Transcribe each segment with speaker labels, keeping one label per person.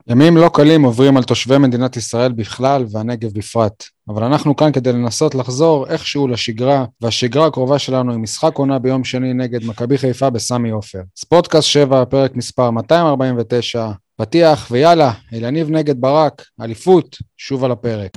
Speaker 1: ימים לא קלים עוברים על תושבי מדינת ישראל בכלל והנגב בפרט, אבל אנחנו כאן כדי לנסות לחזור איכשהו לשגרה, והשגרה הקרובה שלנו היא משחק עונה ביום שני נגד מכבי חיפה בסמי עופר. ספורטקאסט 7, פרק מספר 249, פתיח ויאללה, אליניב נגד ברק, אליפות, שוב על הפרק.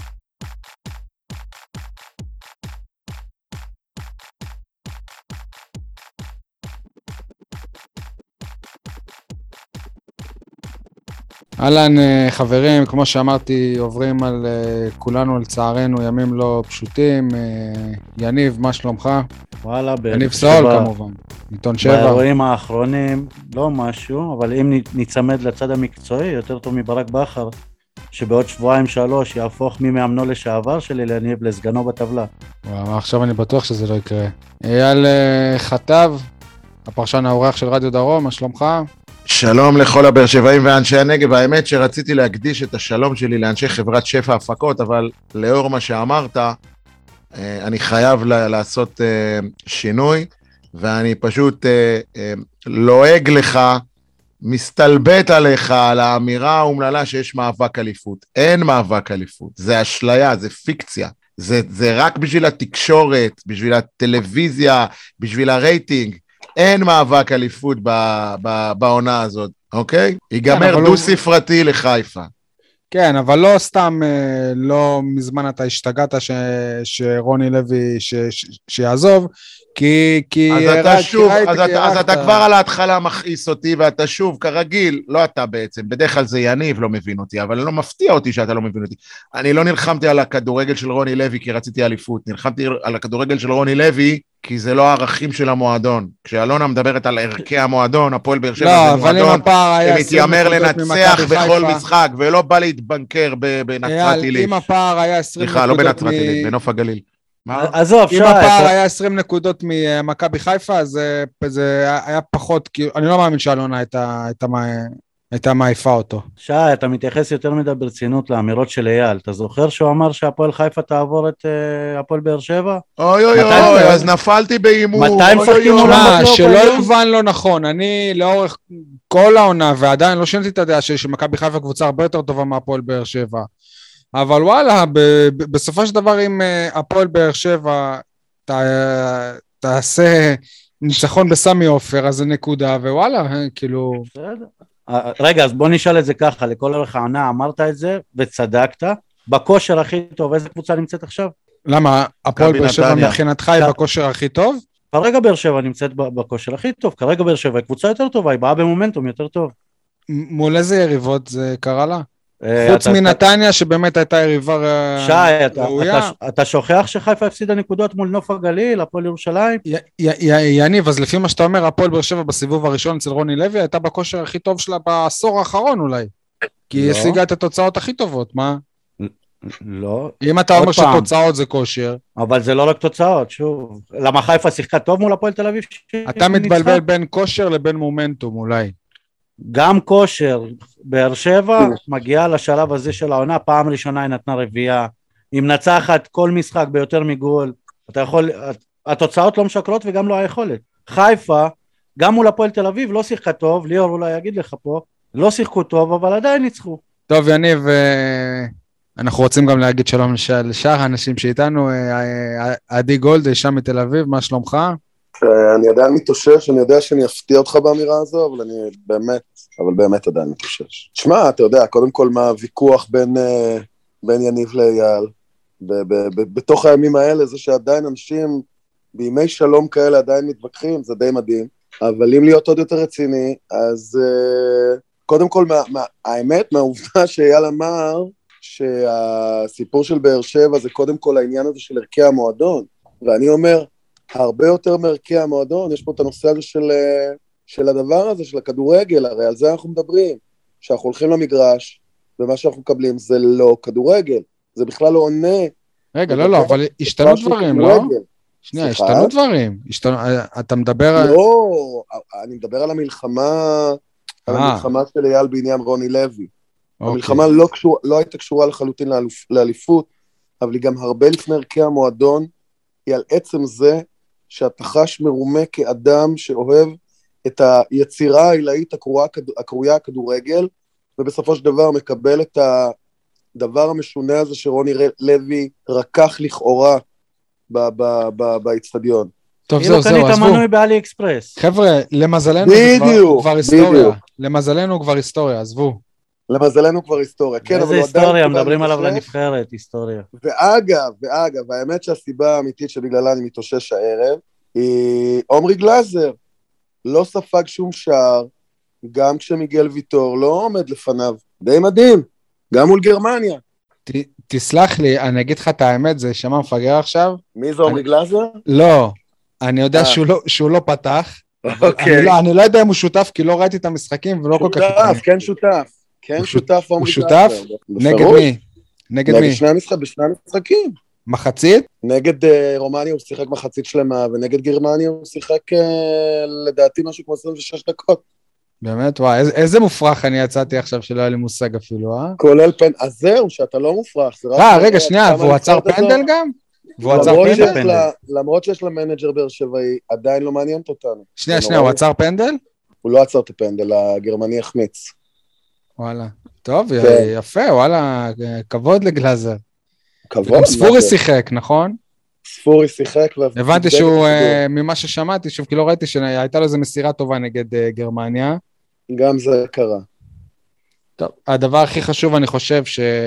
Speaker 1: אהלן חברים, כמו שאמרתי, עוברים על כולנו לצערנו ימים לא פשוטים. יניב, מה שלומך?
Speaker 2: וואלה,
Speaker 1: יניב סול כמובן, עיתון 7.
Speaker 2: באירועים האחרונים לא משהו, אבל אם נצמד לצד המקצועי, יותר טוב מברק בכר, שבעוד 2-3 יהפוך ממאמנו לשעבר של אליניב לסגנו בטבלה.
Speaker 1: עכשיו אני בטוח שזה לא יקרה. אייל חטב, הפרשן האורח של רדיו דרום, מה שלומך?
Speaker 3: שלום לכל הבאר שבעים ואנשי הנגב. האמת שרציתי להקדיש את השלום שלי לאנשי חברת שפע הפקות, אבל לאור מה שאמרת, אני חייב לעשות שינוי, ואני פשוט לועג לך, מסתלבט עליך על האמירה האומללה שיש מאבק אליפות. אין מאבק אליפות, זה אשליה, זה פיקציה. זה רק בשביל התקשורת, בשביל הטלוויזיה, בשביל הרייטינג. אין מאבק אליפות בעונה הזאת, אוקיי? ייגמר דו ספרתי לחיפה.
Speaker 1: כן, אבל לא סתם, לא מזמן אתה השתגעת שרוני לוי שיעזוב, כי
Speaker 3: אז אתה כבר על ההתחלה מכעיס אותי, ואתה שוב, כרגיל, לא אתה בעצם, בדרך כלל זה יניב לא מבין אותי, אבל לא מפתיע אותי שאתה לא מבין אותי. אני לא נלחמתי על הכדורגל של רוני לוי כי רציתי אליפות, נלחמתי על הכדורגל של רוני לוי כי זה לא הערכים של המועדון. כשאלונה מדברת על ערכי המועדון, הפועל באר שבע זה מועדון שמתיימר לנצח בכל משחק, ולא בא להתבנקר בנצרת עילית.
Speaker 1: אם הפער היה 20 נקודות...
Speaker 3: סליחה, לא בנצרת עילית, בנוף הגליל.
Speaker 2: עזוב,
Speaker 1: אם הפער היה 20 נקודות ממכבי חיפה, אז זה היה פחות, אני לא מאמין שאלונה הייתה מעיפה אותו.
Speaker 2: שי, אתה מתייחס יותר מדי ברצינות לאמירות של אייל. אתה זוכר שהוא אמר שהפועל חיפה תעבור את הפועל באר שבע?
Speaker 3: אוי אוי אוי, אז נפלתי באימון.
Speaker 2: מתי משחקים עונה?
Speaker 1: שלא יובן לא נכון, אני לאורך כל העונה, ועדיין לא שיניתי את הדעה שמכבי חיפה קבוצה הרבה יותר טובה מהפועל באר שבע. אבל וואלה, בסופו של דבר אם הפועל באר שבע תעשה ניצחון בסמי עופר, אז זה נקודה, ווואלה, כאילו...
Speaker 2: רגע, אז בוא נשאל את זה ככה, לכל אורך העונה אמרת את זה, וצדקת, בכושר הכי טוב, איזה קבוצה נמצאת עכשיו?
Speaker 1: למה? הפועל באר שבע מבחינתך היא בכושר הכי טוב?
Speaker 2: כרגע באר שבע נמצאת בכושר הכי טוב, כרגע באר שבע היא קבוצה יותר טובה, היא באה במומנטום יותר טוב.
Speaker 1: מול איזה יריבות זה קרה לה? חוץ מנתניה שבאמת הייתה יריבה ראויה.
Speaker 2: שי, אתה שוכח שחיפה הפסידה נקודות מול נוף הגליל, הפועל ירושלים?
Speaker 1: יניב, אז לפי מה שאתה אומר, הפועל באר שבע בסיבוב הראשון אצל רוני לוי הייתה בכושר הכי טוב שלה בעשור האחרון אולי, כי היא השיגה את התוצאות הכי טובות, מה?
Speaker 2: לא.
Speaker 1: אם אתה אומר שתוצאות זה כושר.
Speaker 2: אבל זה לא רק תוצאות, שוב. למה חיפה שיחקה טוב מול הפועל תל אביב?
Speaker 1: אתה מתבלבל בין כושר לבין מומנטום אולי.
Speaker 2: גם כושר, באר שבע מגיעה לשלב הזה של העונה, פעם ראשונה היא נתנה רביעייה, היא מנצחת כל משחק ביותר מגול, אתה יכול, התוצאות לא משקרות וגם לא היכולת. חיפה, גם מול הפועל תל אביב לא שיחקה טוב, ליאור אולי יגיד לך פה, לא שיחקו טוב אבל עדיין ניצחו.
Speaker 1: טוב יניב, אנחנו רוצים גם להגיד שלום לשאר האנשים שאיתנו, עדי גולד, אישה מתל אביב, מה שלומך?
Speaker 4: אני עדיין מתאושש, אני יודע שאני אפתיע אותך באמירה הזו, אבל אני באמת עדיין מתאושש. תשמע, אתה יודע, קודם כל מה הוויכוח בין יניב לאייל, בתוך הימים האלה, זה שעדיין אנשים בימי שלום כאלה עדיין מתווכחים, זה די מדהים, אבל אם להיות עוד יותר רציני, אז קודם כל, האמת, מהעובדה שאייל אמר, שהסיפור של באר שבע זה קודם כל העניין הזה של ערכי המועדון, ואני אומר, הרבה יותר מערכי המועדון, יש פה את הנושא הזה של הדבר הזה, של הכדורגל, הרי על זה אנחנו מדברים, שאנחנו הולכים למגרש, ומה שאנחנו מקבלים זה לא כדורגל, זה בכלל לא עונה.
Speaker 1: רגע, לא, אבל השתנו דברים, לא? שנייה, השתנו דברים, אתה מדבר...
Speaker 4: לא, אני מדבר על המלחמה, של אייל בעניין רוני לוי. המלחמה לא הייתה קשורה לחלוטין לאליפות, אבל היא גם הרבה לפני ערכי המועדון, היא על עצם זה שאתה חש מרומה כאדם שאוהב את היצירה העילאית הקרויה הכדורגל, ובסופו של דבר מקבל את הדבר המשונה הזה שרוני לוי רקח לכאורה באצטדיון.
Speaker 1: טוב,
Speaker 2: כאילו
Speaker 1: זהו,
Speaker 2: קנית
Speaker 1: עזבו.
Speaker 2: מנוי באלי אקספרס.
Speaker 1: חבר'ה, למזלנו זה
Speaker 4: בדיוק,
Speaker 1: כבר היסטוריה.
Speaker 4: בדיוק.
Speaker 1: למזלנו כבר היסטוריה, עזבו.
Speaker 4: למזלנו כבר היסטוריה. כן, אבל
Speaker 2: איזה
Speaker 4: הוא עדיין
Speaker 2: היסטוריה,
Speaker 4: מסוגל
Speaker 2: מדברים עליו
Speaker 4: להתאושש.
Speaker 2: לנבחרת, היסטוריה.
Speaker 4: ואגב, האמת שהסיבה האמיתית שבגללה אני מתאושש הערב, היא עומרי גלאזר. לא ספג שום שער, גם כשמיגל ויטור לא עומד לפניו. די מדהים, גם מול גרמניה.
Speaker 1: תסלח לי, אני אגיד לך את האמת, זה שמע מפגר עכשיו.
Speaker 4: מי זה עומרי גלאזר?
Speaker 1: לא, אני יודע שהוא לא פתח.
Speaker 4: אוקיי.
Speaker 1: אני לא יודע אם הוא שותף, כי לא ראיתי את המשחקים ולא כל כך...
Speaker 4: שותף, כן שותף
Speaker 1: הוא
Speaker 4: עומרי
Speaker 1: שותף?
Speaker 4: גלאזר.
Speaker 1: נגד
Speaker 4: בפירוש.
Speaker 1: מי? נגד מי?
Speaker 4: בשני המשחקים.
Speaker 1: מחצית?
Speaker 4: נגד רומניה הוא שיחק מחצית שלמה, ונגד גרמניה הוא שיחק לדעתי משהו כמו 26 דקות.
Speaker 1: באמת? וואי, איזה מופרך אני יצאתי עכשיו שלא היה לי מושג אפילו, אה?
Speaker 4: כולל אז זהו, שאתה לא מופרך.
Speaker 1: רגע, שנייה, והוא עצר פנדל גם? והוא עצר פנדל?
Speaker 4: למרות שיש לה מנג'ר באר שבעי, עדיין לא מעניינת אותנו.
Speaker 1: שנייה, הוא עצר פנדל?
Speaker 4: הוא לא עצר את הפנדל, הגרמני החמיץ.
Speaker 1: וואלה. טוב, יפה, וואלה, כבוד לגלאזר.
Speaker 4: כבוד.
Speaker 1: ספורי שיחק, נכון?
Speaker 4: ספורי שיחק.
Speaker 1: הבנתי שהוא, ממה ששמעתי, שוב, כי לא ראיתי שהייתה לו איזו מסירה טובה נגד גרמניה.
Speaker 4: גם זה קרה.
Speaker 1: טוב, הדבר הכי חשוב, אני חושב,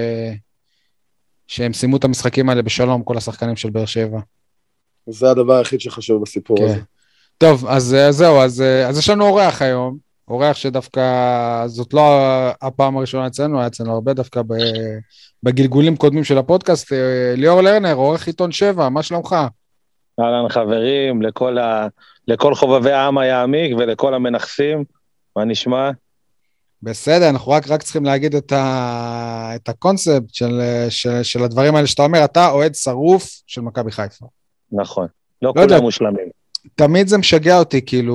Speaker 1: שהם סיימו את המשחקים האלה בשלום, כל השחקנים של באר שבע.
Speaker 4: זה הדבר היחיד שחשוב בסיפור הזה.
Speaker 1: טוב, אז זהו, אז יש לנו אורח היום, אורח שדווקא, זאת לא הפעם הראשונה אצלנו, היה אצלנו הרבה דווקא בגלגולים קודמים של הפודקאסט. ליאור לרנר, עורך עיתון 7, מה שלומך?
Speaker 5: אהלן חברים, לכל חובבי העם היעמיק ולכל המנחסים, מה נשמע?
Speaker 1: בסדר, אנחנו רק צריכים להגיד את הקונספט של הדברים האלה שאתה אומר, אתה אוהד שרוף של מכבי חיפה.
Speaker 5: נכון, לא כולם מושלמים.
Speaker 1: תמיד זה משגע אותי, כאילו,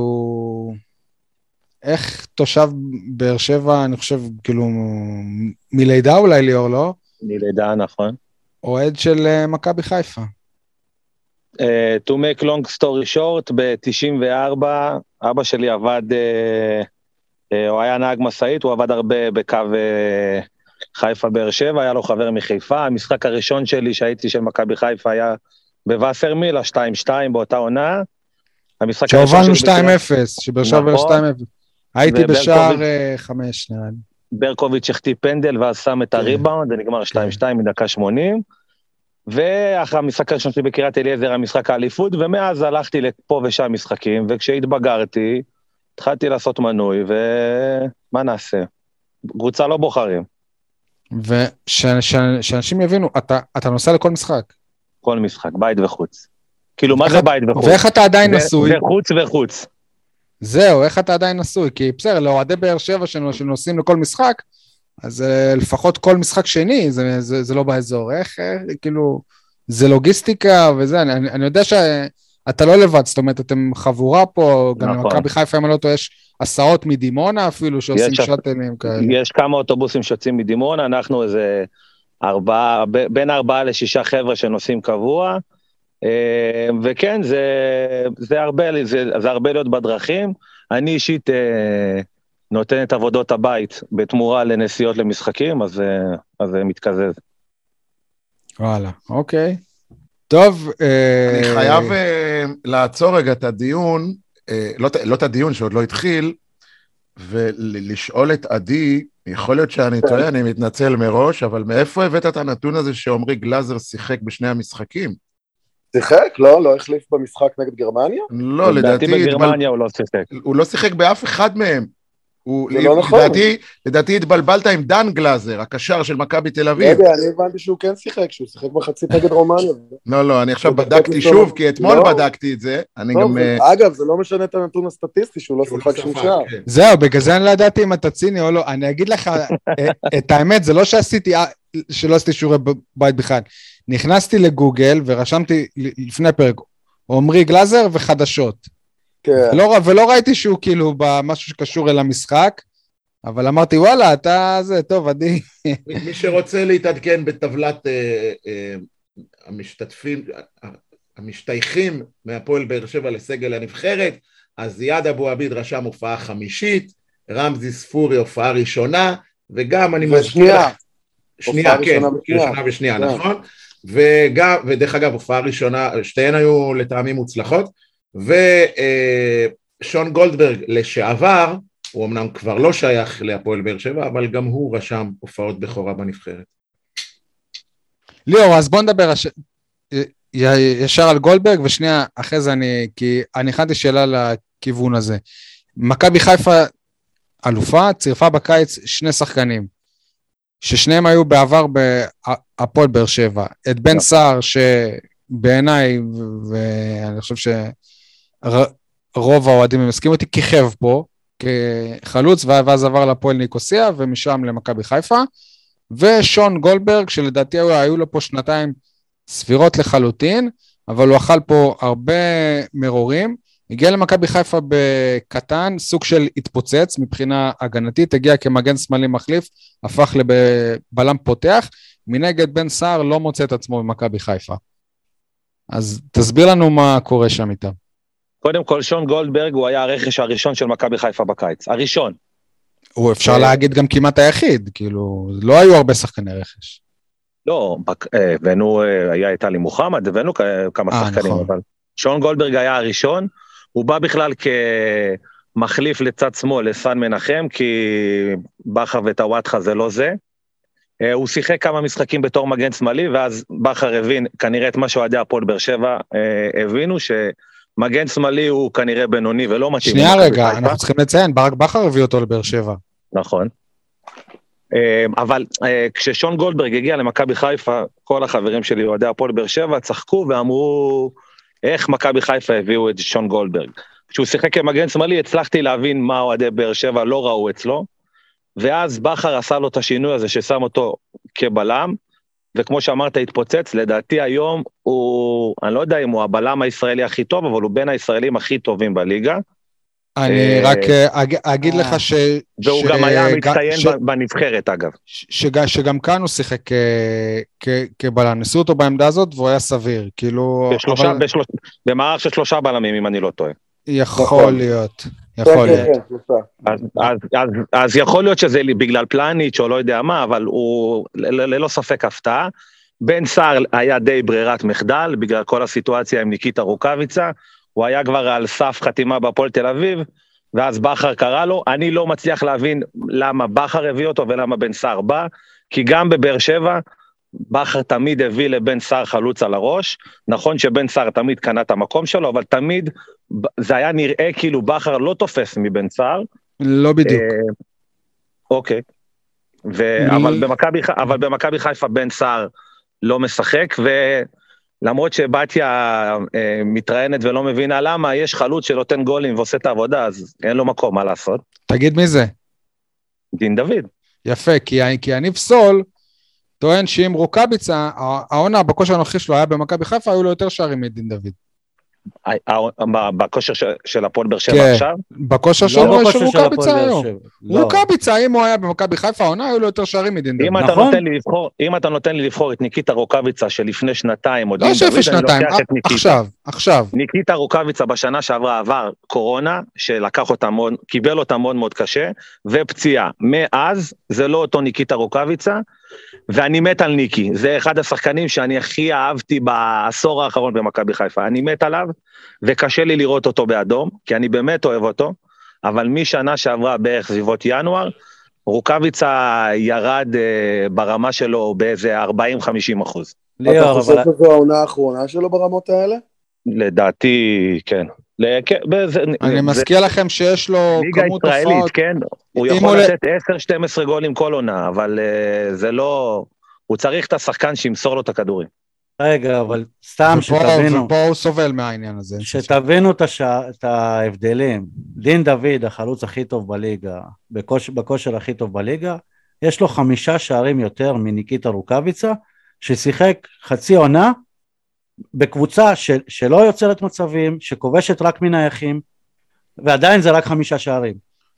Speaker 1: איך תושב באר שבע, אני חושב, כאילו, מלידה אולי ליאור, לא?
Speaker 5: מלידה, נכון.
Speaker 1: אוהד של מכבי חיפה.
Speaker 5: To make long story short, ב-94, אבא שלי עבד, הוא היה נהג מסעית, הוא עבד הרבה בקו חיפה באר שבע, היה לו חבר מחיפה, המשחק הראשון שלי שהייתי של מכבי חיפה היה בווסרמיל, 2-2 באותה עונה,
Speaker 1: שהובלנו 2-0, שבאר שבע 2-0. הייתי בשער 5, נראה לי.
Speaker 5: ברקוביץ' החטיא פנדל ואז שם את הריבאונד, זה נגמר 2-2 מדקה 80, ואחרי המשחק הראשון שלי בקריית אליעזר, המשחק האליפות, ומאז הלכתי לפה ושם משחקים, וכשהתבגרתי, התחלתי לעשות מנוי, ומה נעשה? קבוצה לא בוחרים.
Speaker 1: ושאנשים יבינו, אתה נוסע לכל משחק?
Speaker 5: כל משחק, בית וחוץ. כאילו, מה זה בית וחוץ?
Speaker 1: ואיך אתה עדיין נשוי?
Speaker 5: וחוץ וחוץ.
Speaker 1: זהו, איך אתה עדיין נשוי? כי בסדר, לאוהדי באר שבע שנוסעים לכל משחק, אז לפחות כל משחק שני, זה לא באזור. איך, כאילו, זה לוגיסטיקה וזה, אני יודע שאתה לא לבד, זאת אומרת, אתם חבורה פה, גם למכבי חיפה, אם לא טועה, יש הסעות מדימונה אפילו, שעושים שטלים כאלה.
Speaker 5: יש כמה אוטובוסים שיוצאים מדימונה, אנחנו איזה בין 4 ל-6 חבר'ה שנוסעים קבוע, וכן, זה הרבה להיות בדרכים. אני אישית נותן את עבודות הבית בתמורה לנסיעות למשחקים, אז זה מתקזז.
Speaker 1: וואלה, אוקיי. טוב.
Speaker 3: אני חייב לעצור רגע את הדיון, לא את הדיון שעוד לא התחיל, ולשאול את עדי, יכול להיות שאני טועה, אני מתנצל מראש, אבל מאיפה הבאת את הנתון הזה שעומרי גלאזר שיחק בשני המשחקים?
Speaker 4: שיחק? לא החליף במשחק נגד גרמניה?
Speaker 3: לא, לדעתי...
Speaker 5: בגרמניה הוא לא שיחק.
Speaker 3: הוא לא שיחק באף אחד מהם.
Speaker 4: זה לא נכון.
Speaker 3: לדעתי התבלבלת עם דן גלאזר, הקשר של מכבי תל אביב.
Speaker 4: לא יודע, אני הבנתי שהוא כן שיחק, שהוא שיחק מחצית נגד רומניה.
Speaker 3: לא, אני עכשיו בדקתי שוב, כי אתמול בדקתי את זה.
Speaker 4: אגב, זה לא משנה את הנתון הסטטיסטי, שהוא לא שיחק שום שער.
Speaker 1: זהו, בגלל זה אני לא ידעתי אם אתה ציני או לא. אני אגיד לך, את האמת, זה לא שלא עשיתי שיעורי בית בכלל. נכנסתי לגוגל ורשמתי לפני פרק, עומרי גלאזר וחדשות. ולא ראיתי שהוא כאילו במשהו שקשור אל המשחק, אבל אמרתי, וואלה, אתה זה, טוב, עדי.
Speaker 3: מי שרוצה להתעדכן בטבלת המשתייכים מהפועל באר שבע לסגל הנבחרת, אז זיאד אבו עביד רשם הופעה 5, רמזי ספורי הופעה ראשונה, וגם אני
Speaker 4: ושנייה.
Speaker 3: שנייה, כן, ראשונה ושנייה, נכון? ודרך אגב, הופעה ראשונה, שתיהן היו לטעמים מוצלחות, ושון גולדברג לשעבר, הוא אמנם כבר לא שייך להפועל באר שבע, אבל גם הוא רשם הופעות בכורה בנבחרת.
Speaker 1: ליאור, אז בוא נדבר ישר על גולדברג, ושנייה אחרי זה כי אני הכנתי שאלה לכיוון הזה. מכבי חיפה אלופה, צירפה בקיץ שני שחקנים, ששניהם היו בעבר בהפועל באר שבע. את בן סער, שבעיניי, ואני חושב שרוב האוהדים הם מסכימים אותי, כיכב פה, כחלוץ, ואז עבר להפועל ניקוסיה, ומשם למכבי חיפה, ושון גולדברג, שלדעתי היו לו פה שנתיים סבירות לחלוטין, אבל הוא אכל פה הרבה מרורים, הגיע למכבי חיפה בקטן, סוג של התפוצץ מבחינה הגנתית, הגיע כמגן שמאלי מחליף, הפך לבלם פותח, מנגד בן סער לא מוצא את עצמו במכבי חיפה. אז תסביר לנו מה קורה שם איתם.
Speaker 5: קודם כל, שון גולדברג הוא היה הרכש הראשון של מכבי חיפה בקיץ, הראשון.
Speaker 1: הוא אפשר להגיד גם כמעט היחיד, כאילו, לא היו הרבה שחקני רכש.
Speaker 5: לא, הבאנו, הייתה לי מוחמד, הבאנו כמה שחקנים,
Speaker 1: נכון.
Speaker 5: אבל שון גולדברג היה הראשון, הוא בא בכלל כמחליף לצד שמאל לסן מנחם, כי בכר וטוואטחה זה לא זה. הוא שיחק כמה משחקים בתור מגן שמאלי, ואז בכר הבין כנראה את מה שאוהדי הפועל באר שבע הבינו, שמגן שמאלי הוא כנראה בינוני ולא מתאים.
Speaker 1: שנייה רגע, אנחנו צריכים לציין, ברק בכר הביא אותו לבאר שבע.
Speaker 5: נכון. אבל כששון גולדברג הגיע למכבי חיפה, כל החברים שלי אוהדי הפועל באר שבע צחקו ואמרו, איך מכבי חיפה הביאו את שון גולדברג. כשהוא שיחק כמגן שמאלי, הצלחתי להבין מה אוהדי באר שבע לא ראו אצלו, ואז בכר עשה לו את השינוי הזה ששם אותו כבלם, וכמו שאמרת, התפוצץ, לדעתי היום הוא, אני לא יודע אם הוא הבלם הישראלי הכי טוב, אבל הוא בין הישראלים הכי טובים בליגה.
Speaker 1: אני רק אגיד לך
Speaker 5: והוא גם היה מצטיין בנבחרת, אגב.
Speaker 1: שגם כאן הוא שיחק כבלם, ניסו אותו בעמדה הזאת, והוא היה סביר, כאילו...
Speaker 5: במערך של 3 בלמים, אם אני לא טועה.
Speaker 1: יכול להיות. יכול להיות.
Speaker 5: אז יכול להיות שזה בגלל פלניץ' או לא יודע מה, אבל הוא ללא ספק הפתעה. בן סער היה די ברירת מחדל, בגלל כל הסיטואציה עם ניקיטה רוקאביצה, הוא היה כבר על סף חתימה בהפועל תל אביב, ואז בכר קרא לו, אני לא מצליח להבין למה בכר הביא אותו ולמה בן סער בא, כי גם בבאר שבע, בכר תמיד הביא לבן סער חלוץ על הראש, נכון שבן סער תמיד קנה את המקום שלו, אבל תמיד זה היה נראה כאילו בכר לא תופס מבן סער.
Speaker 1: לא בדיוק.
Speaker 5: אוקיי. אבל במכבי חיפה בן סער לא משחק, ולמרות שבתיה מתראיינת ולא מבינה למה, יש חלוץ שנותן גולים ועושה את העבודה, אז אין לו מקום מה לעשות.
Speaker 1: תגיד מי זה?
Speaker 5: דין דוד.
Speaker 1: יפה, כי יניב סול טוען שאם רוקאביצה, העונה בכושר הנוכחי שלו היה במכבי חיפה, היו לו יותר שערים מדין דוד.
Speaker 5: בכושר של הפועל באר שבע עכשיו?
Speaker 1: בכושר של רוקאביצה היום. רוקאביצה, אם הוא היה במכבי חיפה, העונה היו לו יותר שערים מדין דוד.
Speaker 5: אם אתה נותן לי לבחור את ניקיטה רוקאביצה שלפני שנתיים,
Speaker 1: לא שלפני שנתיים, עכשיו.
Speaker 5: ניקיטה רוקאביצה בשנה שעברה עבר קורונה, קיבל אותה מאוד מאוד קשה, ופציעה. מאז זה לא אותו ניקיטה רוקאביצה, ואני מת על ניקי, זה אחד השחקנים שאני הכי אהבתי בעשור האחרון במכבי חיפה, אני מת עליו, וקשה לי לראות אותו באדום, כי אני באמת אוהב אותו, אבל משנה שעברה בערך סביבות ינואר, רוקאביצה ירד ברמה שלו באיזה 40-50%.
Speaker 4: אתה חושב שזו העונה האחרונה שלו ברמות האלה?
Speaker 5: לדעתי, כן.
Speaker 1: אני מזכיר לכם שיש לו כמות הופעות.
Speaker 5: כן, הוא יכול לתת 10-12 גולים כל עונה, אבל זה לא, הוא צריך את השחקן שימסור לו את הכדורים.
Speaker 2: רגע, אבל סתם שתבינו.
Speaker 1: ופה הוא סובל מהעניין הזה.
Speaker 2: שתבינו את ההבדלים. דין דוד, החלוץ הכי טוב בליגה, בכושר הכי טוב בליגה, יש לו 5 שערים יותר מניקיטה רוקאביצה, ששיחק חצי עונה, בקבוצה שלא יוצרת מצבים, שכובשת רק מנייחים, ועדיין זה רק 5 שערים.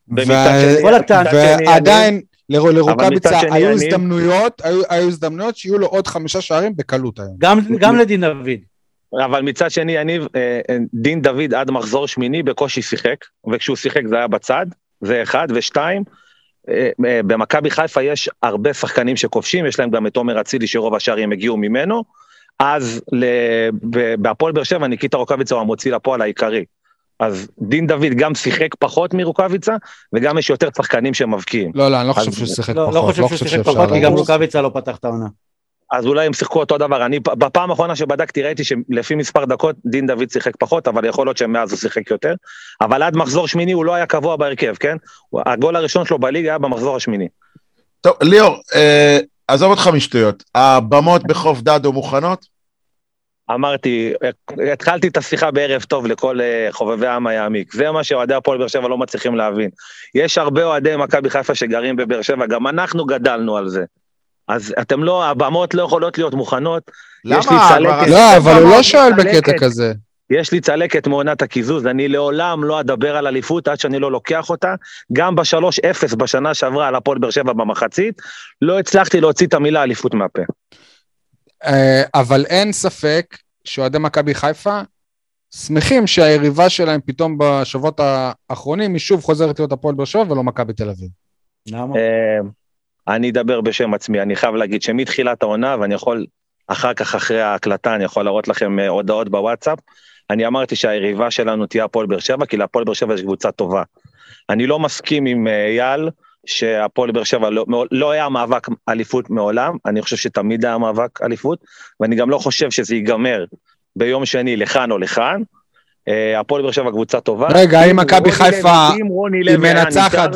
Speaker 1: ועדיין לרוקאביצה היו הזדמנויות שיהיו לו עוד 5 שערים בקלות היום.
Speaker 2: גם לדין דוד.
Speaker 5: אבל מצד שני, דין דוד עד מחזור שמיני בקושי שיחק, וכשהוא שיחק זה היה בצד, זה 1, ו2, במכבי חיפה יש הרבה שחקנים שכובשים, יש להם גם את עומר אצילי שרוב השערים הגיעו ממנו, אז בהפועל באר שבע ניקיטה רוקאביצה הוא המוציא לפועל העיקרי. אז דין דוד גם שיחק פחות מרוקאביצה, וגם יש יותר שחקנים שמבקיעים.
Speaker 1: לא, אני לא חושב שהוא שיחק פחות.
Speaker 2: לא חושב שהוא שיחק פחות, כי גם רוקאביצה לא פתח את העונה.
Speaker 5: אז אולי הם שיחקו אותו דבר. אני בפעם האחרונה שבדקתי ראיתי שלפי מספר דקות דין דוד שיחק פחות, אבל יכול להיות שמאז הוא שיחק יותר. אבל עד מחזור שמיני הוא לא היה קבוע בהרכב, כן? הגול הראשון שלו בליגה היה במחזור השמיני.
Speaker 3: טוב, ליאור, עזוב אותך משטויות. הבמות בחוף דדו מוכנות?
Speaker 5: אמרתי, התחלתי את השיחה בערב טוב לכל חובבי העם היעמיק. זה מה שאוהדי הפועל באר שבע לא מצליחים להבין. יש הרבה אוהדי מכבי חיפה שגרים בבאר שבע, גם אנחנו גדלנו על זה. אז אתם לא, הבמות לא יכולות להיות מוכנות.
Speaker 3: למה?
Speaker 1: לא, אבל הוא לא שואל בקטע כזה.
Speaker 5: יש לי צלקת מעונת הקיזוז, אני לעולם לא אדבר על אליפות עד שאני לא לוקח אותה, גם ב-3-0 בשנה שעברה על הפועל באר שבע במחצית, לא הצלחתי להוציא את המילה אליפות מהפה.
Speaker 1: אבל אין ספק שאוהדי מכבי חיפה שמחים שהיריבה שלהם פתאום בשבועות האחרונים היא שוב חוזרת להיות הפועל באר שבע ולא מכבי תל אביב.
Speaker 2: למה?
Speaker 5: אני אדבר בשם עצמי, אני חייב להגיד שמתחילת העונה, ואני יכול אחר כך אחרי ההקלטה, אני יכול להראות לכם הודעות בוואטסאפ, אני אמרתי שהיריבה שלנו תהיה הפועל באר שבע, כי להפועל באר שבע יש קבוצה טובה. אני לא מסכים עם אייל, שהפועל באר שבע לא היה מאבק אליפות מעולם, אני חושב שתמיד היה מאבק אליפות, ואני גם לא חושב שזה ייגמר ביום שני לכאן או לכאן, הפועל באר שבע קבוצה טובה.
Speaker 1: רגע, האם מכבי חיפה היא מנצחת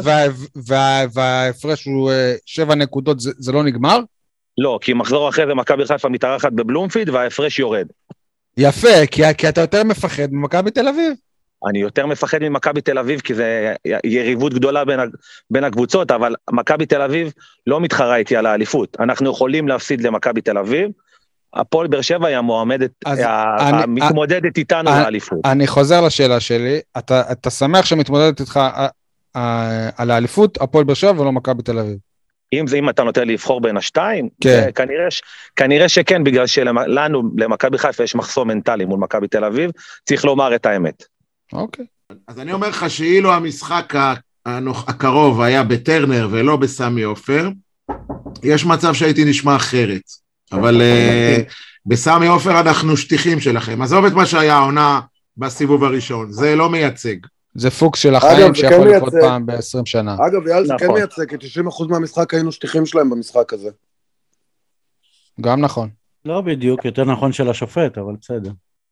Speaker 1: וההפרש הוא 7 נקודות, זה לא נגמר?
Speaker 5: לא, כי מחזור אחרי זה מכבי חיפה מתארחת בבלומפיד וההפרש יורד.
Speaker 1: יפה, כי אתה יותר מפחד ממכבי תל אביב.
Speaker 5: אני יותר מפחד ממכבי תל אביב, כי זה יריבות גדולה בין הקבוצות, אבל מכבי תל אביב לא מתחרה איתי על האליפות. אנחנו יכולים להפסיד למכבי תל אביב, הפועל באר שבע היא המועמדת, המתמודדת איתנו לאליפות.
Speaker 1: אני חוזר לשאלה שלי, אתה שמח שמתמודדת איתך על האליפות, הפועל באר שבע ולא מכבי תל אביב?
Speaker 5: אם אתה נותן לי לבחור בין השתיים,
Speaker 1: כן.
Speaker 5: כנראה שכן, בגלל שלנו, למכבי חיפה, יש מחסום מנטלי מול מכבי תל אביב, צריך לומר את האמת.
Speaker 1: אוקיי.
Speaker 3: אז אני אומר לך שאילו המשחק הקרוב היה בטרנר ולא בסמי עופר, יש מצב שהייתי נשמע אחרת. אבל בסמי עופר אנחנו שטיחים שלכם. עזוב את מה שהיה העונה בסיבוב הראשון, זה לא מייצג.
Speaker 1: זה פוקס של החיים שיכול לקרות פעם ב-20 שנה.
Speaker 4: אגב, יאל, זה כן מייצג, כי 90% מהמשחק היינו שטיחים שלהם במשחק הזה.
Speaker 1: גם נכון.
Speaker 2: לא בדיוק, יותר נכון של השופט, אבל בסדר.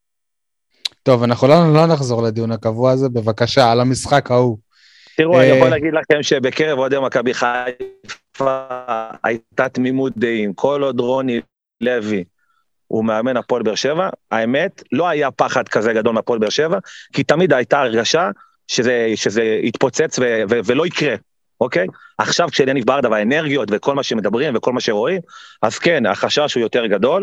Speaker 1: טוב, אנחנו לא נחזור לדיון הקבוע הזה, בבקשה, על המשחק ההוא.
Speaker 5: תראו, אני יכול להגיד לכם שבקרב אוהדי מכבי חיפה הייתה תמימות דעים, כל עוד רוני לוי הוא מאמן הפועל באר שבע, האמת, לא היה פחד כזה גדול מהפועל באר שבע, כי תמיד הייתה הרגשה שזה יתפוצץ ולא יקרה, אוקיי? עכשיו כשאליניב ברדה והאנרגיות וכל מה שמדברים וכל מה שרואים, אז כן, החשש הוא יותר גדול,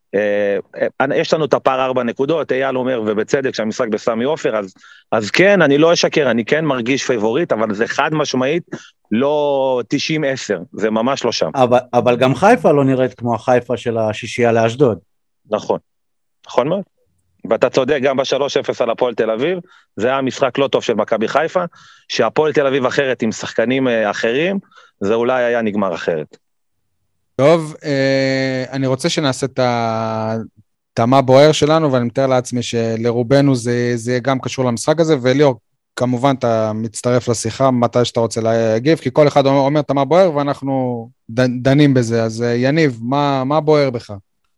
Speaker 5: יש לנו את הפער 4 נקודות, אייל אומר ובצדק שהמשחק בסמי עופר, אז כן, אני לא אשקר, אני כן מרגיש פייבוריט, אבל זה חד משמעית לא 90-10, זה ממש לא שם.
Speaker 2: אבל גם חיפה לא נראית כמו החיפה של השישייה לאשדוד.
Speaker 5: נכון, נכון מאוד. ואתה צודק גם ב-3-0 על הפועל תל אביב, זה היה משחק לא טוב של מכבי חיפה, שהפועל תל אביב אחרת עם שחקנים אחרים, זה אולי היה נגמר אחרת.
Speaker 1: טוב, אני רוצה שנעשה את מה בוער שלנו, ואני מתאר לעצמי שלרובנו זה גם קשור למשחק הזה, וליאור, כמובן אתה מצטרף לשיחה מתי שאתה רוצה להגיב, כי כל אחד אומר את מה בוער, ואנחנו דנים בזה, אז יניב, מה בוער בך?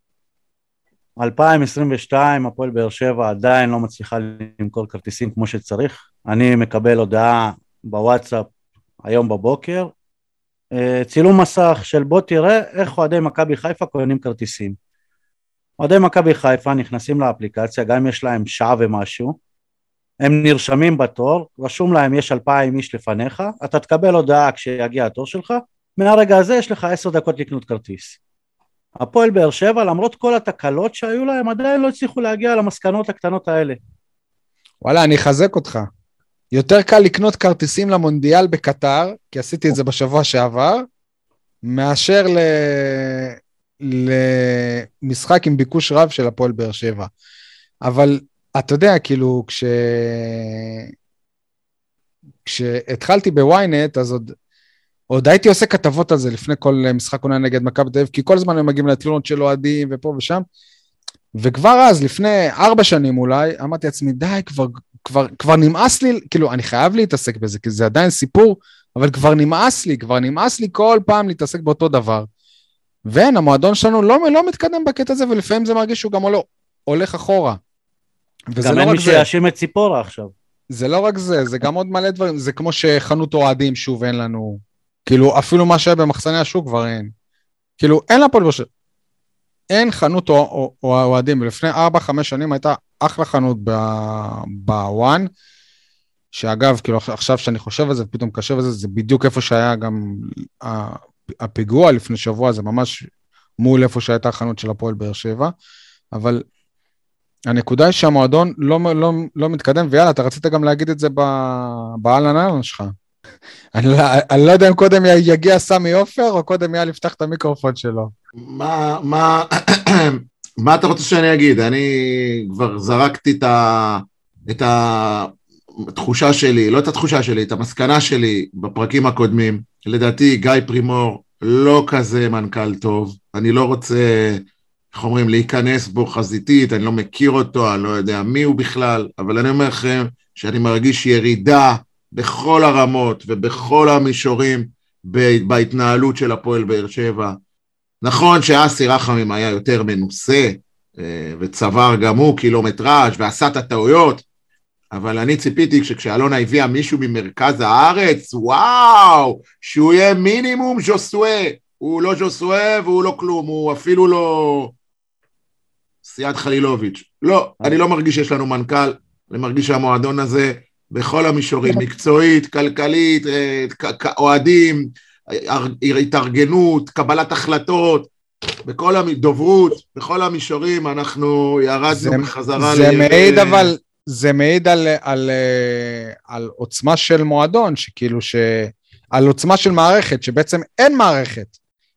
Speaker 2: 2022, הפועל באר שבע עדיין לא מצליחה למכור כרטיסים כמו שצריך, אני מקבל הודעה בוואטסאפ היום בבוקר, צילום מסך של בוא תראה איך אוהדי מכבי חיפה קונים כרטיסים. אוהדי מכבי חיפה נכנסים לאפליקציה, גם אם יש להם שעה ומשהו, הם נרשמים בתור, רשום להם יש 2,000 איש לפניך, אתה תקבל הודעה כשיגיע התור שלך, מהרגע הזה יש לך 10 דקות לקנות כרטיס. הפועל באר שבע, למרות כל התקלות שהיו להם, עדיין לא הצליחו להגיע למסקנות הקטנות האלה.
Speaker 1: וואלה, אני אחזק אותך. יותר קל לקנות כרטיסים למונדיאל בקטר, כי עשיתי את זה בשבוע שעבר, מאשר למשחק עם ביקוש רב של הפועל באר שבע. אבל אתה יודע, כאילו, כשהתחלתי בוויינט, אז עוד עוד הייתי עושה כתבות על זה לפני כל משחק עונה נגד מכבי תל אביב, כי כל הזמן הם מגיעים לתלונות של אוהדים ופה ושם, וכבר אז, לפני 4 שנים אולי, אמרתי לעצמי, די, כבר נמאס לי, כאילו, אני חייב להתעסק בזה, כי זה עדיין סיפור, אבל כבר נמאס לי כל פעם להתעסק באותו דבר. ואין, המועדון שלנו לא מתקדם בקטע הזה, ולפעמים זה מרגיש שהוא גם הולך אחורה.
Speaker 2: גם אין מי שיאשים את ציפורה עכשיו.
Speaker 1: זה לא רק זה, זה גם עוד מלא דברים, זה כמו שחנות אוהדים שוב אין לנו, כאילו אפילו מה שהיה במחסני השוק כבר אין. כאילו אין לה פה לבושר. אין חנות אוהדים, ולפני 4-5 שנים הייתה אחלה חנות בוואן, שאגב, כאילו עכשיו שאני חושב על זה, פתאום קשה וזה, זה בדיוק איפה שהיה גם הפיגוע לפני שבוע, זה ממש מול איפה שהייתה החנות של הפועל באר שבע, אבל הנקודה היא שהמועדון לא מתקדם, ויאללה, אתה רצית גם להגיד את זה באלן שלך. אני לא יודע אם קודם יגיע סמי עופר, או קודם יאללה יפתח את המיקרופון שלו.
Speaker 3: מה אתה רוצה שאני אגיד? אני כבר זרקתי את התחושה שלי, לא את התחושה שלי, את המסקנה שלי בפרקים הקודמים. לדעתי גיא פרימור לא כזה מנכ"ל טוב, אני לא רוצה, איך אומרים, להיכנס בו חזיתית, אני לא מכיר אותו, אני לא יודע מי הוא בכלל, אבל אני אומר לכם שאני מרגיש ירידה בכל הרמות ובכל המישורים בהתנהלות של הפועל באר שבע. נכון שאסי רחמים היה יותר מנוסה, וצבר גם הוא קילומטראז' ועשה את הטעויות, אבל אני ציפיתי שכשאלונה הביאה מישהו ממרכז הארץ, וואו, שהוא יהיה מינימום ז'וסואה, הוא לא ז'וסואה והוא לא כלום, הוא אפילו לא סיעד חלילוביץ'. לא, אני לא מרגיש שיש לנו מנכ"ל, אני מרגיש שהמועדון הזה בכל המישורים, מקצועית, כלכלית, אוהדים, התארגנות, קבלת החלטות, בכל דוברות, בכל המישורים אנחנו ירדנו בחזרה.
Speaker 1: זה מעיד אבל, זה מעיד על עוצמה של מועדון, שכאילו על עוצמה של מערכת, שבעצם אין מערכת,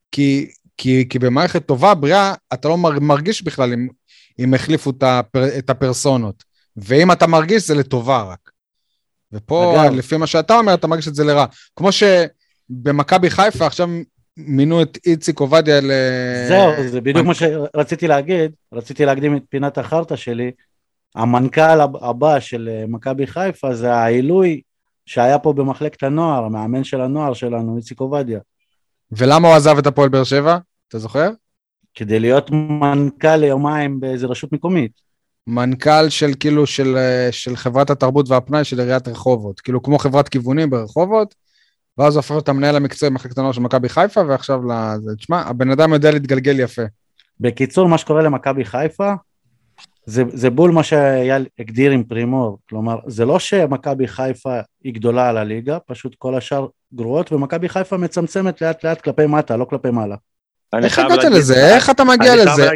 Speaker 1: כי במערכת טובה, בריאה, אתה לא מרגיש בכלל אם החליפו את הפרסונות, ואם אתה מרגיש זה לטובה רק. ופה, לפי מה שאתה אומר, אתה מרגיש את זה לרע. כמו שבמכבי חיפה, עכשיו מינו את איציק עובדיה
Speaker 2: זהו, זה בדיוק מה שרציתי להגיד, רציתי להקדים את פינת החרטה שלי, המנכ"ל הבא של מכבי חיפה, זה העילוי שהיה פה במחלקת הנוער, המאמן של הנוער שלנו, איציק עובדיה.
Speaker 1: ולמה הוא עזב את הפועל באר שבע? אתה זוכר?
Speaker 2: כדי להיות מנכ"ל ליומיים באיזו רשות מקומית.
Speaker 1: מנכ"ל של כאילו של חברת התרבות והפנאי של עיריית רחובות, כאילו כמו חברת כיוונים ברחובות, ואז הוא הפך את המנהל המקצועי במחלקת הנוער של מכבי חיפה, ועכשיו תשמע, הבן אדם יודע להתגלגל יפה.
Speaker 2: בקיצור, מה שקורה למכבי חיפה, זה בול מה שאייל הגדיר עם פרימור, כלומר, זה לא שמכבי חיפה היא גדולה על הליגה, פשוט כל השאר גרועות, ומכבי חיפה מצמצמת לאט לאט כלפי מטה, לא כלפי מעלה.
Speaker 1: איך הגעת לזה? איך אתה מגיע לזה?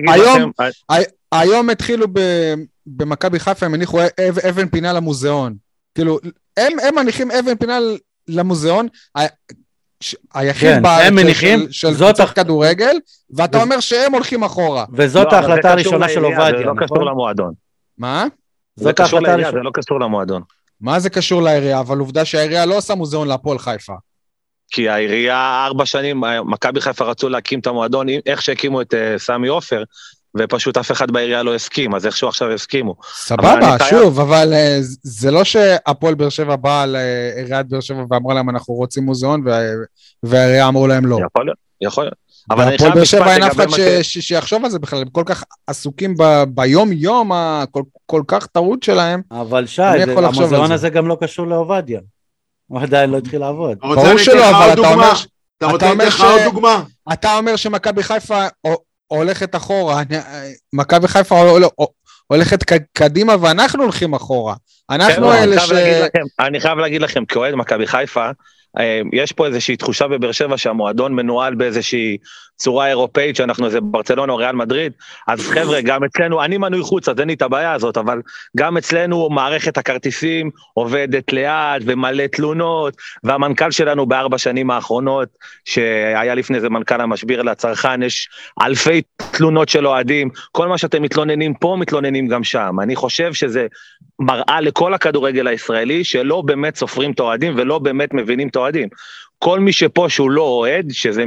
Speaker 1: היום התחילו במכבי חיפה, הם הניחו אבן פינה למוזיאון. כאילו, הם מניחים אבן פינה למוזיאון, היחיד של קבוצת כדורגל, ואתה אומר שהם הולכים אחורה.
Speaker 2: וזאת ההחלטה הראשונה של עובדיה.
Speaker 5: זה לא קשור למועדון.
Speaker 1: מה?
Speaker 5: זה קשור לעירייה, זה לא קשור למועדון.
Speaker 1: מה זה קשור לעירייה? אבל עובדה שהעירייה לא עושה מוזיאון להפועל חיפה.
Speaker 5: כי העירייה 4 שנים, מכבי חיפה רצו להקים את המועדון, איך שהקימו את סמי עופר, ופשוט אף אחד בעירייה לא הסכים, אז איכשהו עכשיו הסכימו.
Speaker 1: סבבה, שוב, אבל זה לא שהפועל באר שבע באה לעיריית באר שבע ואמרה להם אנחנו רוצים מוזיאון, והעירייה אמרו להם לא.
Speaker 5: יכול להיות.
Speaker 1: והפועל באר שבע אין אף אחד שיחשוב על זה בכלל, הם כל כך עסוקים ביום-יום, כל כך טעות שלהם.
Speaker 2: אבל שי, המוזיאון הזה גם לא קשור לעובדיה. הוא עדיין לא התחיל לעבוד.
Speaker 1: ברור שלא, אבל
Speaker 3: אתה רוצה לתת לך עוד דוגמה?
Speaker 1: אתה אומר שמכבי חיפה הולכת אחורה, מכבי חיפה הולכת קדימה ואנחנו הולכים אחורה. אנחנו אלה
Speaker 5: אני חייב להגיד לכם, כאוהד מכבי חיפה, יש פה איזושהי תחושה בבאר שבע שהמועדון מנוהל באיזושהי צורה אירופאית, שאנחנו איזה ברצלונה או ריאל מדריד, אז חבר'ה, גם אצלנו, אני מנוי חוץ, אז אין לי את הבעיה הזאת, אבל גם אצלנו מערכת הכרטיסים עובדת לאט ומלא תלונות, והמנכ"ל שלנו ב4 שנים האחרונות, שהיה לפני זה מנכ"ל המשביר לצרכן, יש אלפי תלונות של אוהדים, כל מה שאתם מתלוננים פה, מתלוננים גם שם. אני חושב שזה מראה לכל הכדורגל הישראלי, שלא באמת סופרים את האוהדים ולא באמת מבינים את האוהדים. כל מי שפה שהוא לא אוהד, שזה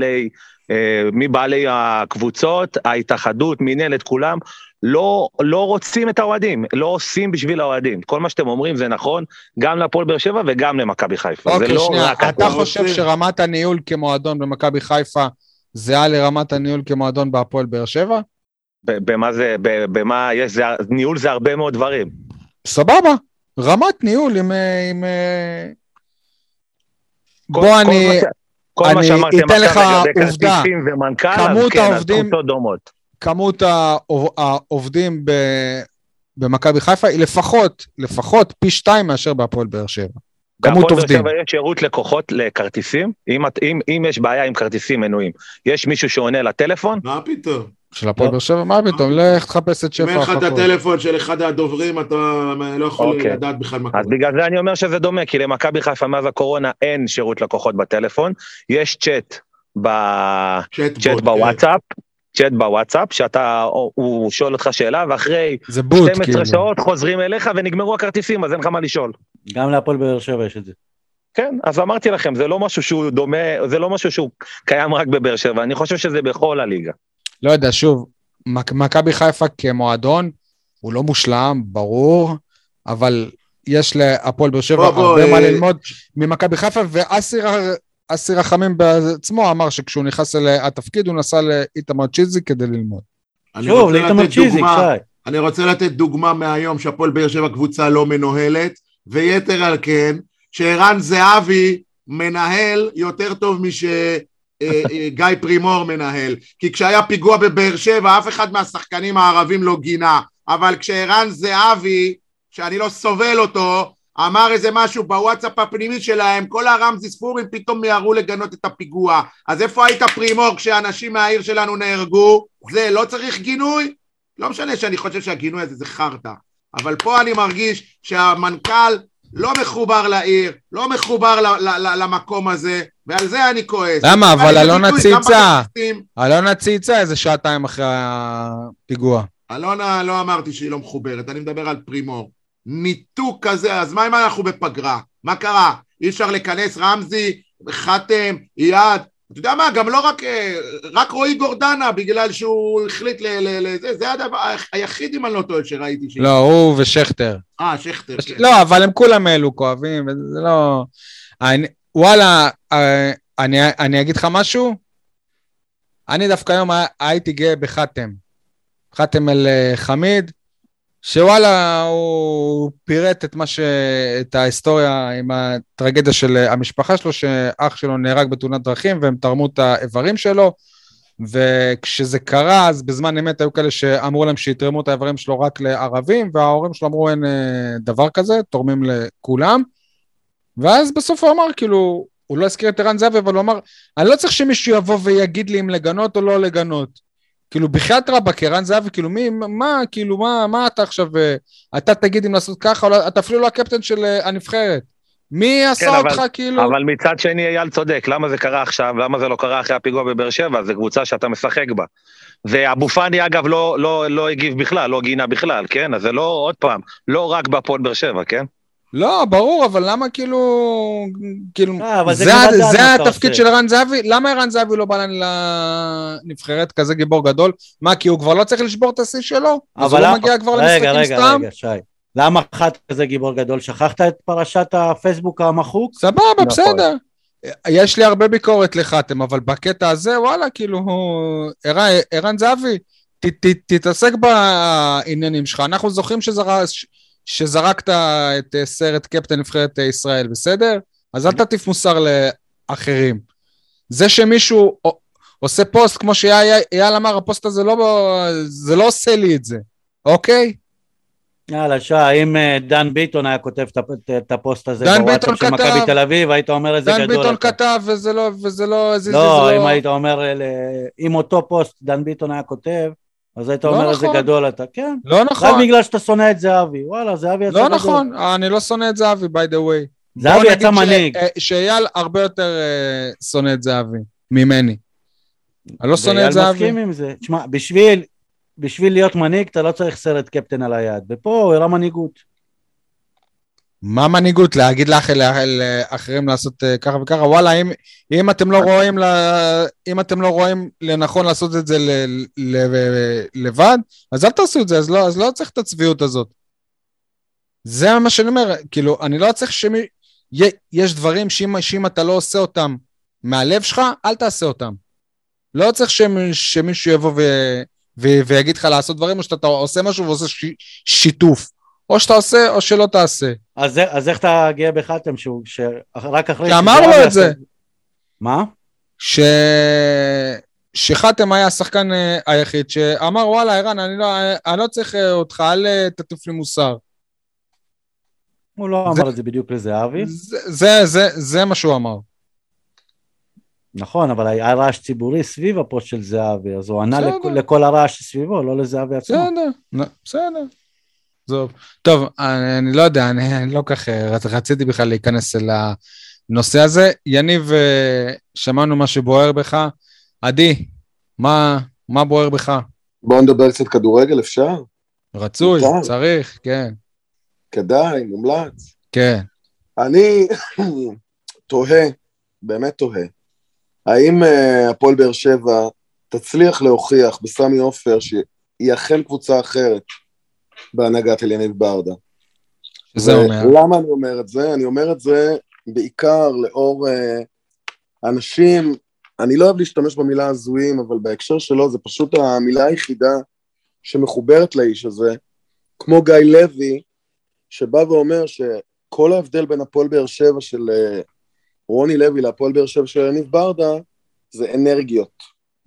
Speaker 5: מבעלי הקבוצות, ההתאחדות, מנהלת, כולם, לא רוצים את האוהדים, לא עושים בשביל האוהדים. כל מה שאתם אומרים זה נכון, גם להפועל באר שבע וגם למכבי חיפה.
Speaker 1: אוקיי, שנייה, אתה חושב שרמת הניהול כמועדון במכבי חיפה, זהה לרמת הניהול כמועדון בהפועל באר שבע?
Speaker 5: במה יש, ניהול זה הרבה מאוד דברים.
Speaker 1: סבבה, רמת ניהול עם... בוא אני אתן לך עובדה, כמות העובדים, כמות העובדים במכבי חיפה היא לפחות פי 2 מאשר בהפועל באר שבע. כמות עובדים.
Speaker 5: בהפועל באר שבע יש שירות לקוחות לכרטיסים, אם יש בעיה עם כרטיסים מנויים, יש מישהו שעונה לטלפון?
Speaker 3: מה פתאום?
Speaker 1: של הפועל באר שבע, מה פתאום? לך תחפש את שפע
Speaker 3: ההפקות. אומר לך את הטלפון של אחד הדוברים, אתה לא יכול לדעת בכלל מה קורה.
Speaker 5: אז בגלל זה אני אומר שזה דומה, כי למכבי חיפה מאז הקורונה אין שירות לקוחות בטלפון, יש צ'אט בוואטסאפ, צ'אט בוואטסאפ, הוא שואל אותך שאלה, ואחרי 12 שעות חוזרים אליך ונגמרו הכרטיסים, אז אין לך מה לשאול.
Speaker 2: גם להפועל באר שבע יש את זה.
Speaker 5: כן, אז אמרתי לכם, זה לא משהו שהוא דומה, זה לא משהו שהוא קיים רק בבאר שבע, אני חושב שזה בכל הליגה.
Speaker 1: לא יודע, שוב, מכבי חיפה כמועדון, הוא לא מושלם, ברור, אבל יש להפועל באר שבע הרבה מה ללמוד ממכבי חיפה, ואסי רחמים בעצמו אמר שכשהוא נכנס לתפקיד, הוא נסע לאיתמר צ'יזיק כדי ללמוד.
Speaker 2: שוב, לאיתמר צ'יזיק, שי.
Speaker 3: אני רוצה לתת דוגמה מהיום שהפועל באר שבע קבוצה לא מנוהלת, ויתר על כן, שערן זהבי מנהל יותר טוב גיא פרימור מנהל, כי כשהיה פיגוע בבאר שבע, אף אחד מהשחקנים הערבים לא גינה, אבל כשערן זהבי, שאני לא סובל אותו, אמר איזה משהו בוואטסאפ הפנימי שלהם, כל הרמזי ספורים פתאום מיהרו לגנות את הפיגוע, אז איפה היית פרימור כשאנשים מהעיר שלנו נהרגו? זה לא צריך גינוי? לא משנה שאני חושב שהגינוי הזה זה חרטה, אבל פה אני מרגיש שהמנכ"ל לא מחובר לעיר, לא מחובר למקום הזה, ועל זה אני כועס.
Speaker 1: למה? אבל אלונה צייצה איזה שעתיים אחרי הפיגוע.
Speaker 3: אלונה לא אמרתי שהיא לא מחוברת, אני מדבר על פרימור. ניתוק כזה, אז מה אם אנחנו בפגרה? מה קרה? אי אפשר לכנס רמזי, חתם, יד, אתה יודע מה, גם לא רק רועי גורדנה, בגלל שהוא החליט זה הדבר היחיד אם אני לא טועה שראיתי.
Speaker 1: לא, הוא ושכתר.
Speaker 3: שכתר.
Speaker 1: לא, אבל הם כולם אלו כואבים, וזה לא... וואלה, אני אגיד לך משהו? אני דווקא היום הייתי גאה חתם אל חמיד, שוואלה הוא פירט את ההיסטוריה עם הטרגדיה של המשפחה שלו, שאח שלו נהרג בתאונת דרכים, והם תרמו את האיברים שלו, וכשזה קרה, אז בזמן אמת היו כאלה שאמרו להם שיתרמו את האיברים שלו רק לערבים, וההורים שלו אמרו אין דבר כזה, תורמים לכולם, ואז בסוף הוא אמר, כאילו, הוא לא הזכיר את ערן זהבי, אבל הוא אמר, אני לא צריך שמישהו יבוא ויגיד לי אם לגנות או לא לגנות, כאילו, בחייאת רבאק, ערן זהבי, כאילו, מה אתה עכשיו, אתה תגיד אם לעשות ככה, או אתה אפילו לא הקפטן של הנבחרת, מי עשה אותך, כאילו?
Speaker 5: אבל מצד שני, אייל צודק, למה זה קרה עכשיו, למה זה לא קרה אחרי הפיגוע בבאר שבע, זה קבוצה שאתה משחק בה, ואבו פאני, אגב, לא הגיב בכלל, לא גינה בכלל, כן? אז זה לא, עוד פעם, לא רק בהפועל באר שבע, כן?
Speaker 1: לא, ברור, אבל למה כאילו זה התפקיד של ערן זהבי, למה ערן זהבי לא בא לנבחרת כזה גיבור גדול? מה, כי הוא כבר לא צריך לשבור את השיא שלו? אז הוא לא מגיע כבר למשחקים סתם?
Speaker 2: רגע, שי, למה אחד כזה גיבור גדול? שכחת את פרשת הפייסבוק המחוק?
Speaker 1: סבבה, בסדר. יש לי הרבה ביקורת לחתם, אבל בקטע הזה, וואלה, כאילו, ערן זהבי, תתעסק בעניינים שלך, אנחנו זוכרים שזרקת את סרט קפטן נבחרת ישראל, בסדר? אז אל תטיף מוסר לאחרים. זה שמישהו עושה פוסט, כמו שאייל אמר, הפוסט הזה זה לא עושה לי את זה, אוקיי?
Speaker 2: יאללה, אם דן ביטון היה כותב את הפוסט הזה בוואטסאפ של מכבי תל אביב, היית אומר איזה גדול.
Speaker 1: דן ביטון כתב וזה לא...
Speaker 2: לא, אם היית אומר, אם אותו פוסט דן ביטון היה כותב, אז היית אומר איזה גדול אתה, כן.
Speaker 1: לא נכון.
Speaker 2: רק בגלל שאתה שונא את זהבי, וואלה, זהבי יצא גדול.
Speaker 1: לא נכון, אני לא שונא את זהבי, by the way.
Speaker 2: זהבי יצא מנהיג.
Speaker 1: שאייל הרבה יותר שונא את זהבי, ממני. אני לא שונא את זהבי.
Speaker 2: ואייל מסכים עם זה. תשמע, בשביל להיות מנהיג, אתה לא צריך סרט קפטן על היד, ופה הוא הראה מנהיגות.
Speaker 1: מה מנהיגות? להגיד לאחרים לעשות ככה וככה? וואלה, אם אתם לא רואים לנכון לעשות את זה לבד, אז אל תעשו את זה, אז לא צריך את הצביעות הזאת. זה מה שאני אומר, כאילו, אני לא צריך יש דברים שאם אתה לא עושה אותם מהלב שלך, אל תעשה אותם. לא צריך שמישהו יבוא ויגיד לך לעשות דברים, או שאתה עושה משהו ועושה שיתוף. או שאתה עושה, או שלא תעשה.
Speaker 2: אז איך אתה גאה בחתם, שרק אחרי...
Speaker 1: שאמר לו את זה.
Speaker 2: מה?
Speaker 1: שחתם היה השחקן היחיד, שאמר, וואלה, ערן, אני לא צריך אותך, אל תטיף לי מוסר.
Speaker 2: הוא לא אמר את זה בדיוק לזהבי.
Speaker 1: זה מה שהוא אמר.
Speaker 2: נכון, אבל היה רעש ציבורי סביב הפוסט של זהבי, אז הוא ענה לכל הרעש סביבו, לא לזהבי עצמו.
Speaker 1: בסדר. טוב, אני לא יודע, אני לא כך רציתי בכלל להיכנס אל הנושא הזה. יניב, שמענו מה שבוער בך. עדי, מה בוער בך?
Speaker 4: בואו נדבר קצת כדורגל, אפשר?
Speaker 1: רצוי, צריך, כן.
Speaker 4: כדאי, מומלץ.
Speaker 1: כן.
Speaker 4: אני תוהה, באמת תוהה, האם הפועל באר שבע תצליח להוכיח בסמי עופר שהיא אכן קבוצה אחרת בהנהגת יניב ברדה?
Speaker 1: זה אומר.
Speaker 4: למה אני אומר את זה? אני אומר את זה בעיקר לאור אנשים, אני לא אוהב להשתמש במילה הזויים, אבל בהקשר שלו זה פשוט המילה היחידה שמחוברת לאיש הזה, כמו גיא לוי, שבא ואומר שכל ההבדל בין הפועל באר שבע של רוני לוי להפועל באר שבע של יניב ברדה, זה אנרגיות.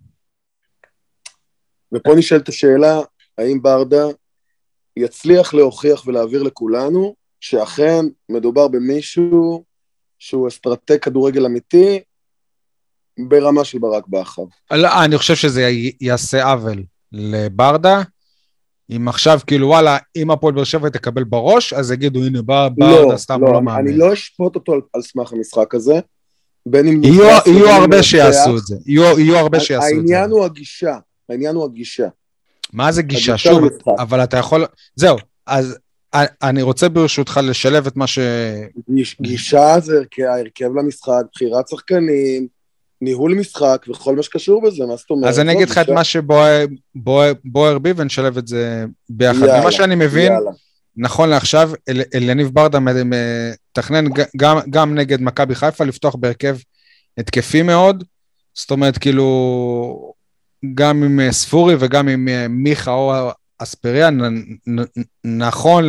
Speaker 4: ופה נשאלת השאלה, האם ברדה יצליח להוכיח ולהעביר לכולנו, שאכן מדובר במישהו שהוא אסטרטג כדורגל אמיתי, ברמה של ברק בכר.
Speaker 1: אני חושב שזה יעשה עוול לברדה, אם עכשיו כאילו וואלה, אם הפועל באר שבע תקבל בראש, אז יגידו הנה ברדה סתם לא מאמן.
Speaker 4: אני לא אשפוט אותו על סמך המשחק הזה,
Speaker 1: יהיו הרבה שיעשו את זה, יהיו הרבה שיעשו את זה.
Speaker 4: העניין הוא הגישה.
Speaker 1: מה זה גישה? שוב, אבל אתה יכול, זהו, אז אני רוצה ברשותך לשלב את מה
Speaker 4: גישה זה ההרכב למשחק, בחירת שחקנים, ניהול משחק וכל מה שקשור בזה, מה זאת אומרת?
Speaker 1: אז אני אגיד לך את מה שבוער בי ונשלב את זה ביחד. ממה שאני מבין, נכון לעכשיו, יניב ברדה מתכנן גם נגד מכבי חיפה לפתוח בהרכב התקפי מאוד, זאת אומרת כאילו גם עם ספורי וגם עם מיכה או אספריה, נכון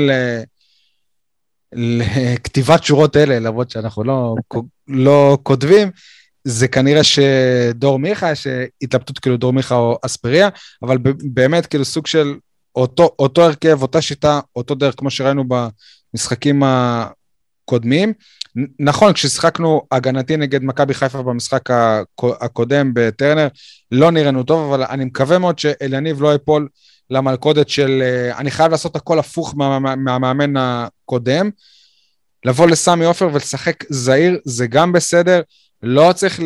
Speaker 1: לכתיבת שורות אלה, למרות שאנחנו לא כותבים, זה כנראה שדור מיכה, שהתלבטות כאילו דור מיכה או אספריה, אבל באמת כאילו סוג של אותו הרכב, אותה שיטה, אותו דרך כמו שראינו במשחקים הקודמים. נכון, כששחקנו הגנתי נגד מכבי חיפה במשחק הקודם בטרנר, לא נראינו טוב, אבל אני מקווה מאוד שאליניב לא ייפול למלכודת של, אני חייב לעשות הכל הפוך מהמאמן הקודם, לבוא לסמי עופר ולשחק זהיר, זה גם בסדר, לא צריך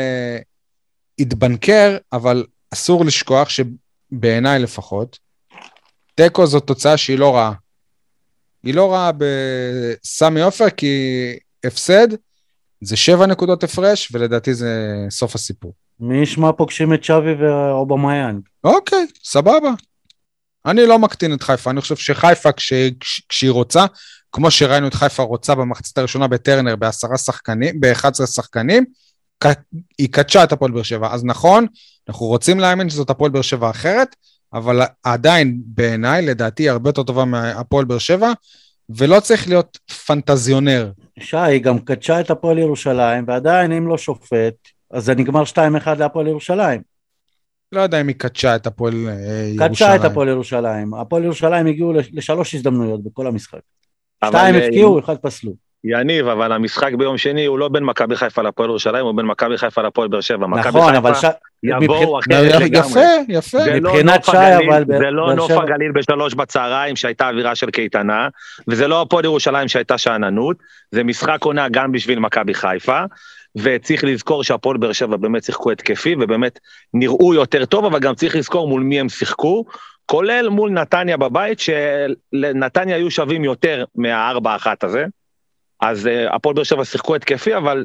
Speaker 1: להתבנקר, אבל אסור לשכוח שבעיניי לפחות, טקו זאת תוצאה שהיא לא רעה. היא לא רעה בסמי עופר, כי הפסד זה 7 נקודות הפרש, ולדעתי זה סוף הסיפור.
Speaker 2: מי ישמע פוגשים את שווי ואובמיאנג?
Speaker 1: אוקיי, סבבה. אני לא מקטין את חיפה, אני חושב שחיפה כשהיא רוצה, כמו שראינו את חיפה רוצה במחצית הראשונה בטרנר ב-11 שחקנים, היא קדשה את הפועל באר שבע. אז נכון, אנחנו רוצים להאמין שזאת הפועל באר שבע אחרת, אבל עדיין בעיניי, לדעתי, הרבה יותר טובה מהפועל באר שבע, ולא צריך להיות פנטזיונר.
Speaker 2: היא גם קדשה את הפועל ירושלים, ועדיין אם לא שופט, אז זה נגמר 2-1 להפועל ירושלים.
Speaker 1: לא יודע אם היא קדשה את הפועל ירושלים.
Speaker 2: קדשה את הפועל ירושלים. הפועל ירושלים הגיעו ל3 הזדמנויות בכל המשחק. 2 הפקיעו, 1 פסלו.
Speaker 5: יניב, אבל המשחק ביום שני הוא לא בין מכבי חיפה לפועל ירושלים, הוא בין מכבי חיפה לפועל באר שבע.
Speaker 2: נכון, אבל
Speaker 5: יבואו אחרת לגמרי.
Speaker 1: יפה.
Speaker 2: מבחינת שי, אבל
Speaker 5: זה לא נוף הגליל ב3 בצהריים שהייתה אווירה של קייטנה, וזה לא הפועל ירושלים שהייתה שעננות, זה משחק עונה גם בשביל מכבי חיפה, וצריך לזכור שהפועל באר שבע באמת שיחקו התקפי, ובאמת נראו יותר טוב, אבל גם צריך לזכור מול מי הם שיחקו, כולל מול נתניה בבית, שנתניה היו שווים יותר מה4-1 הזה, אז הפועל באר שבע שיחקו התקפי, אבל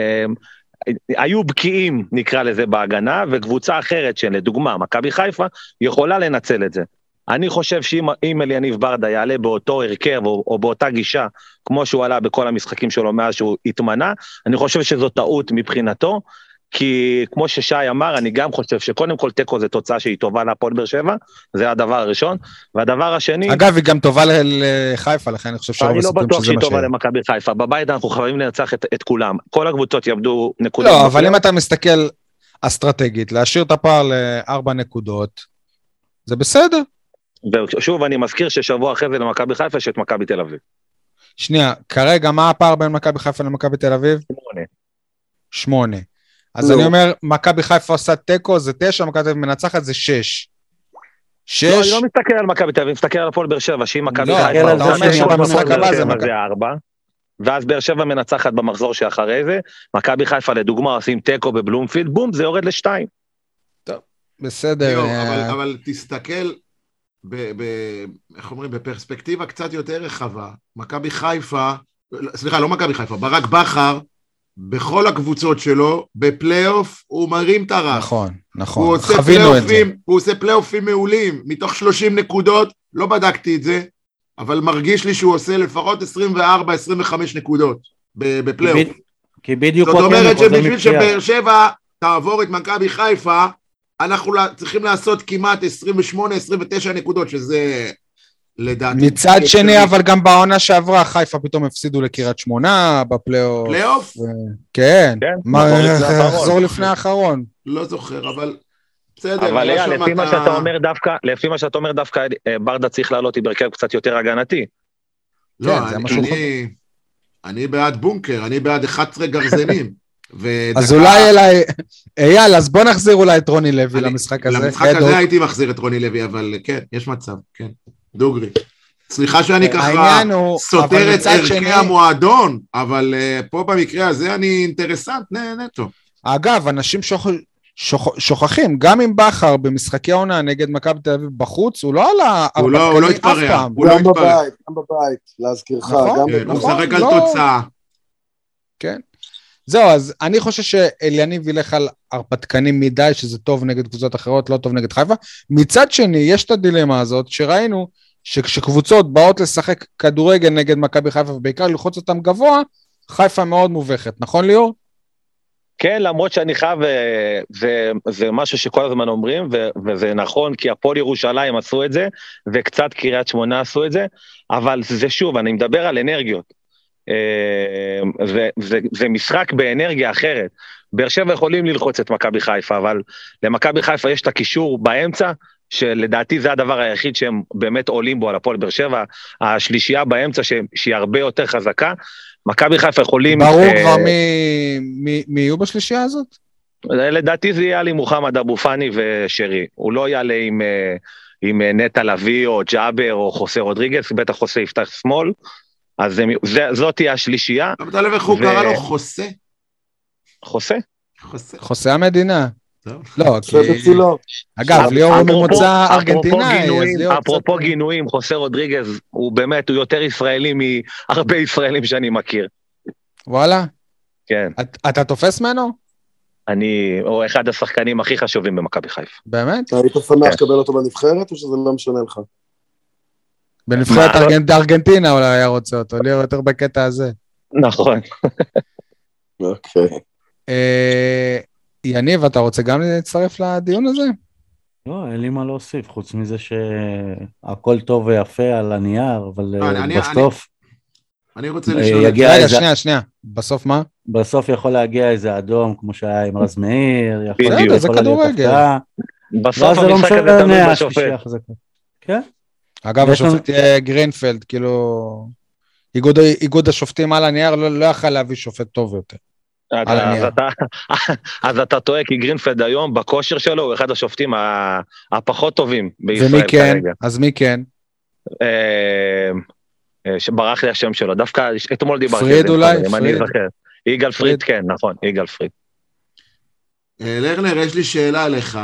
Speaker 5: היו בקיאים, נקרא לזה, בהגנה, וקבוצה אחרת, שלדוגמה, מכבי חיפה, יכולה לנצל את זה. אני חושב שאם אליניב ברדה יעלה באותו הרכב, או באותה גישה, כמו שהוא עלה בכל המשחקים שלו מאז שהוא התמנה, אני חושב שזו טעות מבחינתו, כי כמו ששי אמר, אני גם חושב שקודם כל תיקו זה תוצאה שהיא טובה להפועל באר שבע, זה הדבר הראשון, והדבר השני...
Speaker 1: אגב, היא גם טובה לחיפה, לכן אני חושב שלא
Speaker 5: אני לא
Speaker 1: מסכים
Speaker 5: בטוח
Speaker 1: שזה
Speaker 5: שהיא
Speaker 1: מה
Speaker 5: טובה
Speaker 1: שיהיה.
Speaker 5: למכבי חיפה, בבית אנחנו חייבים לנצח את כולם, כל הקבוצות יעבדו נקודות.
Speaker 1: לא, אבל אם אתה מסתכל אסטרטגית, להשאיר את הפער ל4 נקודות, זה בסדר.
Speaker 5: ושוב, אני מזכיר ששבוע אחרי זה למכבי חיפה יש את מכבי תל אביב.
Speaker 1: שנייה, כרגע מה הפער בין מכבי חיפה למכבי תל אביב? 8. אז אני אומר, מכבי חיפה עושה תיקו, זה 9, מכבי תל אביב מנצחת, זה 6.
Speaker 5: לא, אני לא מסתכל על מכבי תל אביב, מסתכל על הפועל באר שבע, שהיא מכבי חיפה,
Speaker 1: אתה אומר שבמשחק הבא זה מכבי.
Speaker 5: 4, ואז באר שבע מנצחת במחזור שאחרי זה, מכבי חיפה לדוגמה עושים תיקו בבלומפילד, בום, זה יורד ל2.
Speaker 1: טוב, בסדר.
Speaker 3: אבל תסתכל, איך אומרים, בפרספקטיבה קצת יותר רחבה, מכבי חיפה, סליחה, לא מכבי חיפה, ברק בכר, בכל הקבוצות שלו, בפלייאוף הוא מרים את הרף.
Speaker 1: נכון, חווינו את זה.
Speaker 3: הוא עושה פלייאופים מעולים, מתוך 30 נקודות, לא בדקתי את זה, אבל מרגיש לי שהוא עושה לפחות 24-25 נקודות בפלייאוף.
Speaker 2: כי בדיוק
Speaker 3: זאת אומרת שבשביל שבאר שבע תעבור את מכבי חיפה, אנחנו צריכים לעשות כמעט 28-29 נקודות, שזה לדעתי...
Speaker 1: מצד שני, אבל גם בעונה שעברה, חיפה פתאום הפסידו לקריית שמונה בפלייאוף.
Speaker 3: פלייאוף?
Speaker 1: כן. חזור לפני האחרון.
Speaker 3: לא זוכר, אבל... בסדר.
Speaker 5: אבל לפי מה שאתה אומר דווקא, ברדה צריך לעלות עם הרכב קצת יותר הגנתי.
Speaker 3: לא, אני בעד בונקר, אני בעד 11 גרזנים.
Speaker 1: אז אולי אליי, אייל, אז בוא נחזיר אולי את רוני לוי למשחק הזה.
Speaker 3: למשחק הזה הייתי מחזיר את רוני לוי, אבל כן, יש מצב, כן. דוגרי. סליחה שאני ככה סותר את ערכי המועדון, אבל פה במקרה הזה אני אינטרסנט נטו.
Speaker 1: אגב, אנשים שוכחים, גם עם בכר במשחקי העונה נגד מכבי תל אביב בחוץ, הוא לא עלה
Speaker 3: הוא התפרע.
Speaker 4: גם בבית, להזכירך.
Speaker 3: הוא משחק על תוצאה.
Speaker 1: כן. זהו, אז אני חושב שאליניב ילך על הרפתקנים מדי, שזה טוב נגד קבוצות אחרות, לא טוב נגד חיפה. מצד שני, יש את הדילמה הזאת, שראינו שכשקבוצות באות לשחק כדורגל נגד מכבי חיפה, ובעיקר ללחוץ אותם גבוה, חיפה מאוד מובכת, נכון ליאור?
Speaker 5: כן, למרות שאני חייב, זה משהו שכל הזמן אומרים, וזה נכון, כי הפועל ירושלים עשו את זה, וקצת קריית שמונה עשו את זה, אבל זה שוב, אני מדבר על אנרגיות. זה משחק באנרגיה אחרת. באר שבע יכולים ללחוץ את מכבי חיפה, אבל למכבי חיפה יש את הקישור באמצע, שלדעתי זה הדבר היחיד שהם באמת עולים בו על הפועל באר שבע, השלישייה באמצע שהיא הרבה יותר חזקה, מכבי חיפה יכולים...
Speaker 1: ברור כבר מי יהיו בשלישייה הזאת?
Speaker 5: לדעתי זה יעלה מוחמד אבו פאני ושרי, הוא לא יעלה עם נטע לביא או ג'אבר או חוסה רודריגס, בטח חוסה יפתח שמאל, אז זאת תהיה השלישייה.
Speaker 3: אבל אתה לב איך הוא קרא לו חוסה?
Speaker 5: חוסה?
Speaker 1: חוסה המדינה. לא, כי...
Speaker 4: אגב,
Speaker 1: ליאור הוא ממוצא ארגנטינאי.
Speaker 5: אפרופו גינויים, חוסה רודריגז, הוא באמת, הוא יותר ישראלי מהרבה ישראלים שאני מכיר.
Speaker 1: וואלה?
Speaker 5: כן.
Speaker 1: אתה תופס ממנו?
Speaker 5: הוא אחד השחקנים הכי חשובים במכבי חיפה.
Speaker 1: באמת?
Speaker 4: היית שמח לקבל אותו בנבחרת, או שזה לא משנה לך?
Speaker 1: בנבחרת ארגנטינה אולי היה רוצה אותו, ליאור יותר בקטע הזה.
Speaker 5: נכון.
Speaker 4: אוקיי.
Speaker 1: יניב, אתה רוצה גם להצטרף לדיון הזה?
Speaker 2: לא, אין לי מה להוסיף, חוץ מזה שהכל טוב ויפה על הנייר, אבל בסוף...
Speaker 3: אני רוצה לשאול...
Speaker 1: רגע, שנייה, בסוף מה?
Speaker 2: בסוף יכול להגיע איזה אדום, כמו שהיה עם רז מאיר,
Speaker 1: בסדר, זה כדורגל.
Speaker 5: בסוף המשחק הזה תמיד בשופט.
Speaker 2: כן?
Speaker 1: אגב, השופט יהיה גרינפלד, כאילו... איגוד השופטים על הנייר לא יכל להביא שופט טוב יותר.
Speaker 5: אז אתה טועה, כי גרינפלד היום בכושר שלו הוא אחד השופטים הפחות טובים בישראל.
Speaker 1: ומי כן? אז מי כן?
Speaker 5: שברח לי השם שלו, דווקא אתמול דיברתי.
Speaker 1: פריד אולי?
Speaker 5: יגאל פריד, כן, נכון, יגאל פריד.
Speaker 3: לרנר, יש לי שאלה עליך,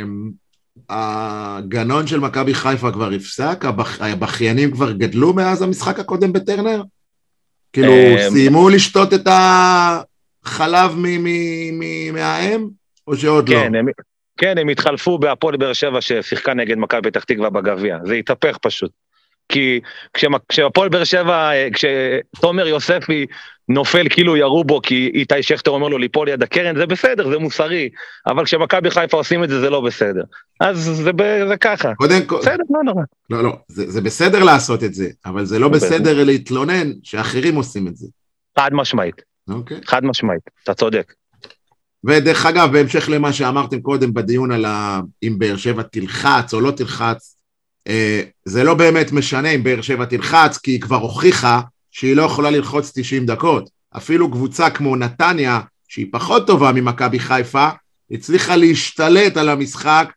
Speaker 3: הגנון של מכבי חיפה כבר הפסק, הבחיינים כבר גדלו מאז המשחק הקודם בטרנר? כאילו, סיימו לשתות את החלב מהאם, או שעוד לא?
Speaker 5: כן, הם התחלפו בהפועל באר שבע ששיחקה נגד מכבי פתח תקווה בגביע, זה התהפך פשוט. כי כשהפועל באר שבע, כשתומר יוספי נופל כאילו ירו בו, כי איתי שכטר אומר לו ליפול ליד הקרן, זה בסדר, זה מוסרי, אבל כשמכבי חיפה עושים את זה, זה לא בסדר. אז זה ככה. בסדר, לא נורא.
Speaker 3: לא, זה בסדר לעשות את זה, אבל זה לא בסדר להתלונן שאחרים עושים את זה.
Speaker 5: חד משמעית. חד משמעית, אתה צודק.
Speaker 3: ודרך אגב, בהמשך למה שאמרתם קודם בדיון על אם באר שבע תלחץ או לא תלחץ, זה לא באמת משנה אם באר שבע תלחץ, כי היא כבר הוכיחה שהיא לא יכולה ללחוץ 90 דקות. אפילו קבוצה כמו נתניה, שהיא פחות טובה ממכבי חיפה, הצליחה להשתלט על המשחק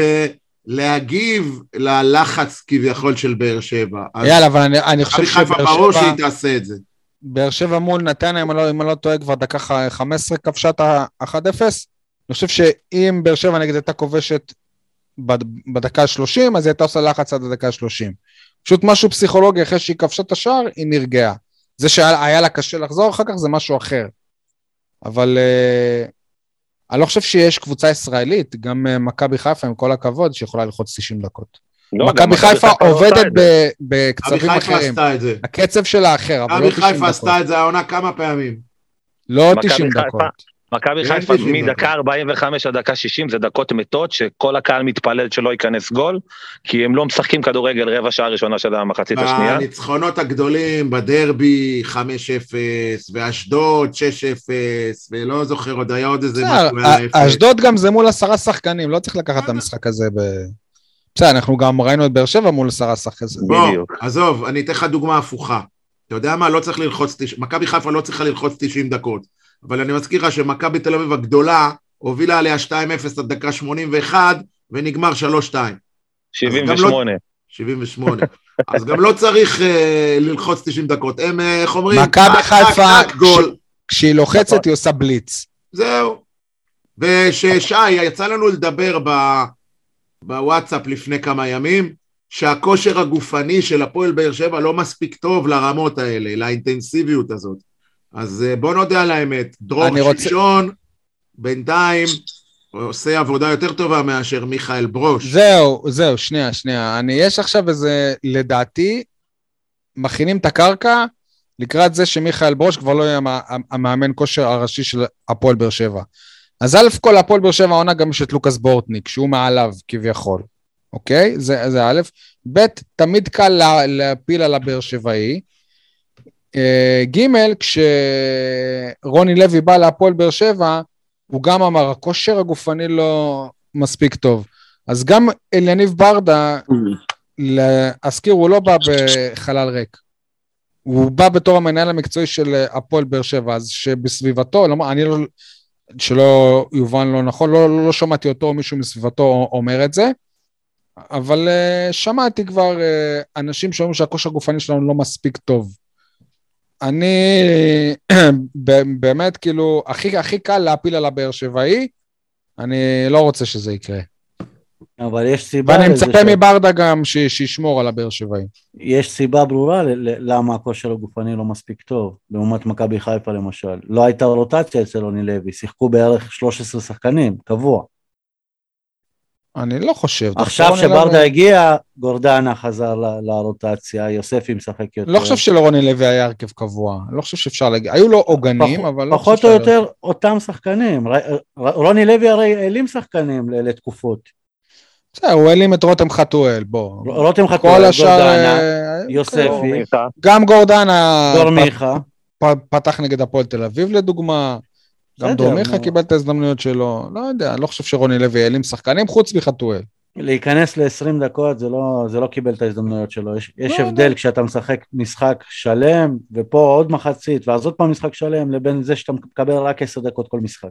Speaker 3: ולהגיב ללחץ כביכול של באר שבע.
Speaker 1: יאללה, אבל אני חושב
Speaker 3: שבאר שבע... ברור שהיא תעשה את זה.
Speaker 1: באר שבע מול נתניה, אם אני לא טועה, כבר דקה 15 כבשה את ה-1-0. אני חושב שאם באר שבע נגד הייתה כובשת בדקה 30, אז היא הייתה עושה לחץ עד הדקה 30. פשוט משהו פסיכולוגי, אחרי שהיא כבשה את השער, היא נרגעה. זה שהיה לה קשה לחזור אחר כך, זה משהו אחר. אבל אני לא חושב שיש קבוצה ישראלית, גם מכבי חיפה, עם כל הכבוד, שיכולה ללחוץ 90 דקות. מכבי חיפה עובדת בקצבים אחרים. הקצב שלה אחר, אבל לא 90 דקות.
Speaker 3: מכבי חיפה עשתה את זה העונה כמה פעמים.
Speaker 1: לא 90 דקות.
Speaker 5: מכבי חיפה מדקה 45 עד דקה 60 זה דקות מתות שכל הקהל מתפלל שלא ייכנס גול, כי הם לא משחקים כדורגל רבע שעה ראשונה של המחצית השנייה.
Speaker 3: הניצחונות הגדולים בדרבי 5-0 ואשדוד 6-0 ולא זוכר עוד היה עוד איזה משהו.
Speaker 1: אשדוד גם זה מול 10 שחקנים, לא צריך לקחת את המשחק הזה בסדר, אנחנו גם ראינו את באר שבע מול 10 שחקנים.
Speaker 3: בוא, עזוב, אני אתן לך דוגמה הפוכה. אתה יודע מה? לא צריך ללחוץ, מכבי חיפה לא צריכה ללחוץ 90 דקות. אבל אני מזכיר לך שמכבי תל אביב הגדולה הובילה עליה 2-0 עד דקה 81 ונגמר 3-2. 78. אז גם לא צריך ללחוץ 90 דקות. הם, איך אומרים?
Speaker 1: מכבי חיפה, כשהיא לוחצת היא עושה בליץ.
Speaker 3: זהו. וששי, יצא לנו לדבר בוואטסאפ לפני כמה ימים, שהכושר הגופני של הפועל באר שבע לא מספיק טוב לרמות האלה, לאינטנסיביות הזאת. אז בוא נודה על האמת, דרור שמשון, בינתיים, עושה עבודה יותר טובה מאשר מיכאל ברוש.
Speaker 1: זהו, שנייה. יש עכשיו איזה, לדעתי, מכינים את הקרקע, לקראת זה שמיכאל ברוש כבר לא יהיה המאמן כושר הראשי של הפועל באר שבע. אז א' כל הפועל באר שבע עונה גם יש את לוקאס בורטניק, שהוא מעליו כביכול, אוקיי? זה א', ב', תמיד קל להפיל על הבאר שבעי, ג' כשרוני לוי בא להפועל באר שבע, הוא גם אמר, הכושר הגופני לא מספיק טוב. אז גם אליניב ברדה, להזכיר, הוא לא בא בחלל ריק. הוא בא בתור המנהל המקצועי של הפועל באר שבע, אז שבסביבתו, אני לא, שלא יובן לא נכון, לא שמעתי אותו או מישהו מסביבתו אומר את זה, אבל שמעתי כבר אנשים שאומרים שהכושר הגופני שלנו לא מספיק טוב. אני באמת כאילו, הכי קל להפיל על הבאר שבעי, אני לא רוצה שזה יקרה.
Speaker 2: אבל יש סיבה...
Speaker 1: ואני מצפה מברדה גם שישמור על הבאר שבעי.
Speaker 2: יש סיבה ברורה למה הכושר הגופני לא מספיק טוב, לעומת מכבי חיפה למשל. לא הייתה רוטציה אצל רוני לוי, שיחקו בערך 13 שחקנים, קבוע.
Speaker 1: אני לא חושב.
Speaker 2: עכשיו שברדה הגיע, גורדנה חזר לרוטציה, יוספי משחק יותר.
Speaker 1: לא חושב שלרוני לוי היה הרכב קבוע, לא חושב שאפשר להגיד, היו לו עוגנים, אבל לא חושב
Speaker 2: פחות או יותר אותם שחקנים, רוני לוי הרי העלים שחקנים לתקופות.
Speaker 1: בסדר, הוא העלים את רותם חתואל, בוא.
Speaker 2: רותם חתואל, גורדנה, יוספי.
Speaker 1: גם גורדנה.
Speaker 2: דורמיכה.
Speaker 1: פתח נגד הפועל תל אביב לדוגמה. גם דורמיכה קיבל את ההזדמנויות שלו, לא יודע, לא חושב שרוני לוי העלים שחקנים חוץ מחתואל.
Speaker 2: להיכנס ל-20 דקות זה לא קיבל את ההזדמנויות שלו, יש הבדל כשאתה משחק משחק שלם, ופה עוד מחצית, ואז עוד פעם משחק שלם, לבין זה שאתה מקבל רק 10 דקות כל משחק.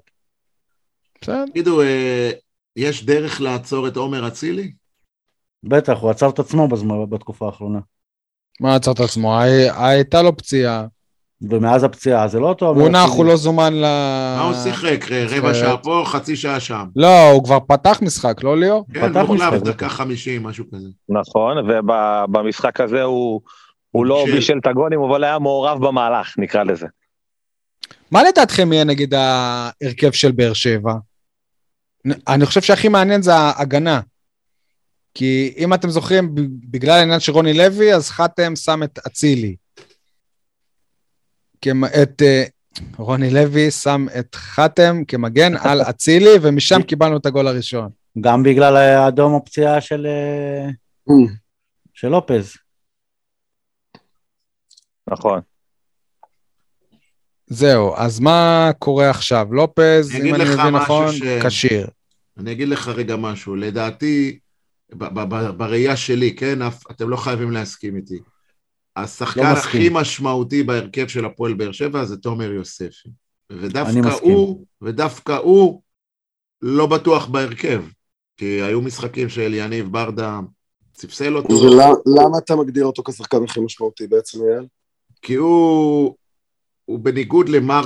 Speaker 3: תגידו, יש דרך לעצור את עומר אצילי?
Speaker 2: בטח, הוא עצר את עצמו בתקופה האחרונה.
Speaker 1: מה עצר את עצמו? הייתה לו פציעה.
Speaker 2: ומאז הפציעה, זה לא אותו...
Speaker 1: הוא נח, הוא לא זומן
Speaker 3: מה הוא שיחק? רבע שעה פה, חצי שעה שם.
Speaker 1: לא, הוא כבר פתח משחק, לא ליאור?
Speaker 3: כן, הוא הולך דקה 50, משהו כזה.
Speaker 5: נכון, ובמשחק הזה הוא הוא לא בישל את הגולים, אבל היה מעורב במהלך, נקרא לזה.
Speaker 1: מה לדעתכם יהיה נגד ההרכב של באר שבע? אני חושב שהכי מעניין זה ההגנה. כי אם אתם זוכרים, בגלל העניין של רוני לוי, אז חתם שם את אצילי. רוני לוי שם את חתם כמגן על אצילי, ומשם קיבלנו את הגול הראשון.
Speaker 2: גם בגלל האדום הפציעה של לופז.
Speaker 5: נכון.
Speaker 1: זהו, אז מה קורה עכשיו? לופז, אם אני מבין נכון, קשיר.
Speaker 3: אני אגיד לך רגע משהו, לדעתי, בראייה שלי, כן, אתם לא חייבים להסכים איתי. השחקן הכי משמעותי בהרכב של הפועל באר שבע זה תומר יוספי. ודווקא הוא לא בטוח בהרכב, כי היו משחקים של יניב ברדה, ספסל אותו.
Speaker 4: ולמה אתה מגדיר אותו כשחקן הכי משמעותי בעצם, אייל?
Speaker 3: כי הוא בניגוד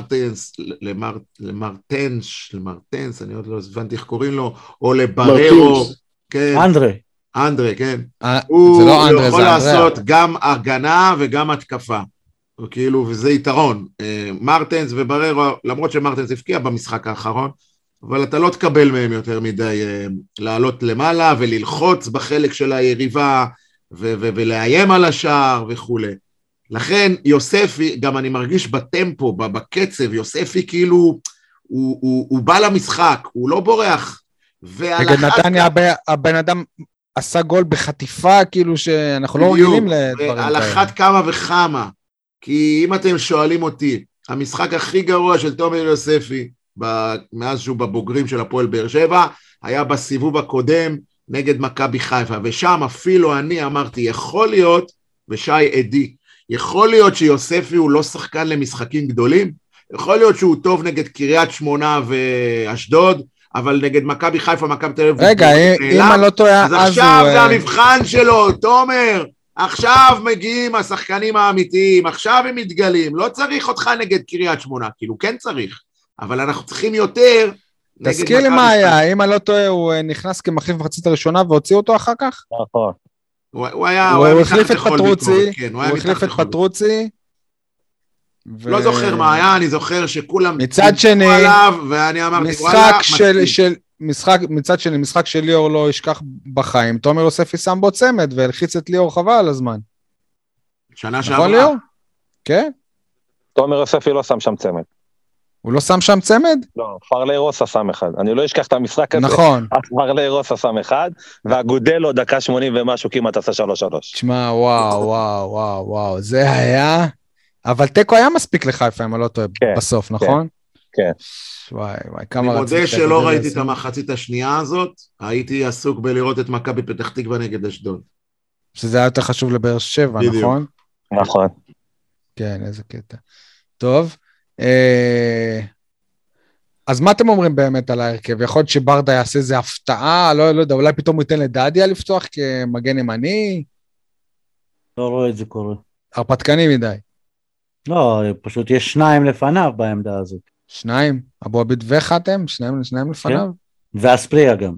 Speaker 3: למרטנס, אני עוד לא הבנתי איך קוראים לו, או לבררו, כן. אנדרה, כן. הוא יכול לעשות גם הגנה וגם התקפה. כאילו, וזה יתרון. מרטנס ובררו, למרות שמרטנס הפקיע במשחק האחרון, אבל אתה לא תקבל מהם יותר מדי לעלות למעלה וללחוץ בחלק של היריבה ולאיים על השער וכו'. לכן יוספי, גם אני מרגיש בטמפו, בקצב, יוספי כאילו, הוא בא למשחק, הוא לא בורח.
Speaker 1: נגד נתניה הבן אדם עשה גול בחטיפה, כאילו שאנחנו לא רגילים לדברים כאלה.
Speaker 3: על אחת כמה וכמה, כי אם אתם שואלים אותי, המשחק הכי גרוע של תומר יוספי, מאז שהוא בבוגרים של הפועל באר שבע, היה בסיבוב הקודם נגד מכבי חיפה, ושם אפילו אני אמרתי, יכול להיות, ושי עדי, יכול להיות שיוספי הוא לא שחקן למשחקים גדולים, יכול להיות שהוא טוב נגד קריית שמונה ואשדוד, אבל נגד מכבי חיפה, מכבי תל אביב.
Speaker 1: רגע, אם אני לא טועה,
Speaker 3: אז עכשיו זה המבחן שלו, תומר, עכשיו מגיעים השחקנים האמיתיים, עכשיו הם מתגלים, לא צריך אותך נגד קריית שמונה, כאילו כן צריך, אבל אנחנו צריכים יותר.
Speaker 1: תזכיר לי מה היה, אם אני לא טועה, הוא נכנס כמחליף מחצית הראשונה והוציא אותו אחר כך?
Speaker 5: נכון.
Speaker 3: הוא
Speaker 1: החליף את פטרוצי, הוא החליף את פטרוצי.
Speaker 3: לא זוכר מה היה, אני זוכר שכולם
Speaker 1: מצד שני,
Speaker 3: ואני אמרתי, וואלה,
Speaker 1: מצד שני, משחק של ליאור לא ישכח בחיים, תומר יוספי שם בו צמד, והלחיץ את ליאור חבל על הזמן.
Speaker 3: שנה שעברה.
Speaker 1: נכון ליאור? כן?
Speaker 5: תומר יוספי לא שם שם צמד.
Speaker 1: הוא לא שם שם צמד?
Speaker 5: לא, פרלי רוסה שם אחד. אני לא אשכח את המשחק הזה.
Speaker 1: נכון.
Speaker 5: פרלי רוסה שם אחד, והגודלו דקה 80 ומשהו כמעט עשה 3-3.
Speaker 1: תשמע, וואו, זה היה... אבל טקו היה מספיק לחיפה, אם אני לא טועה, בסוף, נכון?
Speaker 5: כן.
Speaker 1: וואי, כמה
Speaker 3: רציתי. אני מודה שלא ראיתי את המחצית השנייה הזאת, הייתי עסוק בלראות את מכבי פתח תקווה נגד אשדוד.
Speaker 1: שזה היה יותר חשוב לבאר שבע, נכון?
Speaker 5: נכון.
Speaker 1: כן, איזה קטע. טוב. אז מה אתם אומרים באמת על ההרכב? יכול להיות שברדה יעשה איזה הפתעה, לא יודע, אולי פתאום הוא ייתן לדדיה לפתוח כמגן ימני?
Speaker 2: לא רואה את זה קורה.
Speaker 1: הרפתקני מדי.
Speaker 2: לא, פשוט יש שניים לפניו בעמדה הזאת.
Speaker 1: שניים? אבו עביד וחתם? שניים לפניו?
Speaker 2: ואספריה גם.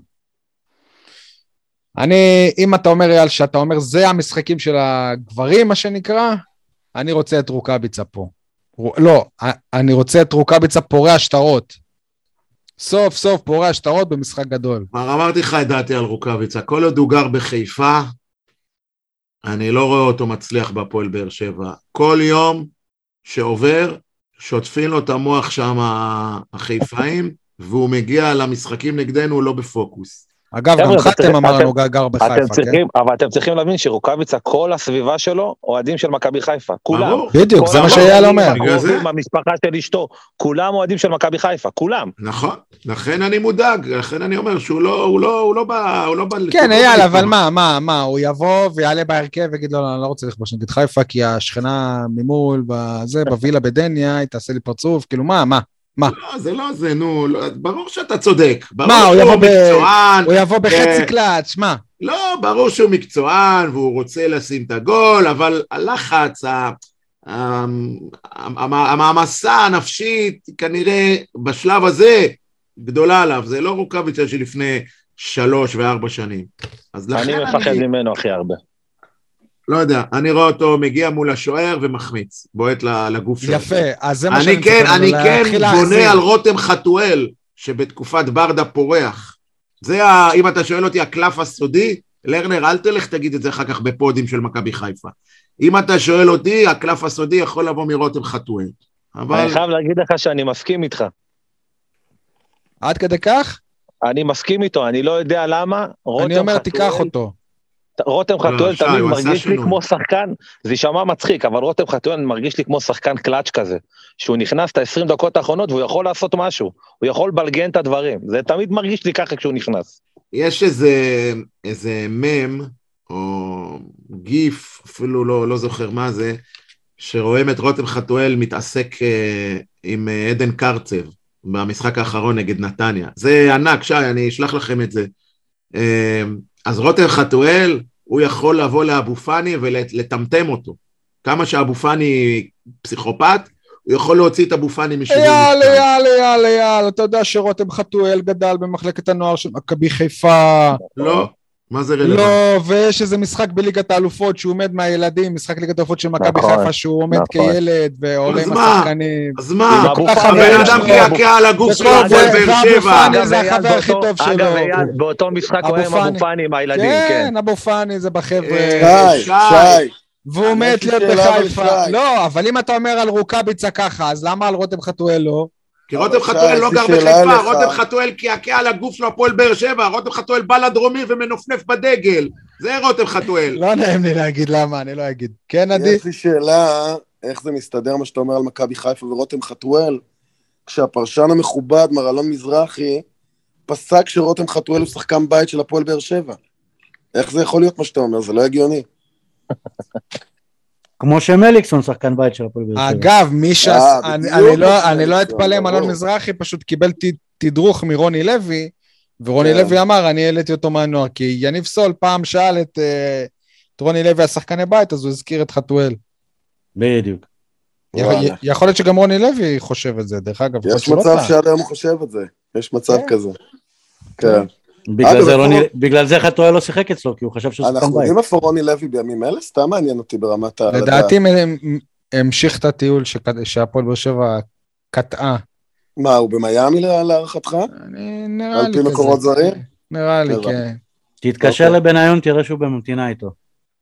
Speaker 1: אם אתה אומר, אייל, שאתה אומר, זה המשחקים של הגברים, מה שנקרא, אני רוצה את רוקאביצה פה. לא, אני רוצה את רוקאביצה פורע השטרות. סוף פורע השטרות במשחק גדול.
Speaker 3: אמרתי לך את דעתי על רוקאביצה, כל עוד הוא גר בחיפה, אני לא רואה אותו מצליח בהפועל באר שבע. כל יום שעובר, שוטפים לו את המוח שם החיפאים, והוא מגיע למשחקים נגדנו, הוא לא בפוקוס.
Speaker 1: אגב, גם חתם אמר לנו גר בחיפה, כן?
Speaker 5: אבל אתם צריכים להבין שרוקאביצה, כל הסביבה שלו, אוהדים של מכבי חיפה, כולם.
Speaker 1: בדיוק, זה מה שאייל אומר.
Speaker 5: המשפחה של אשתו, כולם אוהדים של מכבי חיפה, כולם.
Speaker 3: נכון, לכן אני מודאג, לכן אני אומר שהוא לא בא...
Speaker 1: כן, אייל, אבל מה, הוא יבוא ויעלה בהרכב ויגיד לו, אני לא רוצה לכבוש נגד חיפה, כי השכנה ממול, בווילה בדניה, היא תעשה לי פרצוף, כאילו מה?
Speaker 3: לא, זה לא זה, נו, ברור שאתה צודק.
Speaker 1: מה, הוא יבוא בחצי קלאץ', מה?
Speaker 3: לא, ברור שהוא מקצוען, והוא רוצה לשים את הגול, אבל הלחץ, המעמסה הנפשית, כנראה בשלב הזה, גדולה עליו, זה לא רוקאביצה שלפני 3 ו4 שנים.
Speaker 5: אני מפחד ממנו הכי הרבה.
Speaker 3: לא יודע, אני רואה אותו מגיע מול השוער ומחמיץ, בועט לגוף שלו.
Speaker 1: יפה, אז זה מה
Speaker 3: אני כן בונה על רותם חתואל, שבתקופת ברדה פורח. זה, אם אתה שואל אותי, הקלף הסודי, לרנר, אל תלך תגיד את זה אחר כך בפודים של מכבי חיפה. אם אתה שואל אותי, הקלף הסודי יכול לבוא מרותם חתואל. אבל...
Speaker 5: אני חייב להגיד לך שאני מסכים איתך.
Speaker 1: עד כדי כך?
Speaker 5: אני מסכים איתו, אני לא יודע למה.
Speaker 1: אני אומר, תיקח אותו.
Speaker 5: רותם חתואל תמיד מרגיש לי כמו שחקן, זה יישמע מצחיק, אבל רותם חתואל מרגיש לי כמו שחקן קלאץ' כזה, שהוא נכנס את ה-20 דקות האחרונות, והוא יכול לעשות משהו, הוא יכול בלגן את הדברים, זה תמיד מרגיש לי ככה כשהוא נכנס.
Speaker 3: יש איזה מם, או גיף, אפילו לא זוכר מה זה, שרואים את רותם חתואל מתעסק עם עדן קרצב, במשחק האחרון נגד נתניה. זה ענק, שי, אני אשלח לכם את זה. אז רותם חתואל, הוא יכול לבוא לאבו פאני ולטמטם אותו. כמה שאבו פאני פסיכופת, הוא יכול להוציא את אבו פאני משבוע.
Speaker 1: יאללה, אתה יודע שרותם חתואל גדל במחלקת הנוער של מכבי חיפה.
Speaker 3: לא, מה זה רלוונטי?
Speaker 1: לא, ויש איזה משחק בליגת האלופות שהוא עומד מהילדים, משחק ליגת האלופות של מכבי חיפה שהוא עומד כילד ועולה עם השחקנים.
Speaker 3: אז מה? הבן אדם קעקע על הגוף שלו, באר שבע.
Speaker 1: זה החבר הכי טוב שלו.
Speaker 5: אגב, באותו משחק הוא היה עם אבו פאני עם הילדים, כן.
Speaker 1: כן, אבו פאני זה בחבר'ה.
Speaker 4: שי.
Speaker 1: והוא מת להיות בחיפה. לא, אבל אם אתה אומר על רוקאביצה ככה, אז למה על רותם חתואל לא?
Speaker 3: כי רותם חתואל לא גר בחיפה, רותם חתואל קעקע על הגוף שלו הפועל באר שבע, רותם חתואל בא לדרומי ומנופנף בדגל, זה רותם חתואל.
Speaker 1: לא נעים לי להגיד למה, אני לא אגיד. כן, עדי?
Speaker 4: יש לי שאלה, איך זה מסתדר מה שאתה אומר על מכבי חיפה ורותם חתואל, כשהפרשן המכובד, מר אלון מזרחי, פסק שרותם חתואל הוא שחקן בית של הפועל באר שבע. איך זה יכול להיות מה שאתה אומר? זה לא הגיוני.
Speaker 2: כמו שמליקסון שחקן בית של הפועל באר שבע.
Speaker 1: אגב, אני לא אתפלא, אלון מזרחי פשוט קיבל תדרוך מרוני לוי, ורוני לוי אמר, אני העליתי אותו מהנוער, כי יניב סול פעם שאל את רוני לוי השחקני בית, אז הוא הזכיר את חתואל.
Speaker 2: בדיוק.
Speaker 1: יכול להיות שגם רוני לוי חושב את זה, דרך אגב.
Speaker 4: יש מצב שעד היום הוא חושב את זה, יש מצב כזה. כן.
Speaker 2: בגלל זה חתואל לא שיחק אצלו, כי הוא חשב שהוא שחקן בית.
Speaker 4: אנחנו יודעים איפה רוני לוי בימים אלה? סתם מעניין אותי ברמת ה...
Speaker 1: לדעתי המשיך את הטיול שהפועל באר שבע קטעה.
Speaker 4: מה, הוא במיימי להערכתך?
Speaker 1: נראה לי
Speaker 4: כזה. על פי מקורות זרים?
Speaker 1: נראה לי, כן.
Speaker 2: תתקשר לבניון, תראה שהוא בממתינה איתו.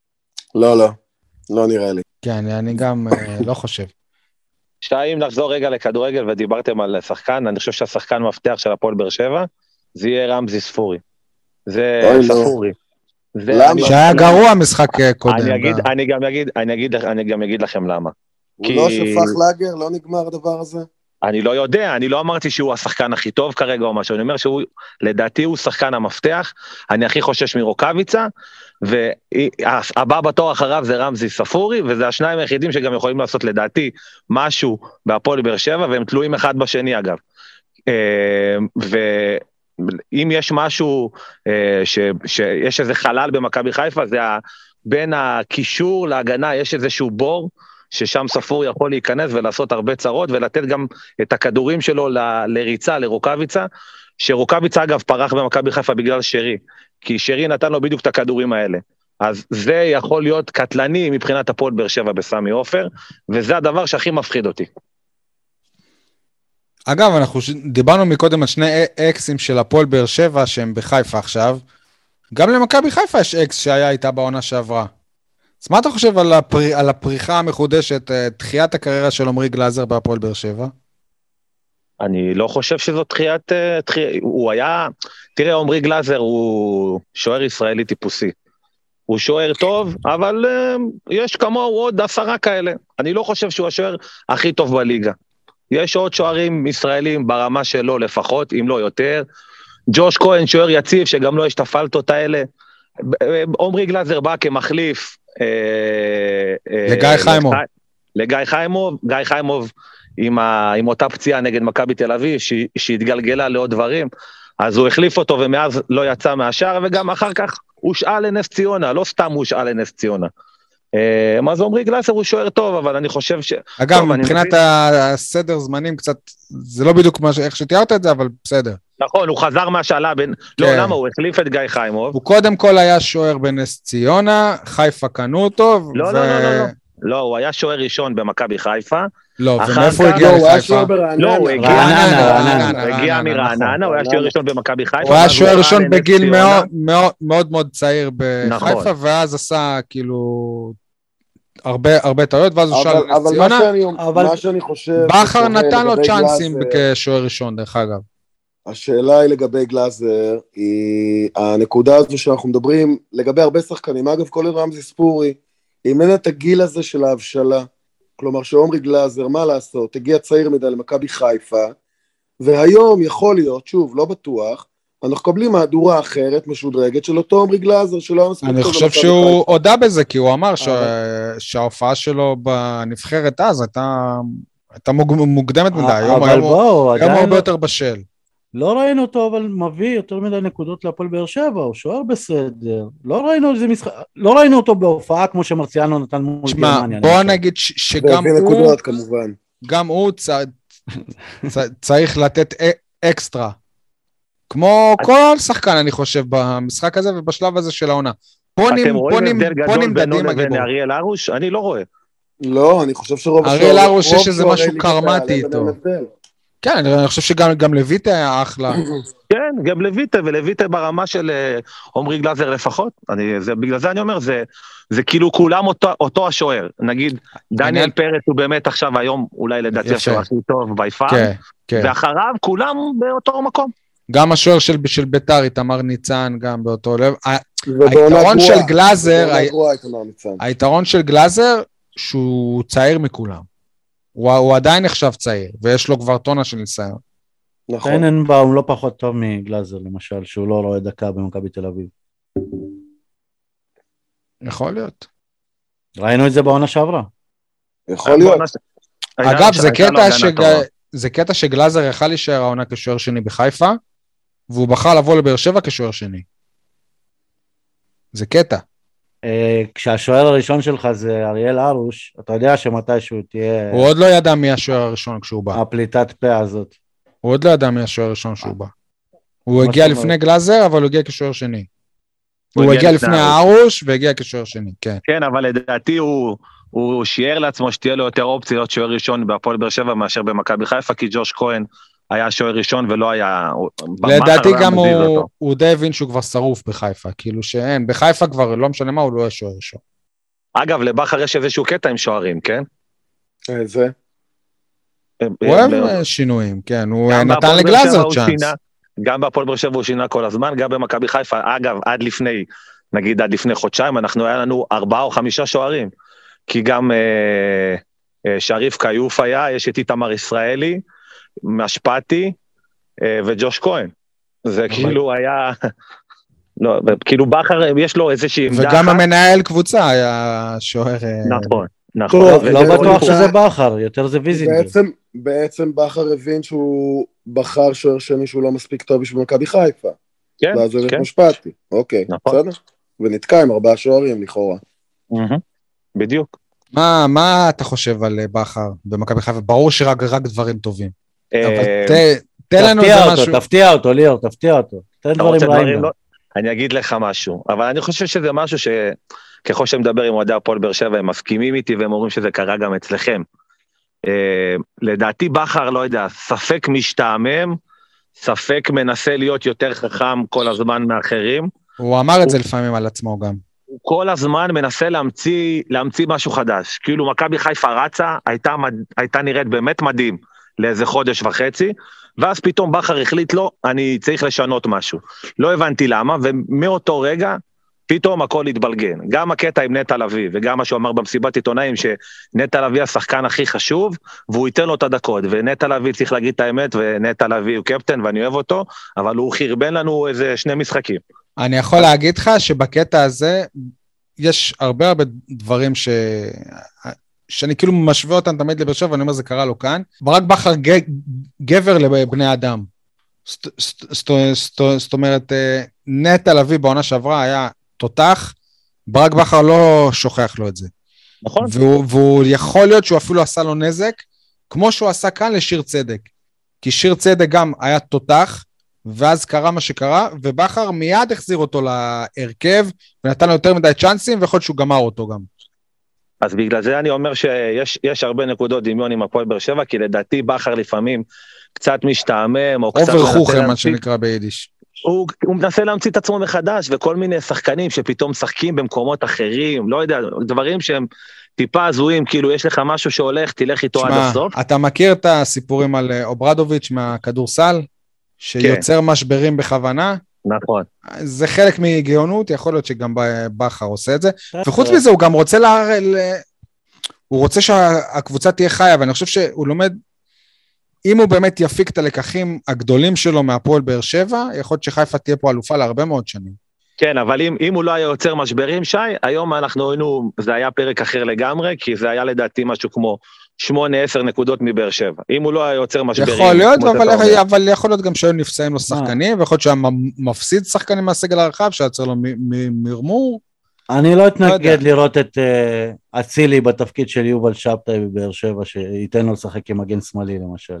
Speaker 4: לא נראה לי.
Speaker 1: כן, אני גם לא חושב.
Speaker 5: אם נחזור רגע לכדורגל ודיברתם על שחקן, אני חושב שהשחקן מפתח של הפועל באר שבע, זה יהיה רמזי ספורי. זה ספורי.
Speaker 1: שהיה גרוע משחק קודם.
Speaker 5: אני גם אגיד לכם למה.
Speaker 4: הוא לא שפך לאגר, לא נגמר הדבר הזה?
Speaker 5: אני לא יודע, אני לא אמרתי שהוא השחקן הכי טוב כרגע או משהו, אני אומר שהוא, לדעתי הוא שחקן המפתח, אני הכי חושש מרוקאביצה, והבא בתור אחריו זה רמזי ספורי, וזה השניים היחידים שגם יכולים לעשות לדעתי משהו בהפועל באר שבע, והם תלויים אחד בשני אגב. ואם יש משהו, שיש איזה חלל במכבי חיפה, זה בין הקישור להגנה, יש איזשהו בור, ששם ספור יכול להיכנס ולעשות הרבה צרות, ולתת גם את הכדורים שלו לריצה, לרוקאביצה, שרוקאביצה אגב פרח במכבי חיפה בגלל שרי, כי שרי נתן לו בדיוק את הכדורים האלה, אז זה יכול להיות קטלני מבחינת הפועל באר שבע בסמי עופר, וזה הדבר שהכי מפחיד אותי.
Speaker 1: אגב, אנחנו דיברנו מקודם על שני אקסים של הפועל באר שבע, שהם בחיפה עכשיו, גם למכבי חיפה יש אקס שהיה איתה בעונה שעברה. אז מה אתה חושב על הפריחה המחודשת, תחיית הקריירה של עומרי גלאזר בהפועל באר שבע?
Speaker 5: אני לא חושב שזו תחיית, הוא היה, תראה, עומרי גלאזר הוא שוער ישראלי טיפוסי. הוא שוער טוב, אבל יש כמוהו עוד 10 כאלה. אני לא חושב שהוא השוער הכי טוב בליגה. יש עוד שוערים ישראלים ברמה שלו לפחות, אם לא יותר. ג'וש כהן, שוער יציב, שגם לא יש את הפלטות האלה. עומרי גלאזר בא כמחליף, לגיא חיימוב עם אותה פציעה נגד מכבי תל אביב שהתגלגלה לעוד דברים, אז הוא החליף אותו ומאז לא יצא מהשאר, וגם אחר כך הוא שאל לנס ציונה, לא סתם הוא שאל לנס ציונה. מה זה עומרי גלאזר? הוא שוער טוב, אבל אני חושב
Speaker 1: אגב, מבחינת הסדר זמנים קצת, זה לא בדיוק איך שתיארת את זה, אבל בסדר.
Speaker 5: נכון, הוא חזר מהשאלה בין... לא, למה? הוא החליף את גיא חיימוב.
Speaker 1: הוא קודם כל היה שוער בנס ציונה, חיפה קנו אותו.
Speaker 5: לא, לא, הוא היה שוער ראשון במכבי חיפה.
Speaker 1: לא, ומאיפה הוא הגיע לחיפה?
Speaker 5: לא, הוא הגיע מרעננה, הוא היה שוער ראשון במכבי חיפה.
Speaker 1: הוא היה שוער ראשון בגיל מאוד מאוד צעיר בחיפה, ואז עשה כאילו הרבה טעויות, ואז הוא שאל לנס ציונה.
Speaker 4: אבל מה שאני חושב...
Speaker 1: בכר נתן לו צ'אנסים כשוער ראשון, דרך אגב.
Speaker 4: השאלה היא לגבי גלאזר, היא הנקודה הזו שאנחנו מדברים, לגבי הרבה שחקנים, אגב, כל רמזי ספורי, אם אין את הגיל הזה של ההבשלה, כלומר שעומרי גלאזר, מה לעשות, הגיע צעיר מדי למכבי חיפה, והיום יכול להיות, שוב, לא בטוח, אנחנו מקבלים מהדורה אחרת, משודרגת, של אותו עומרי גלאזר, שלא היה מספיק טוב.
Speaker 1: אני חושב שהוא הודה בזה, כי הוא אמר שההופעה שלו בנבחרת אז הייתה מוקדמת מדי, היום הרבה יותר בשל.
Speaker 2: לא ראינו אותו, אבל מביא יותר מדי נקודות להפועל באר שבע, הוא שוער בסדר, לא ראינו אותו בהופעה כמו שמרציאנו נתן מול גרמניה.
Speaker 1: בוא נגיד שגם הוא צריך לתת אקסטרה, כמו כל שחקן אני חושב במשחק הזה ובשלב הזה של העונה.
Speaker 5: אתם רואים הבדל גדול בינו לבין אריאל הרוש? אני לא רואה.
Speaker 4: לא, אני חושב שרוב
Speaker 1: אריאל הרוש יש איזה משהו קרמטי איתו. כן, אני חושב שגם לויטה היה אחלה.
Speaker 5: כן, גם לויטה, ולויטה ברמה של עומרי גלאזר לפחות. בגלל זה אני אומר, זה כאילו כולם אותו השוער. נגיד, דניאל פרץ הוא באמת עכשיו היום, אולי לדעתי השוער הכי טוב ביפן, ואחריו כולם באותו מקום.
Speaker 1: גם השוער של ביתר, איתמר ניצן, גם באותו לב. היתרון של גלאזר, שהוא צעיר מכולם. הוא עדיין נחשב צעיר, ויש לו כבר טונה של ניסיון.
Speaker 2: נכון. טננבאום לא פחות טוב מגלאזר, למשל, שהוא לא רואה דקה במכבי תל אביב.
Speaker 1: יכול להיות.
Speaker 2: ראינו את זה בעונה שעברה.
Speaker 4: יכול להיות.
Speaker 1: אגב, זה קטע שגלאזר יכל להישאר העונה כשוער שני בחיפה, והוא בחר לבוא לבאר שבע כשוער שני. זה קטע.
Speaker 2: כשהשוער הראשון שלך זה אריאל הרוש, אתה יודע שמתישהו תהיה...
Speaker 1: הוא עוד לא ידע מי השוער הראשון כשהוא בא.
Speaker 2: הפליטת פה הזאת.
Speaker 1: הוא עוד לא ידע מי השוער הראשון כשהוא בא. הוא הגיע לפני גלאזר, אבל הוא הגיע כשוער שני. הוא הגיע לפני הרוש והגיע כשוער שני, כן.
Speaker 5: כן, אבל לדעתי הוא שיער לעצמו שתהיה לו יותר אופציות שוער ראשון בהפועל באר שבע מאשר במכבי חיפה, כי ג'וש כהן היה שוער ראשון ולא היה...
Speaker 1: לדעתי גם הוא די הבין שהוא כבר שרוף בחיפה, כאילו שאין, בחיפה כבר לא משנה מה, הוא לא היה שוער ראשון.
Speaker 5: אגב, לבחר יש איזשהו קטע עם שוערים, כן?
Speaker 4: איזה?
Speaker 1: הוא אוהב שינויים, כן, הוא נתן לגלאזר צ'אנס.
Speaker 5: גם בהפועל באר שבע הוא שינה כל הזמן, גם במכבי חיפה, אגב, עד לפני חודשיים, היה לנו 4 או 5 שוערים, כי גם שריף קיוף היה, יש את איתמר ישראלי, משפטי וג'וש כהן. זה כאילו היה... לא, כאילו בכר יש לו איזושהי עמדה אחת.
Speaker 1: וגם המנהל קבוצה היה שוער...
Speaker 5: נכון.
Speaker 2: לא בטוח שזה בכר, יותר זה ויזינגר.
Speaker 4: בעצם בכר הבין שהוא בחר שוער שני שהוא לא מספיק טוב בשביל מכבי חיפה.
Speaker 5: כן,
Speaker 4: ואז הוא הביא משפטי. אוקיי, בסדר. ונתקע עם 4 שוערים לכאורה.
Speaker 5: בדיוק.
Speaker 1: מה אתה חושב על בכר במכבי חיפה? ברור שרק דברים טובים. תן לנו איזה משהו.
Speaker 2: תפתיע אותו, ליאור, תפתיע אותו. תן דברים רעים.
Speaker 5: אני אגיד לך משהו, אבל אני חושב שזה משהו שככל שמדבר עם אוהדי הפועל באר שבע, הם מסכימים איתי והם אומרים שזה קרה גם אצלכם. לדעתי בכר, לא יודע, ספק משתעמם, ספק מנסה להיות יותר חכם כל הזמן מאחרים.
Speaker 1: הוא אמר את זה לפעמים על עצמו גם.
Speaker 5: הוא כל הזמן מנסה להמציא משהו חדש. כאילו מכבי חיפה רצה, הייתה נראית באמת מדהים לאיזה חודש וחצי, ואז פתאום בכר החליט לו, אני צריך לשנות משהו. לא הבנתי למה, ומאותו רגע, פתאום הכל התבלגן. גם הקטע עם נטע לביא, וגם מה שהוא אמר במסיבת עיתונאים, שנטע לביא השחקן הכי חשוב, והוא ייתן לו את הדקות, ונטע לביא צריך להגיד את האמת, ונטע לביא הוא קפטן, ואני אוהב אותו, אבל הוא חרבן לנו איזה 2 משחקים.
Speaker 1: אני יכול להגיד לך שבקטע הזה, יש הרבה דברים שאני כאילו משווה אותם תמיד לבאר שבע, ואני אומר, זה קרה לו כאן. ברק בכר גבר לבני אדם. זאת אומרת, נטע לביא בעונה שעברה היה תותח, ברק בכר לא שוכח לו את זה.
Speaker 5: נכון.
Speaker 1: והוא יכול להיות שהוא אפילו עשה לו נזק, כמו שהוא עשה כאן לשיר צדק. כי שיר צדק גם היה תותח, ואז קרה מה שקרה, ובחר מיד החזיר אותו להרכב, ונתן לו יותר מדי צ'אנסים, ויכול להיות שהוא גמר אותו גם.
Speaker 5: אז בגלל זה אני אומר שיש הרבה נקודות דמיון עם הפועל באר שבע, כי לדעתי בחר לפעמים קצת משתעמם, או קצת...
Speaker 1: אוברחוכם, מה שנקרא ביידיש.
Speaker 5: הוא מנסה להמציא את עצמו מחדש, וכל מיני שחקנים שפתאום משחקים במקומות אחרים, לא יודע, דברים שהם טיפה הזויים, כאילו יש לך משהו שהולך, תלך איתו עד הסוף.
Speaker 1: אתה מכיר את הסיפורים על אוברדוביץ' מהכדורסל, שיוצר משברים בכוונה?
Speaker 5: נכון.
Speaker 1: זה חלק מגאונות, יכול להיות שגם בחר עושה את זה, וחוץ מזה הוא גם רוצה הוא רוצה שהקבוצה תהיה חיה, ואני חושב שהוא לומד, אם הוא באמת יפיק את הלקחים הגדולים שלו מהפועל באר שבע, יכול להיות שחיפה תהיה פה אלופה להרבה מאוד שנים.
Speaker 5: כן, אבל אם הוא לא היה יוצר משברים, שי, היום אנחנו היינו, זה היה פרק אחר לגמרי, כי זה היה לדעתי משהו כמו 8-10 נקודות מבאר שבע. אם הוא לא היה יוצר משברים...
Speaker 1: יכול להיות, אבל יכול להיות גם שהיו נפצעים לו שחקנים, ויכול להיות שהיה מפסיד שחקנים מהסגל הרחב, שיוצר לו מרמור.
Speaker 2: אני לא אתנגד לראות את אצילי בתפקיד של יובל שבתאי בבאר שבע, שייתן לו לשחק עם מגן שמאלי למשל.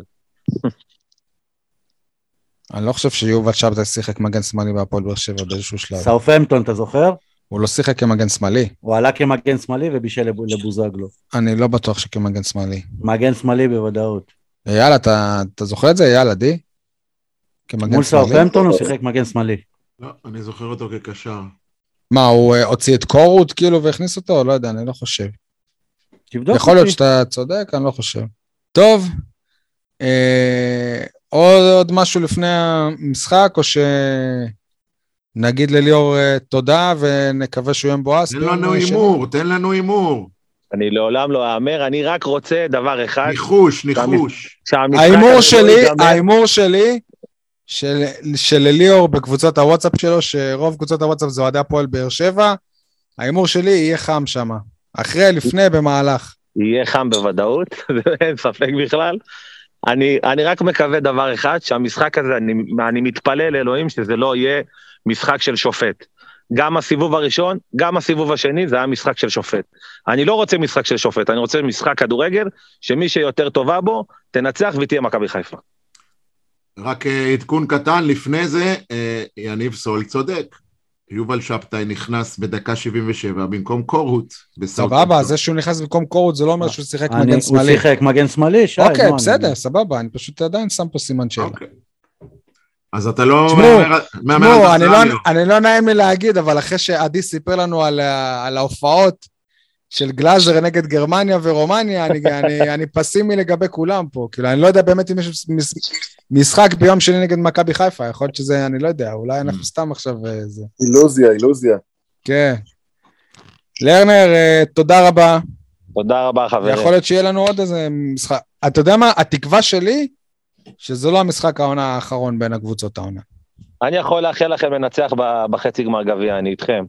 Speaker 1: אני לא חושב שיובל שבתאי שיחק מגן שמאלי בהפועל באר שבע באיזשהו שלב.
Speaker 2: סאות'המפטון, אתה זוכר?
Speaker 1: הוא לא שיחק כמגן שמאלי.
Speaker 2: הוא עלה כמגן שמאלי ובישל לבוזגלו.
Speaker 1: אני לא בטוח שכמגן שמאלי.
Speaker 2: מגן שמאלי בוודאות.
Speaker 1: יאללה, אתה זוכר את זה? יאללה, די?
Speaker 2: מול סאות'המפטון הוא שיחק מגן שמאלי.
Speaker 3: לא, אני זוכר אותו כקשר.
Speaker 1: מה, הוא הוציא את קורות כאילו והכניס אותו? לא יודע, אני לא חושב. יכול להיות שאתה צודק, אני לא חושב. טוב, עוד משהו לפני המשחק, או שנגיד לליאור תודה, ונקווה שהוא יהיה מבואס?
Speaker 3: תן לנו אימור.
Speaker 5: אני לעולם לא אאמר, אני רק רוצה דבר אחד.
Speaker 3: ניחוש.
Speaker 1: האימור שלי, של ליאור בקבוצות הוואטסאפ שלו, שרוב קבוצות הוואטסאפ זה אוהדי הפועל באר שבע, האימור שלי יהיה חם שם, אחרי, לפני, במהלך.
Speaker 5: יהיה חם בוודאות, אין ספק בכלל. אני רק מקווה דבר אחד, שהמשחק הזה, אני מתפלל לאלוהים שזה לא יהיה משחק של שופט. גם הסיבוב הראשון, גם הסיבוב השני, זה היה משחק של שופט. אני לא רוצה משחק של שופט, אני רוצה משחק כדורגל, שמי שיותר טובה בו, תנצח ותהיה מכבי חיפה.
Speaker 3: רק עדכון קטן, לפני זה, יניב סול צודק. יובל שבתאי נכנס בדקה 77 במקום קורות.
Speaker 1: סבבה, זה שהוא נכנס במקום קורות, זה לא אומר שהוא שיחק מגן שמאלי.
Speaker 2: הוא שיחק מגן שמאלי, שי.
Speaker 1: אוקיי, בסדר, סבבה, אני פשוט עדיין שם פה סימן שאלה.
Speaker 3: אז אתה לא...
Speaker 1: תשמעו, אני לא נעים לי להגיד, אבל אחרי שעדי סיפר לנו על ההופעות, של גלאזר נגד גרמניה ורומניה, אני פסימי לגבי כולם פה, כאילו אני לא יודע באמת אם יש משחק ביום שני נגד מכבי חיפה, יכול להיות שזה, אני לא יודע, אולי אנחנו סתם עכשיו זה.
Speaker 4: אילוזיה.
Speaker 1: כן. לרנר, תודה רבה.
Speaker 5: תודה רבה חברים.
Speaker 1: יכול להיות שיהיה לנו עוד איזה משחק, אתה יודע מה, התקווה שלי, שזה לא המשחק העונה האחרון בין הקבוצות העונה.
Speaker 5: אני יכול לאחל לכם לנצח בחצי גמר גביע, אני איתכם.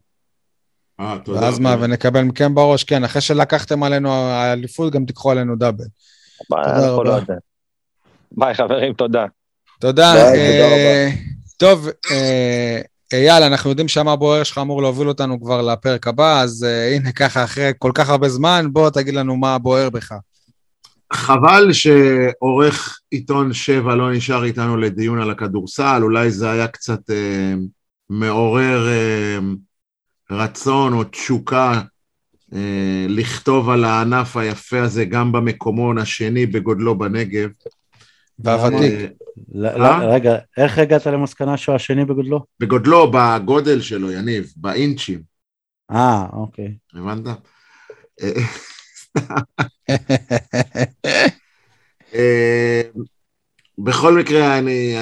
Speaker 1: ואז מה, ונקבל מכם בראש, כן, אחרי שלקחתם עלינו האליפות, גם תיקחו עלינו דאבל.
Speaker 5: תודה רבה. ביי חברים, תודה.
Speaker 1: תודה. טוב, אייל, אנחנו יודעים שמה הבוער שלך אמור להוביל אותנו כבר לפרק הבא, אז הנה ככה, אחרי כל כך הרבה זמן, בוא תגיד לנו מה הבוער בך.
Speaker 3: חבל שעורך עיתון 7 לא נשאר איתנו לדיון על הכדורסל, אולי זה היה קצת מעורר... רצון או תשוקה לכתוב על הענף היפה הזה גם במקומון השני בגודלו בנגב.
Speaker 1: והוותיק.
Speaker 2: רגע, איך הגעת למסקנה שהוא השני בגודלו?
Speaker 3: בגודלו, בגודל שלו, יניב, באינצ'ים.
Speaker 2: אוקיי.
Speaker 3: הבנת? בכל מקרה,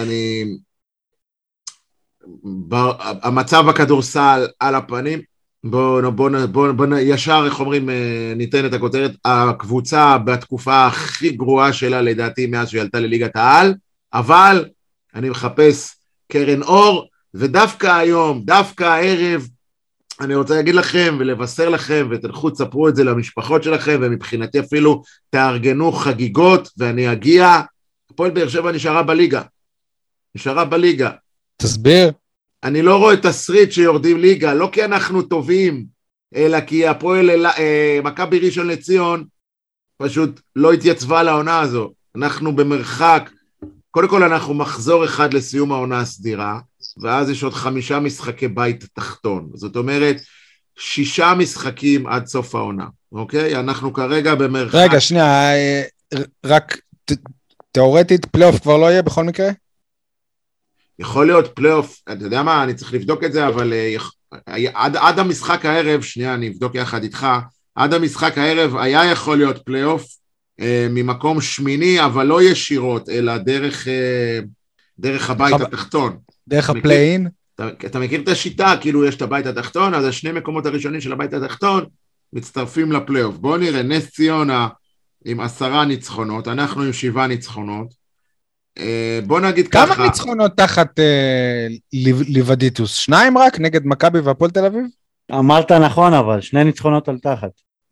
Speaker 3: המצב בכדורסל על הפנים, בוא ישר, איך אומרים, ניתן את הכותרת, הקבוצה בתקופה הכי גרועה שלה לדעתי מאז שהיא עלתה לליגת העל, אבל אני מחפש קרן אור, ודווקא היום, דווקא הערב, אני רוצה להגיד לכם ולבשר לכם, ותלכו תספרו את זה למשפחות שלכם, ומבחינתי אפילו תארגנו חגיגות, ואני אגיע, הפועל באר שבע נשארה בליגה.
Speaker 1: תסביר.
Speaker 3: אני לא רואה תסריט שיורדים ליגה, לא כי אנחנו טובים, אלא כי הפועל מכבי ראשון לציון פשוט לא התייצבה לעונה הזו. אנחנו במרחק קודם כל אנחנו מחזור אחד לסיום העונה הסדירה, ואז יש עוד 5 משחקי בית תחתון, זאת אומרת, 6 משחקים עד סוף העונה, אוקיי? אנחנו כרגע במרחק...
Speaker 1: רגע, שנייה, רק תיאורטית, פלייאוף כבר לא יהיה בכל מקרה?
Speaker 3: יכול להיות פלייאוף, אתה יודע מה, אני צריך לבדוק את זה, אבל עד המשחק הערב, שנייה, אני אבדוק יחד איתך, עד המשחק הערב היה יכול להיות פלייאוף, ממקום שמיני, אבל לא ישירות, אלא דרך הבית התחתון.
Speaker 1: דרך הפליין?
Speaker 3: אתה מכיר את השיטה, כאילו יש את הבית התחתון, אז 2 מקומות הראשונים של הבית התחתון, מצטרפים לפלייאוף. בואו נראה, נס ציונה עם 10 ניצחונות, אנחנו עם 7 ניצחונות. בואו נגיד ככה.
Speaker 1: כמה ניצחונות תחת ליבדיטוס? 2 רק נגד מכבי והפועל תל אביב?
Speaker 2: אמרת נכון, אבל 2 ניצחונות על תחת.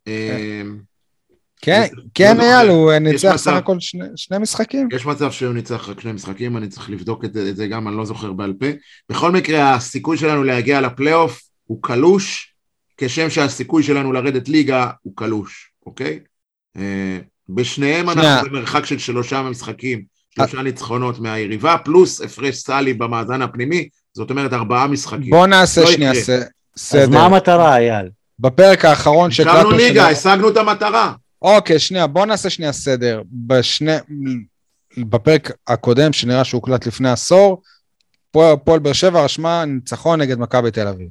Speaker 1: כן, אייל, הוא ניצח סך הכל 2 משחקים.
Speaker 3: יש מצב שהוא ניצח רק 2 משחקים, אני צריך לבדוק את זה גם, אני לא זוכר בעל פה. בכל מקרה, הסיכוי שלנו להגיע לפלייאוף הוא קלוש, כשם שהסיכוי שלנו לרדת ליגה הוא קלוש, אוקיי? בשניהם אנחנו במרחק של 3 משחקים, 3 ניצחונות מהיריבה, פלוס הפרש סלי במאזן הפנימי, זאת אומרת 4 משחקים.
Speaker 1: בוא נעשה שנייה סדר.
Speaker 2: אז מה המטרה, אייל?
Speaker 1: בפרק האחרון
Speaker 3: שקלטנו ליגה, השגנו את המטרה.
Speaker 1: אוקיי, שנייה, בוא נעשה שנייה סדר. בפרק הקודם, שנראה שהוא הוקלט לפני עשור, פועל באר שבע רשמה ניצחון נגד מכבי תל אביב.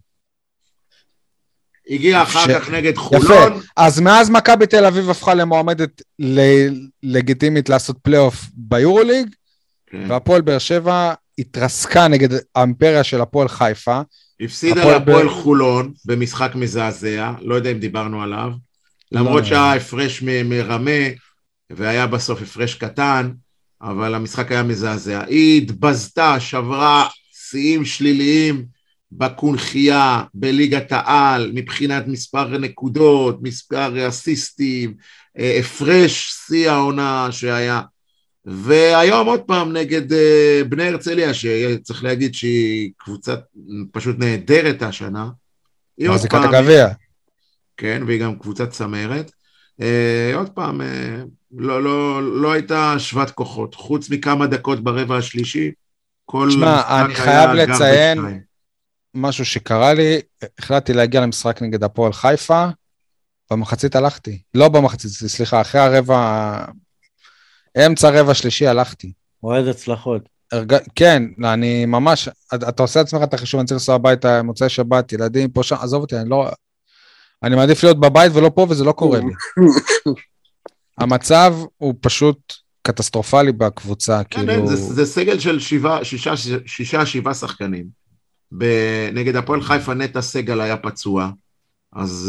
Speaker 3: הגיע אחר כך נגד חולון.
Speaker 1: יפה, אז מאז מכבי תל אביב הפכה למועמדת לגיטימית לעשות פלייאוף ביורוליג, והפועל באר שבע התרסקה נגד האימפריה של הפועל חיפה.
Speaker 3: הפסידה לפועל חולון במשחק מזעזע, לא יודע אם דיברנו עליו, למרות שההפרש מרמה, והיה בסוף הפרש קטן, אבל המשחק היה מזעזע. היא התבזתה, שברה שיאים שליליים בקונחייה, בליגת העל, מבחינת מספר נקודות, מספר אסיסטים, הפרש שיא העונה שהיה. והיום עוד פעם נגד בני הרצליה, שצריך להגיד שהיא קבוצה פשוט נהדרת השנה.
Speaker 1: זה קטע גביע.
Speaker 3: כן, והיא גם קבוצת צמרת. עוד פעם, לא הייתה שוות כוחות, חוץ מכמה דקות ברבע השלישי,
Speaker 1: שמה, אני חייב לציין משהו שקרה לי, החלטתי להגיע למשחק נגד הפועל חיפה, במחצית הלכתי, לא במחצית, סליחה, אחרי אמצע רבע שלישי הלכתי.
Speaker 2: אוהד הצלחות.
Speaker 1: כן, אני ממש, אתה עושה עצמך את החישוב, אני צריך לנסוע הביתה, מוצאי שבת, ילדים, פה שם, עזוב אותי, אני מעדיף להיות בבית ולא פה, וזה לא קורה לי. המצב הוא פשוט קטסטרופלי בקבוצה, כאילו...
Speaker 3: זה סגל של 6-7 שחקנים. נגד הפועל חיפה נטע סגל היה פצוע, אז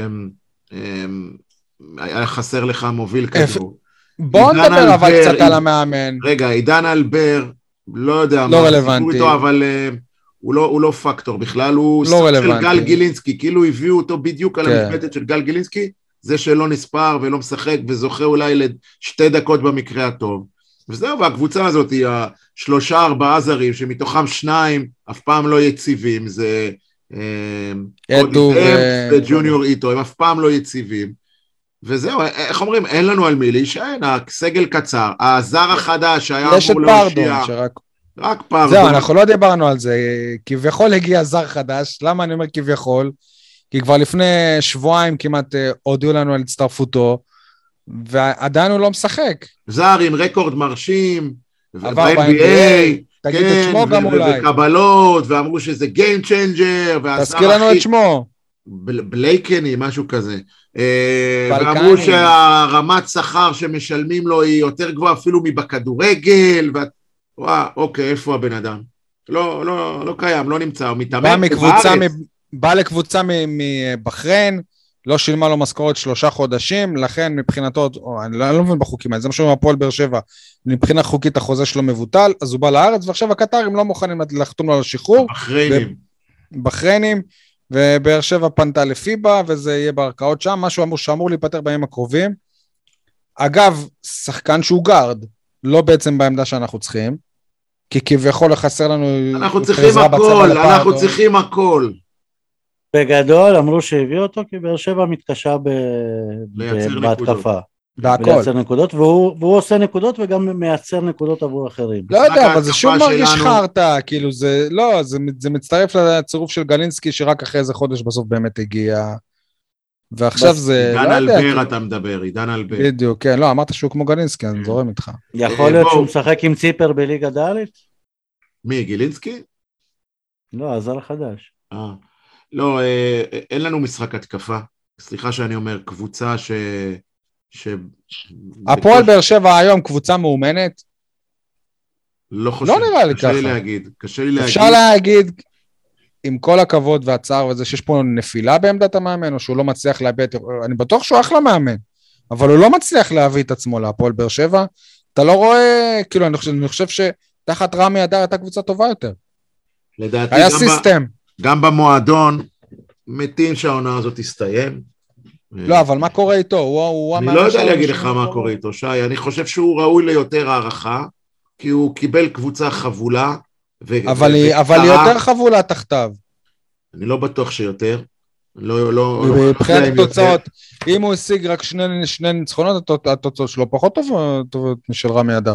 Speaker 3: היה חסר לך מוביל כדור.
Speaker 1: בוא נדבר אבל קצת על המאמן.
Speaker 3: רגע, עידן אלבר, לא יודע
Speaker 1: לא רלוונטי.
Speaker 3: אבל הוא לא פקטור בכלל, הוא סוג של גל גילינסקי, כאילו הביאו אותו בדיוק על המשבצת של גל גילינסקי, זה שלא נספר ולא משחק וזוכה אולי ל2 דקות במקרה הטוב. וזהו, והקבוצה הזאת היא 3-4 זרים, שמתוכם 2 אף פעם לא יציבים, זה
Speaker 1: אדו
Speaker 3: וג'וניור איטו, הם אף פעם לא יציבים. וזהו, איך אומרים, אין לנו על מי להישען, הסגל קצר, הזר החדש שהיה אמור להושיע, רק פרדון.
Speaker 1: זהו, אנחנו לא דיברנו על זה, כביכול הגיע זר חדש, למה אני אומר כביכול? כי כבר לפני שבועיים כמעט הודיעו לנו על הצטרפותו, ועדיין הוא לא משחק.
Speaker 3: זר עם רקורד מרשים,
Speaker 1: ב-NBA, תגיד את שמו גם אולי.
Speaker 3: וקבלות, ואמרו שזה Game Changer,
Speaker 1: תזכיר לנו את שמו.
Speaker 3: בלייקני, משהו כזה. ואמרו שהרמת שכר שמשלמים לו היא יותר גבוהה אפילו מבכדורגל, אוקיי, איפה הבן אדם? לא קיים, לא נמצא, הוא מתאמן בארץ.
Speaker 1: בא לקבוצה מבחריין, לא שילמה לו משכורת 3 חודשים, לכן מבחינתו, אני לא מבין בחוקים האלה, זה מה שאומרים הפועל באר שבע, מבחינה חוקית החוזה שלו מבוטל, אז הוא בא לארץ, ועכשיו הקטרים לא מוכנים לחתום לו על השחרור. בחריינים, ובאר שבע פנתה לפיבה, וזה יהיה בערכאות שם, משהו שאמור להיפטר בימים הקרובים. אגב, שחקן שהוא גארד, לא בעצם בעמדה שאנחנו צריכים, כי כביכול לחסר לנו...
Speaker 3: אנחנו צריכים הכל,
Speaker 2: בגדול אמרו שהביאו אותו, כי באר שבע מתקשה בהתקפה.
Speaker 1: והכל.
Speaker 2: ולייצר נקודות, והוא עושה נקודות וגם מייצר נקודות עבור אחרים.
Speaker 1: לא יודע, אבל זה שוב מרגיש חרטה, כאילו זה, לא, זה מצטרף לצירוף של גלינסקי, שרק אחרי איזה חודש בסוף באמת הגיע, ועכשיו זה,
Speaker 3: עידן
Speaker 1: לא יודע.
Speaker 3: אלבר אתה מדבר, עידן אלבר.
Speaker 1: בדיוק, כן, לא, אמרת שהוא כמו גלינסקי, אני זורם איתך.
Speaker 2: יכול להיות שהוא משחק עם ציפר בליגה ד'?
Speaker 3: מי, גילינסקי?
Speaker 2: לא, הזר החדש.
Speaker 3: לא, אין לנו משחק התקפה. סליחה שאני אומר, קבוצה
Speaker 1: הפועל באר שבע היום קבוצה מאומנת?
Speaker 3: לא חושב.
Speaker 1: לא נראה לי ככה.
Speaker 3: קשה לי להגיד.
Speaker 1: אפשר להגיד, עם כל הכבוד והצער וזה, שיש פה נפילה בעמדת המאמן, או שהוא לא מצליח להביא את... אני בטוח שהוא אחלה מאמן, אבל הוא לא מצליח להביא את עצמו להפועל באר שבע. אתה לא רואה, כאילו, אני חושב שתחת רמי אדר הייתה קבוצה טובה יותר.
Speaker 3: לדעתי,
Speaker 1: היה סיסטם.
Speaker 3: גם במועדון, מתים שהעונה הזאת תסתיים.
Speaker 1: לא, אבל מה קורה איתו?
Speaker 3: אני לא יודע להגיד לך מה קורה איתו, שי. אני חושב שהוא ראוי ליותר הערכה, כי הוא קיבל קבוצה חבולה.
Speaker 1: אבל היא יותר חבולה תחתיו.
Speaker 3: אני לא בטוח שיותר.
Speaker 1: מבחינת התוצאות, אם הוא השיג רק שני ניצחונות, התוצאות שלו פחות טובות משל רמי אדר.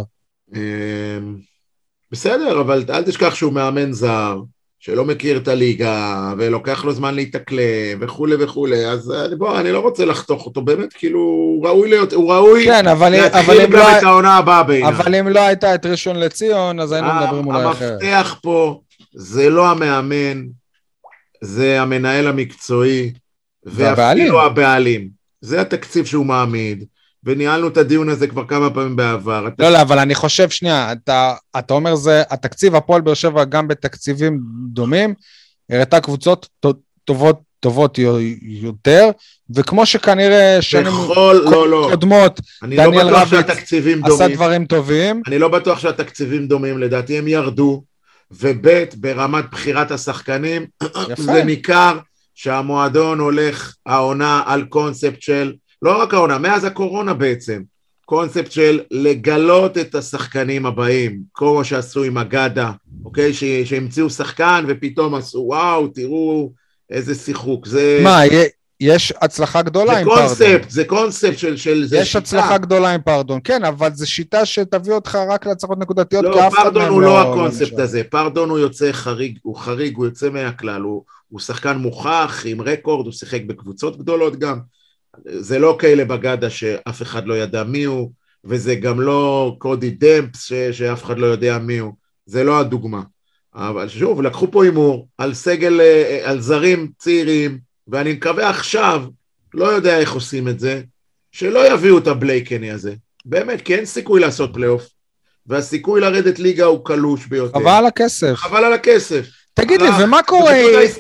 Speaker 3: בסדר, אבל אל תשכח שהוא מאמן זר, שלא מכיר את הליגה, ולוקח לו זמן להתאקלם, וכו' וכו', אז בוא, אני לא רוצה לחתוך אותו, באמת, כאילו, הוא ראוי
Speaker 1: כן,
Speaker 3: להתחיל גם את העונה הבאה בעיניי.
Speaker 1: אבל אם לא הייתה את ראשון לציון, אז היינו מדברים אולי אחרת.
Speaker 3: המפתח פה, זה לא המאמן, זה המנהל המקצועי, ואפילו הבעלים. זה התקציב שהוא מעמיד, וניהלנו את הדיון הזה כבר כמה פעמים בעבר.
Speaker 1: לא, אבל אני חושב, שנייה, אתה אומר זה, התקציב הפועל באר שבע גם בתקציבים דומים, הראתה קבוצות טובות יותר, וכמו שכנראה שנים קודמות, דניאל רביץ עשה דברים טובים.
Speaker 3: אני לא בטוח שהתקציבים דומים, לדעתי הם ירדו, ובית ברמת בחירת השחקנים, זה ניכר שהמועדון הולך העונה על קונספט של, לא רק העונה, מאז הקורונה בעצם, קונספט של לגלות את השחקנים הבאים, כמו שעשו עם אגדה, אוקיי? שהמציאו שחקן ופתאום עשו, וואו, תראו איזה שיחוק.
Speaker 1: מה, יש הצלחה גדולה עם פרדון.
Speaker 3: זה קונספט של זה
Speaker 1: יש שיטה. הצלחה גדולה עם פרדון, כן, אבל זו שיטה שתביא אותך רק להצלחות נקודתיות.
Speaker 3: לא, פרדון הוא לא הקונספט הזה, פרדון הוא יוצא חריג, הוא יוצא מהכלל, הוא שחקן מוכח עם רקורד, הוא שיחק בקבוצות גדולות גם, זה לא כאלה בגדה שאף אחד לא ידע מי הוא, וזה גם לא קודי דמפס שאף אחד לא יודע מי הוא, זה לא הדוגמה. אבל שוב, לקחו פה אימור על סגל, על זרים צעירים, ואני מקווה עכשיו, לא יודע איך עושים את זה, שלא יביאו את הבלייקני הזה. באמת, כי אין סיכוי לעשות פלייאוף, והסיכוי לרדת ליגה הוא קלוש ביותר.
Speaker 1: חבל על הכסף.
Speaker 3: חבל על הכסף.
Speaker 1: תגיד לי, ומה קורה?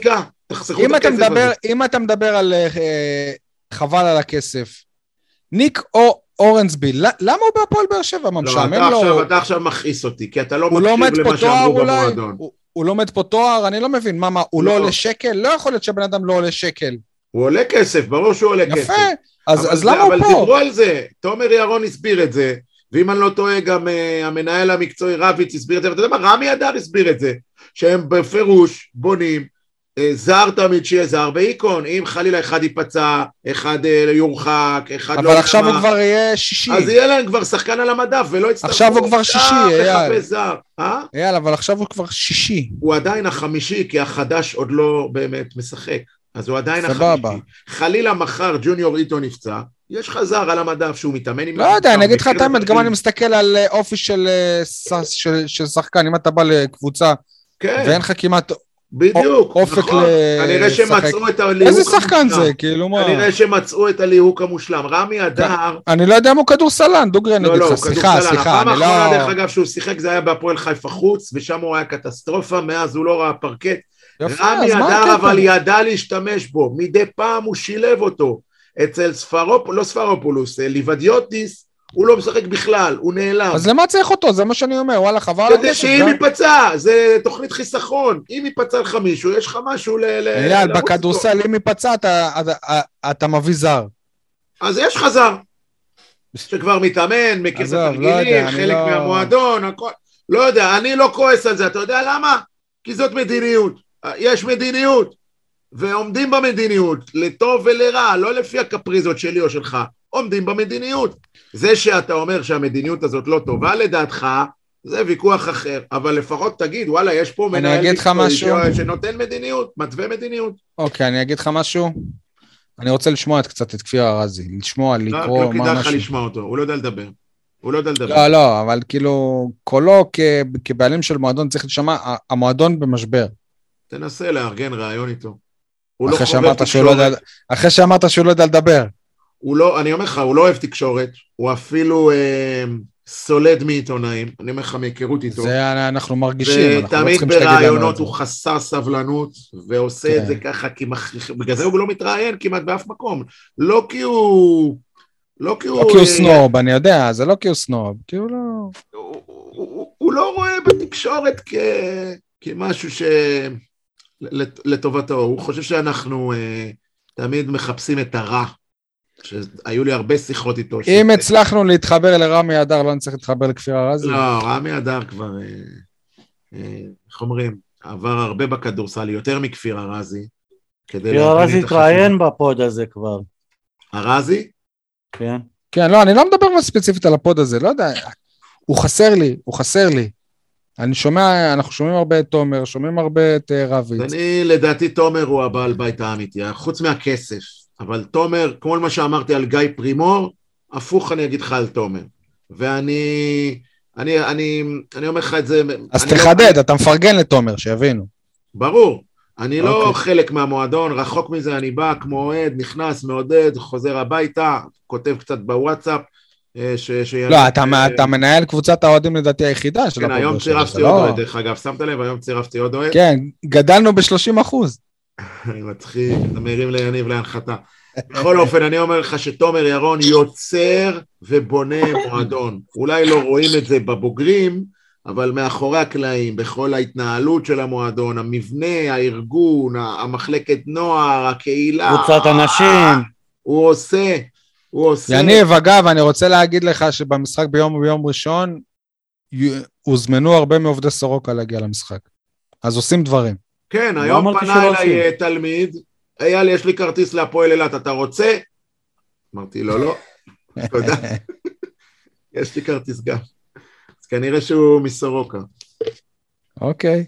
Speaker 1: אם אתה מדבר על חבל על הכסף, ניק אורנסבי, למה הוא בהפועל באר שבע?
Speaker 3: לא, אתה עכשיו מכעיס אותי, כי אתה לא מקשיב למה שאמרו במועדון.
Speaker 1: הוא לומד פה תואר, אני לא מבין, מה, הוא לא עולה שקל? לא יכול להיות שבן אדם לא עולה שקל.
Speaker 3: הוא עולה כסף, ברור שהוא עולה כסף.
Speaker 1: יפה, אז למה הוא פה?
Speaker 3: אבל דיברו על זה, תומר ירון הסביר את זה, ואם אני לא טועה, גם המנהל המקצועי רביץ הסביר את זה, ואתה יודע מה, רמי אדר הסביר את זה, שהם בפירוש בונים, זר תמיד שיהיה זר באיקון, אם חלילה אחד ייפצע, אחד יורחק, אחד
Speaker 1: אבל עכשיו הוא כבר יהיה שישי.
Speaker 3: אז יהיה להם כבר שחקן על המדף, ולא יצטרכו.
Speaker 1: עכשיו הוא כבר שישי,
Speaker 3: אייל.
Speaker 1: אבל עכשיו הוא כבר שישי.
Speaker 3: הוא עדיין החמישי, כי החדש עוד לא באמת משחק. אז הוא עדיין החמישי. חלילה מחר ג'וניור איטו נפצע, יש לך זר על המדף שהוא מתאמן עם...
Speaker 1: לא יודע, אני אגיד לך את האמת, גם אני מסתכל על אופי של שחקן, אם אתה בא לקבוצה, ואין לך כמעט...
Speaker 3: בדיוק, נכון, כנראה שמצאו את הליהוק המושלם.
Speaker 1: איזה שחקן זה, כאילו מה?
Speaker 3: כנראה שמצאו את הליהוק המושלם. רמי אדר...
Speaker 1: אני לא יודע אם הוא כדורסלן, דוגרי נגיד לך, סליחה,
Speaker 3: הפעם האחרונה דרך אגב שהוא שיחק זה היה בהפועל חיפה חוץ, ושם הוא היה קטסטרופה, מאז הוא לא ראה פרקט. רמי אדר אבל ידע להשתמש בו, מדי פעם הוא שילב אותו. אצל ספרופולוס, ליבדיוטיס, הוא לא משחק בכלל, הוא נעלם.
Speaker 1: אז למה צריך אותו? זה מה שאני אומר, וואלה, חבל.
Speaker 3: כדי שאם ייפצע, זה תוכנית חיסכון. אם ייפצע לך מישהו, יש לך משהו
Speaker 1: אייל, בכדורסל, אם ייפצע, אתה מביא זר.
Speaker 3: אז יש לך זר. שכבר מתאמן, מכיר את התרגילים, חלק מהמועדון, הכל. לא יודע, אני לא כועס על זה, אתה יודע למה? כי זאת מדיניות. יש מדיניות. ועומדים במדיניות, לטוב ולרע, לא לפי הקפריזות שלי או שלך. עומדים במדיניות. זה שאתה אומר שהמדיניות הזאת לא טובה לדעתך, זה ויכוח אחר, אבל לפחות תגיד, וואלה, יש פה מנהל מקצועי שנותן מדיניות, מתווה מדיניות.
Speaker 1: אוקיי, אני אגיד לך משהו. אני רוצה לשמוע קצת את כפיר ארזי, לשמוע, לקרוא,
Speaker 3: לא כדאי לך לשמוע אותו, הוא לא יודע לדבר.
Speaker 1: לא, אבל כאילו, קולו כבעלים של מועדון צריך לשמע, המועדון במשבר.
Speaker 3: תנסה לארגן רעיון איתו.
Speaker 1: אחרי שאמרת שהוא לא יודע לדבר.
Speaker 3: אני אומר לך, הוא לא אוהב תקשורת, הוא אפילו סולד מעיתונאים, אני אומר לך מהיכרות איתו.
Speaker 1: זה אנחנו מרגישים.
Speaker 3: ותמיד ברעיונות הוא חסר סבלנות, ועושה את זה ככה, בגלל זה הוא לא מתראיין כמעט באף מקום. לא כי הוא
Speaker 1: סנוב, אני יודע, זה לא כי הוא סנוב, כי הוא לא...
Speaker 3: הוא לא רואה בתקשורת כמשהו לטובתו, הוא חושב שאנחנו תמיד מחפשים את הרע, שהיו לי הרבה שיחות איתו.
Speaker 1: אם הצלחנו להתחבר לרמי אדר, לא נצטרך להתחבר לכפיר ארזי?
Speaker 3: לא, רמי אדר כבר, איך אומרים, עבר הרבה בכדורסל, יותר מכפיר ארזי.
Speaker 2: כפיר ארזי התראיין בפוד הזה כבר.
Speaker 3: ארזי?
Speaker 2: כן.
Speaker 1: כן, לא, אני לא מדבר ספציפית על הפוד הזה, לא יודע, הוא חסר לי. אנחנו שומעים הרבה את תומר, שומעים הרבה את רביץ.
Speaker 3: לדעתי תומר הוא הבעל בית האמיתי, חוץ מהכסף. אבל תומר, כמו מה שאמרתי על גיא פרימור, הפוך אני אגיד לך על תומר. ואני אומר לך את זה...
Speaker 1: אז תחדד, אתה מפרגן לתומר, שיבינו.
Speaker 3: ברור. אני לא חלק מהמועדון, רחוק מזה, אני בא כמו אוהד, נכנס, מעודד, חוזר הביתה, כותב קצת בוואטסאפ.
Speaker 1: לא, אתה מנהל קבוצת האוהדים לדעתי היחידה.
Speaker 3: כן, היום צירפתי עוד אוהד, דרך אגב, שמת לב, היום צירפתי עוד אוהד.
Speaker 1: כן, גדלנו ב-30%.
Speaker 3: אני מתחיל, אתה מרים ליניב להנחתה. בכל אופן, אני אומר לך שתומר ירון יוצר ובונה מועדון. אולי לא רואים את זה בבוגרים, אבל מאחורי הקלעים, בכל ההתנהלות של המועדון, המבנה, הארגון, המחלקת נוער, הקהילה.
Speaker 2: קבוצת אנשים.
Speaker 3: הוא עושה.
Speaker 1: יניב, אגב, אני רוצה להגיד לך שבמשחק ביום ראשון, הוזמנו הרבה מעובדי סורוקה להגיע למשחק. אז עושים דברים.
Speaker 3: כן, היום פנה אליי תלמיד, אייל, יש לי כרטיס להפועל אילת, אתה רוצה? אמרתי לו, לא. תודה. יש לי כרטיס גם. אז כנראה שהוא מסורוקה.
Speaker 1: אוקיי.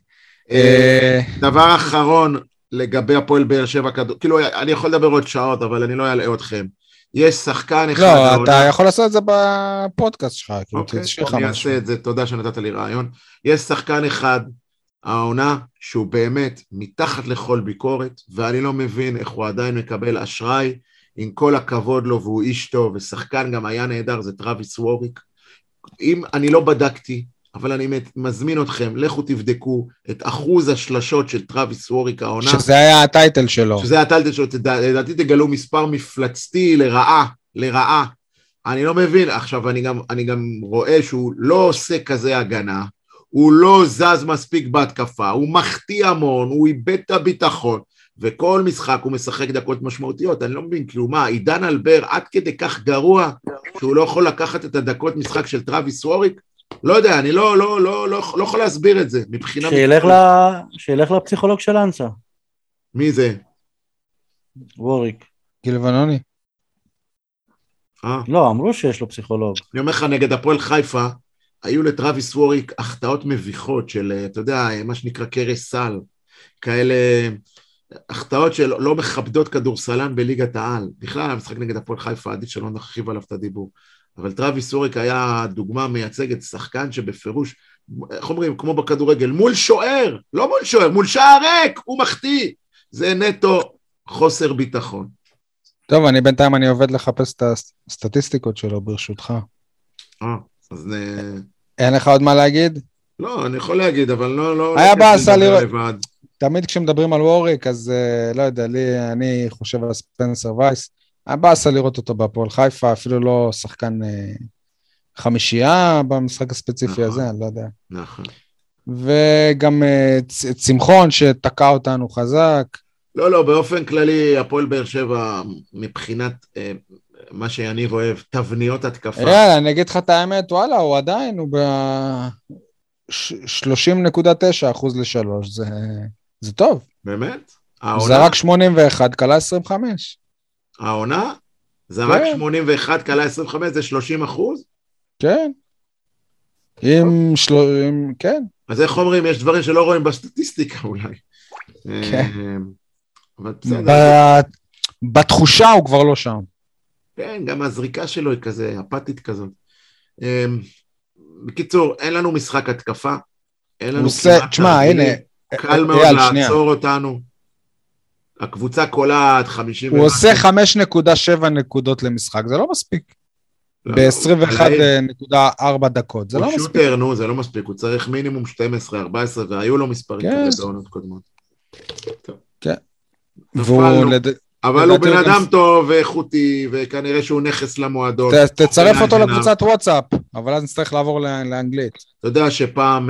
Speaker 3: דבר אחרון לגבי הפועל באר שבע, כאילו, אני יכול לדבר עוד שעות, אבל אני לא אעלה אתכם. יש שחקן אחד...
Speaker 1: לא, אתה יכול לעשות את זה בפודקאסט שלך.
Speaker 3: אוקיי, אני אעשה את זה, תודה שנתת לי רעיון. יש שחקן אחד, העונה, שהוא באמת מתחת לכל ביקורת, ואני לא מבין איך הוא עדיין מקבל אשראי, עם כל הכבוד לו, והוא איש טוב, ושחקן גם היה נהדר, זה טרוויס ווריק. אם אני לא בדקתי, אבל אני מזמין אתכם, לכו תבדקו את אחוז השלשות של טרוויס ווריק העונה.
Speaker 1: שזה היה הטייטל שלו.
Speaker 3: לדעתי תגלו מספר מפלצתי לרעה. אני לא מבין, עכשיו אני גם רואה שהוא לא עושה כזה הגנה, הוא לא זז מספיק בהתקפה, הוא מחטיא המון, הוא איבד את הביטחון, וכל משחק הוא משחק דקות משמעותיות, אני לא מבין, כאילו מה, עידן אלבר עד כדי כך גרוע, שהוא לא יכול לקחת את הדקות משחק של טרוויס ווריק? לא יודע, אני לא יכול להסביר את זה, מבחינה...
Speaker 2: שילך לפסיכולוג של אנסה.
Speaker 3: מי זה?
Speaker 2: ווריק.
Speaker 1: גיל לבנוני.
Speaker 2: לא, אמרו שיש לו פסיכולוג.
Speaker 3: אני אומר לך, נגד הפועל חיפה, היו לטרוויס ווריק החטאות מביכות של, אתה יודע, מה שנקרא קרש סל, כאלה החטאות שלא מכבדות כדורסלן בליגת העל. בכלל, המשחק נגד הפועל חיפה, עדיף שלא נרחיב עליו את הדיבור. אבל טרוויס ווריק היה דוגמה מייצגת, שחקן שבפירוש, איך אומרים, כמו בכדורגל, מול שוער, לא מול שוער, מול שער ריק, הוא מחטיא. זה נטו חוסר ביטחון.
Speaker 1: טוב, בינתיים אני עובד לחפש את הסטטיסטיקות שלו, ברשותך.
Speaker 3: אז...
Speaker 1: אין לך עוד מה להגיד?
Speaker 3: לא, אני יכול להגיד, אבל לא...
Speaker 1: היה בעשה לראות. תמיד כשמדברים על ווריק, אז לא יודע, אני חושב על ספנסר וייס, היה בעשה לראות אותו בהפועל חיפה, אפילו לא שחקן חמישייה במשחק הספציפי הזה, אני לא יודע.
Speaker 3: נכון.
Speaker 1: וגם צמחון שתקע אותנו חזק.
Speaker 3: לא, באופן כללי, הפועל באר שבע, מבחינת מה שיניב אוהב, תבניות התקפה.
Speaker 1: יאללה, אני אגיד לך את האמת, וואלה, הוא עדיין, הוא ב-30.9% ל-3, זה טוב.
Speaker 3: באמת?
Speaker 1: זה רק 81, קלה 25.
Speaker 3: העונה? זרק
Speaker 1: כן.
Speaker 3: 81, קלה 25, זה 30%?
Speaker 1: כן. כן.
Speaker 3: אז איך אומרים, יש דברים שלא רואים בסטטיסטיקה אולי.
Speaker 1: כן.
Speaker 3: אבל בסדר.
Speaker 1: בתחושה הוא כבר לא שם.
Speaker 3: כן, גם הזריקה שלו היא כזה, אפתית כזאת. בקיצור, אין לנו משחק התקפה, אין לנו כמעט
Speaker 1: תשמע, הנה,
Speaker 3: קל מאוד לעצור אותנו. הקבוצה קולעת 50
Speaker 1: הוא עושה 5.7 נקודות למשחק, זה לא מספיק. ב-21.4 דקות, זה לא מספיק.
Speaker 3: הוא שוטר, נו, זה לא מספיק, הוא צריך מינימום 12, 14, והיו לו מספרים כאלה בעונות קודמות.
Speaker 1: כן.
Speaker 3: אבל הוא בן אדם טוב ואיכותי, וכנראה שהוא נכס למועדון.
Speaker 1: תצרף אותו לקבוצת וואטסאפ, אבל אז נצטרך לעבור לאנגלית.
Speaker 3: אתה יודע שפעם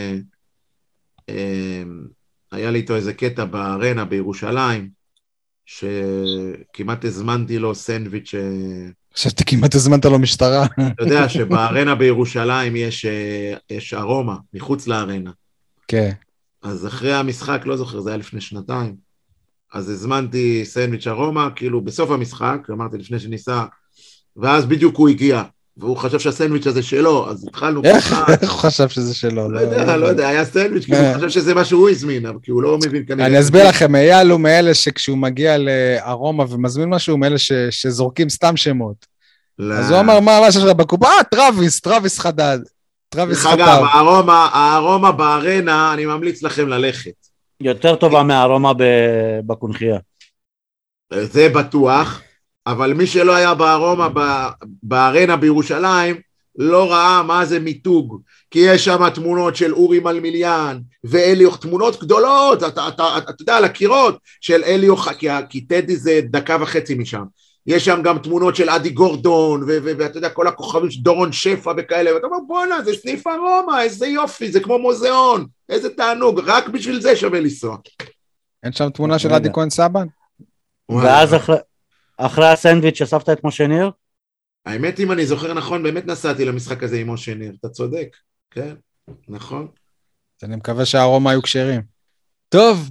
Speaker 3: היה לי איתו איזה קטע בארנה בירושלים, שכמעט הזמנתי לו סנדוויץ'.
Speaker 1: חשבתי כמעט הזמנת לו משטרה.
Speaker 3: אתה יודע שבארנה בירושלים יש ארומה, מחוץ לארנה.
Speaker 1: כן.
Speaker 3: אז אחרי המשחק, לא זוכר, זה היה לפני שנתיים, אז הזמנתי סנדוויץ' ארומה, כאילו בסוף המשחק, אמרתי לפני שניסה, ואז בדיוק הוא הגיע, והוא חשב שהסנדוויץ' הזה שלו, אז התחלנו ככה.
Speaker 1: איך הוא חשב שזה שלו?
Speaker 3: לא יודע, היה סנדוויץ', כי הוא חשב שזה מה שהוא הזמין, אבל כי הוא לא מבין כנראה.
Speaker 1: אני אסביר לכם, אייל הוא מאלה שכשהוא מגיע לארומה ומזמין משהו, מאלה שזורקים סתם שמות. אז הוא אמר, מה שלך בקופה? טרוויס חדד. טרוויס חדד.
Speaker 3: הארומה בארנה, אני ממליץ לכם ללכת.
Speaker 2: יותר טובה מהארומה בקונחייה.
Speaker 3: זה בטוח, אבל מי שלא היה בארומה בארנה בירושלים, לא ראה מה זה מיתוג, כי יש שם תמונות של אורי מלמיליאן, ואליוך, תמונות גדולות, אתה יודע, על הקירות של אליוך, כי טדי זה 1.5 דקה משם, יש שם גם תמונות של אדי גורדון, ואתה יודע, כל הכוכבים של דורון שפע וכאלה, ואתה אומר, בוא'נה, זה סניף ארומה, איזה יופי, זה כמו מוזיאון, איזה תענוג, רק בשביל זה שווה לנסוע.
Speaker 1: אין שם תמונה של אדי כהן סבן?
Speaker 2: ואז אחרי הסנדוויץ' אספת את משה ניר?
Speaker 3: האמת, אם אני זוכר נכון, באמת נסעתי למשחק הזה עם משה ניר, אתה צודק, כן, נכון.
Speaker 1: אני מקווה שהארומה היו קשרים. טוב,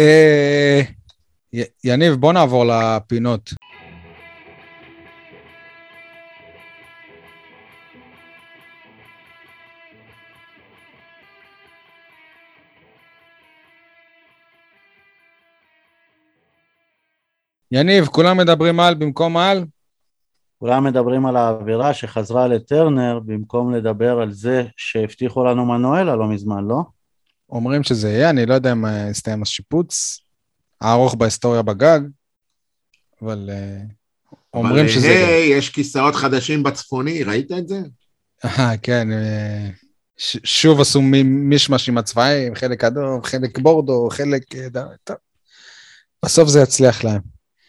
Speaker 1: יניב, בוא נעבור לפינות. יניב, כולם מדברים על במקום על?
Speaker 2: כולם מדברים על האווירה שחזרה לטרנר, במקום לדבר על זה שהבטיחו לנו מנואלה לא מזמן, לא?
Speaker 1: אומרים שזה יהיה, אני לא יודע אם הסתיים השיפוץ, הארוך בהיסטוריה בגג, אבל אומרים שזה...
Speaker 3: אבל יש כיסאות חדשים בצפוני, ראית את זה?
Speaker 1: כן, שוב עשו מישמש עם הצבעים, חלק אדום, חלק בורדו, חלק... טוב. בסוף זה יצליח להם.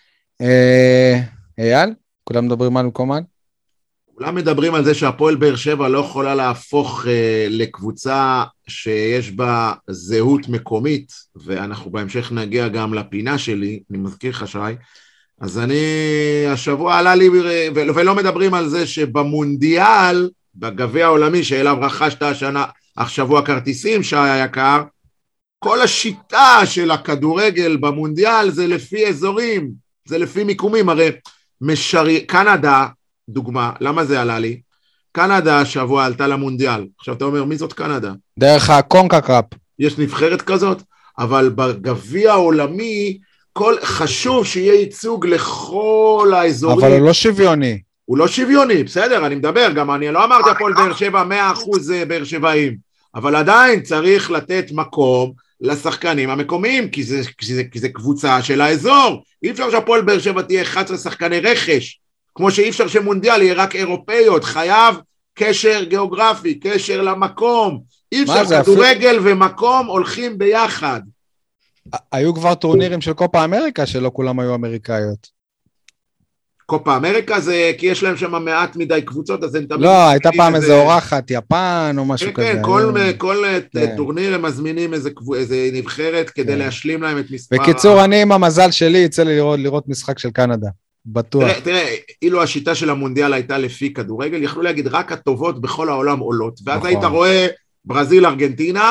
Speaker 1: אייל? כולם מדברים על מקום על?
Speaker 3: כולם מדברים על זה שהפועל באר שבע לא יכולה להפוך לקבוצה שיש בה זהות מקומית, ואנחנו בהמשך נגיע גם לפינה שלי, אני מזכיר לך שי, אז השבוע עלה לי, ולא מדברים על זה שבמונדיאל, בגביע העולמי שאליו רכשת השבוע כרטיסים, שי היקר, כל השיטה של הכדורגל במונדיאל זה לפי אזורים, זה לפי מיקומים, הרי קנדה, דוגמה, למה זה עלה לי? קנדה השבוע עלתה למונדיאל, עכשיו אתה אומר, מי זאת קנדה?
Speaker 1: דרך הקונקקאפ.
Speaker 3: יש נבחרת כזאת, אבל בגביע העולמי, חשוב שיהיה ייצוג לכל האזורים.
Speaker 1: אבל הוא לא שוויוני.
Speaker 3: הוא לא שוויוני, בסדר, אני מדבר, גם אני לא אמרתי הפועל באר שבע 100% באר שבעים, אבל עדיין צריך לתת מקום לשחקנים המקומיים, כי זה קבוצה של האזור. אי אפשר שהפועל באר שבע תהיה 11 שחקני רכש, כמו שאי אפשר שמונדיאל יהיה רק אירופאיות, חייב קשר גיאוגרפי, קשר למקום. אי אפשר כדורגל ומקום הולכים ביחד.
Speaker 1: היו כבר טורנירים של קופה אמריקה, שלא כולם היו אמריקאיות.
Speaker 3: קופה אמריקה זה, כי יש להם שם מעט מדי קבוצות, אז הם תמיד...
Speaker 1: לא, הייתה פעם איזה אורחת, יפן או משהו כזה.
Speaker 3: כן, כל טורניר הם מזמינים איזה נבחרת כדי להשלים להם את מספר...
Speaker 1: בקיצור, אני עם המזל שלי יצא לי לראות משחק של קנדה, בטוח.
Speaker 3: תראה, אילו השיטה של המונדיאל הייתה לפי כדורגל, יכלו להגיד רק הטובות בכל העולם עולות, ואז היית רואה ברזיל, ארגנטינה,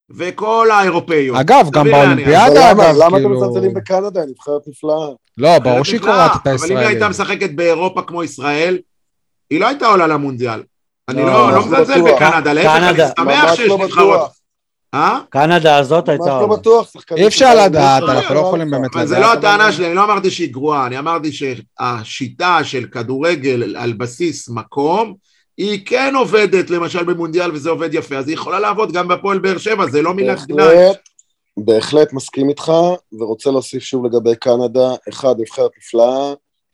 Speaker 3: וכל האירופאיות.
Speaker 1: אגב, גם באולימפיאדה, אגב,
Speaker 4: למה אתם
Speaker 1: כאילו...
Speaker 4: מזלזלים בקנדה? נבחרת נפלאה.
Speaker 1: לא, ברור שהיא קוראת את
Speaker 3: אבל
Speaker 1: הישראלים.
Speaker 3: אם היא הייתה משחקת באירופה כמו ישראל, היא לא הייתה עולה למונדיאל. אני
Speaker 2: לא,
Speaker 3: לא מזלזל בקנדה, להפך, אני שמח שיש נבחרות.
Speaker 2: קנדה הזאת הייתה...
Speaker 4: ממש לא בטוח.
Speaker 1: אי אפשר לדעת, אנחנו לא יכולים באמת לדעת.
Speaker 3: אבל זה לא הטענה שלי, אני לא אמרתי שהיא גרועה, אני אמרתי שהשיטה של כדורגל על בסיס מקום, היא כן עובדת למשל במונדיאל וזה עובד יפה, אז היא יכולה לעבוד גם בפועל באר שבע, זה לא מילת גנאי.
Speaker 4: בהחלט מסכים איתך, ורוצה להוסיף שוב לגבי קנדה, 1, נבחרת נפלאה,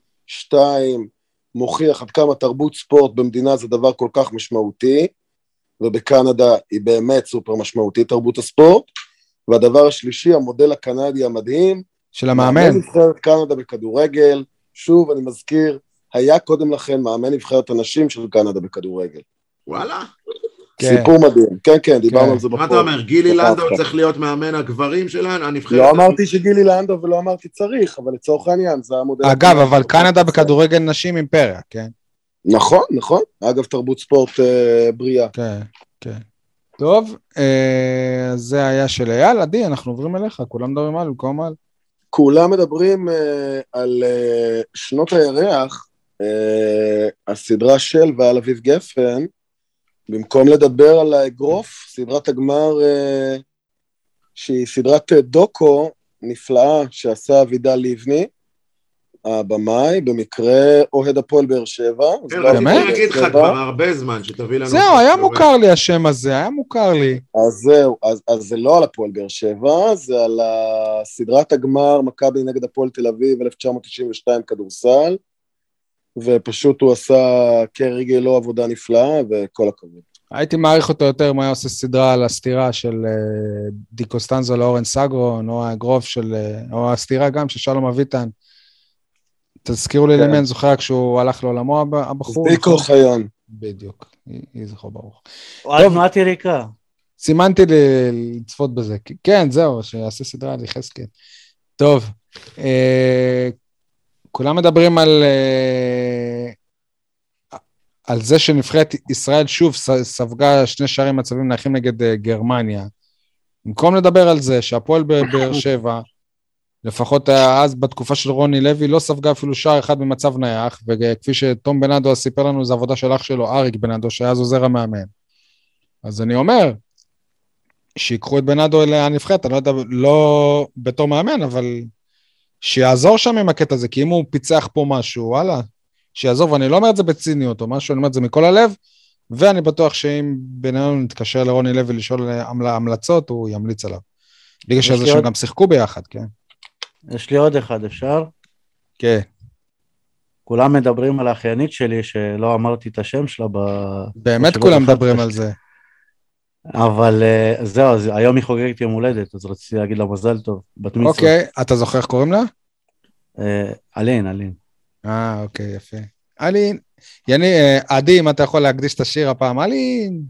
Speaker 4: 2, מוכיח עד כמה תרבות ספורט במדינה זה דבר כל כך משמעותי, ובקנדה היא באמת סופר משמעותית תרבות הספורט, והדבר השלישי, המודל הקנדי המדהים,
Speaker 1: של המאמן.
Speaker 4: נבחרת קנדה בכדורגל, שוב אני מזכיר, היה קודם לכן מאמן נבחרת הנשים של קנדה בכדורגל.
Speaker 3: וואלה.
Speaker 4: סיפור מדהים, כן, דיברנו על זה בפועל.
Speaker 3: מה אתה אומר, גילי לנדאו צריך להיות מאמן הגברים שלנו?
Speaker 4: לא אמרתי שגילי לנדאו ולא אמרתי צריך, אבל לצורך העניין זה המודל.
Speaker 1: אגב, אבל קנדה בכדורגל נשים אימפריה, כן?
Speaker 4: נכון, אגב תרבות ספורט בריאה.
Speaker 1: כן. טוב, זה היה של אייל, עדי, אנחנו עוברים אליך, כולם מדברים על במקום על.
Speaker 4: כולם מדברים על שנות הירח, הסדרה של ועל אביב גפן, במקום לדבר על האגרוף, סדרת הגמר שהיא סדרת דוקו נפלאה שעשה אבידל לבני, הבמאי, במקרה אוהד הפועל באר שבע.
Speaker 3: כן, רציתי להגיד לך כבר הרבה זמן שתביא לנו...
Speaker 1: זהו, היה מוכר לי השם הזה, היה מוכר לי.
Speaker 4: אז זהו, אז זה לא על הפועל באר שבע, זה על סדרת הגמר מכבי נגד הפועל תל אביב 1992 כדורסל, ופשוט הוא עשה כרגלו עבודה נפלאה, וכל הכבוד.
Speaker 1: הייתי מעריך אותו יותר אם היה עושה סדרה על הסתירה של די קוסטנזו לאורן סגרון, או האגרוף של, או הסתירה גם של שלום אביטן. תזכירו לי למי, אני זוכר כשהוא הלך לעולמו הבחור.
Speaker 4: דיקו חיון.
Speaker 1: בדיוק, יהי זכרו ברוך.
Speaker 2: טוב, מה תריקה?
Speaker 1: סימנתי לצפות בזה. כן, זהו, שיעשה סדרה על יחזקאל. טוב, כולם מדברים על זה שנבחרת ישראל שוב ספגה 2 שערים מצבים נייחים נגד גרמניה. במקום לדבר על זה שהפועל באר שבע, לפחות אז בתקופה של רוני לוי, לא ספגה אפילו שער אחד במצב נייח, וכפי שתום בנאדו סיפר לנו, זו עבודה של אח שלו, אריק בנאדו, שהיה עוזר המאמן. אז אני אומר, שיקחו את בנאדו אל הנבחרת, אני לא יודע, לא בתור מאמן, אבל שיעזור שם עם הקטע הזה, כי אם הוא פיצח פה משהו, וואלה, שיעזור, ואני לא אומר את זה בציניות או משהו, אני אומר את זה מכל הלב, ואני בטוח שאם בינינו נתקשר לרוני לוי לשאול המלצות, הוא ימליץ עליו. בגלל שזה שהם גם שיחקו ביחד, כן?
Speaker 2: יש לי עוד אחד, אפשר?
Speaker 1: כן.
Speaker 2: כולם מדברים על האחיינית שלי, שלא אמרתי את השם שלה
Speaker 1: באמת כולם מדברים על זה.
Speaker 2: אבל זהו, היום היא חוגגת יום הולדת, אז רציתי להגיד לה מזל טוב, בת מצווה.
Speaker 1: אוקיי, אתה זוכר איך קוראים לה?
Speaker 2: אלין.
Speaker 1: אוקיי, יפה. אלין, עדי, אם אתה יכול להקדיש את השיר הפעם, אלין.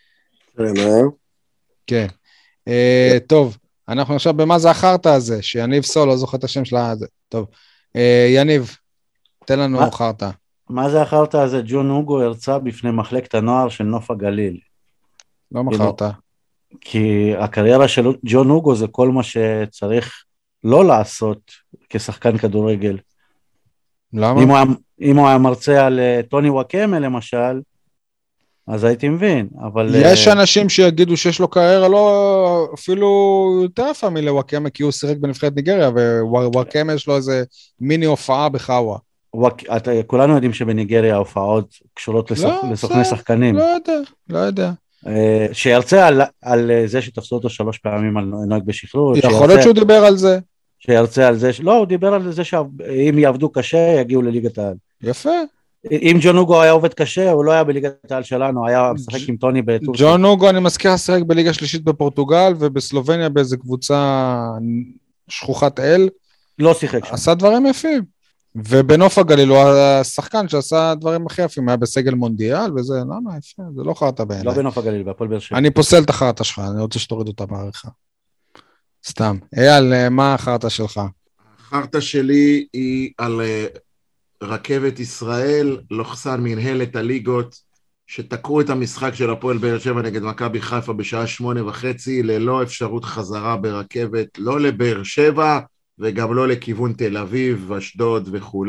Speaker 1: כן. טוב, אנחנו עכשיו במה זה החרטא הזה, שיניב סול, לא זוכר את השם שלה. טוב, יניב, תן לנו חרטא.
Speaker 2: מה זה החרטא הזה? ג'ון הוגו הרצה בפני מחלקת הנוער של נוף הגליל.
Speaker 1: לא מחרטא.
Speaker 2: כי הקריירה של ג'ון הוגו זה כל מה שצריך לא לעשות כשחקן כדורגל.
Speaker 1: למה?
Speaker 2: אם הוא היה מרצה על טוני וואקמה למשל, אז הייתי מבין, אבל...
Speaker 1: יש אנשים שיגידו שיש לו קריירה לא אפילו יותר יפה מלוואקמה, כי הוא שיחק בנבחרת ניגריה, ווואקמה יש לו איזה מיני הופעה בחאווה.
Speaker 2: כולנו יודעים שבניגריה ההופעות קשורות לסוכני שחקנים.
Speaker 1: לא יודע.
Speaker 2: שירצה על זה שתפסו אותו 3 פעמים על נוהג בשחרור.
Speaker 1: יכול להיות שהוא דיבר על זה.
Speaker 2: שירצה על זה, לא, הוא דיבר על זה שאם יעבדו קשה, יגיעו לליגת העל.
Speaker 1: יפה.
Speaker 2: אם ג'ון הוגו היה עובד קשה, הוא לא היה בליגת העל שלנו, היה משחק עם טוני בטורקיה.
Speaker 1: ג'ון הוגו, אני מזכיר, שיחק בליגה שלישית בפורטוגל, ובסלובניה באיזה קבוצה שכוחת אל.
Speaker 2: לא שיחק שם.
Speaker 1: עשה דברים יפים. ובנוף הגליל הוא השחקן שעשה דברים הכי יפים, היה בסגל מונדיאל, וזה, למה יפה? זה לא חרטא בעיניי.
Speaker 2: לא בנוף הגליל, בהפועל באר שבע.
Speaker 1: אני פוסל את החרטא שלך, אני רוצה שתוריד אותה בעריכה. סתם. אייל, מה החרטא שלך?
Speaker 3: החרטא שלי היא על רכבת ישראל, / מנהלת הליגות, שתקעו את המשחק של הפועל באר שבע נגד מכבי חיפה בשעה 8:30, ללא אפשרות חזרה ברכבת, לא לבאר שבע, וגם לא לכיוון תל אביב, אשדוד וכו'.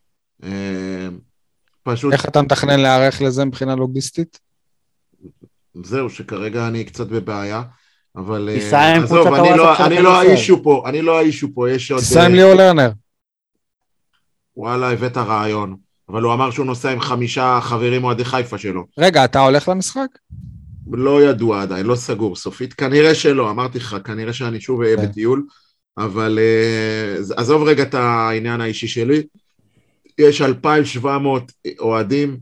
Speaker 3: פשוט...
Speaker 1: איך אתה מתכנן להיערך לזה מבחינה לוגיסטית?
Speaker 3: זהו, שכרגע אני קצת בבעיה, אבל...
Speaker 2: עזוב,
Speaker 3: אני לא האישו פה, יש עוד...
Speaker 1: תסיים ליאור לרנר.
Speaker 3: וואלה, הבאת רעיון. אבל הוא אמר שהוא נוסע עם 5 חברים אוהדי חיפה שלו.
Speaker 1: רגע, אתה הולך למשחק?
Speaker 3: לא ידוע עדיין, לא סגור סופית. כנראה שלא, אמרתי לך, כנראה שאני שוב אהיה בטיול, אבל עזוב רגע את העניין האישי שלי. יש 2,700 אוהדים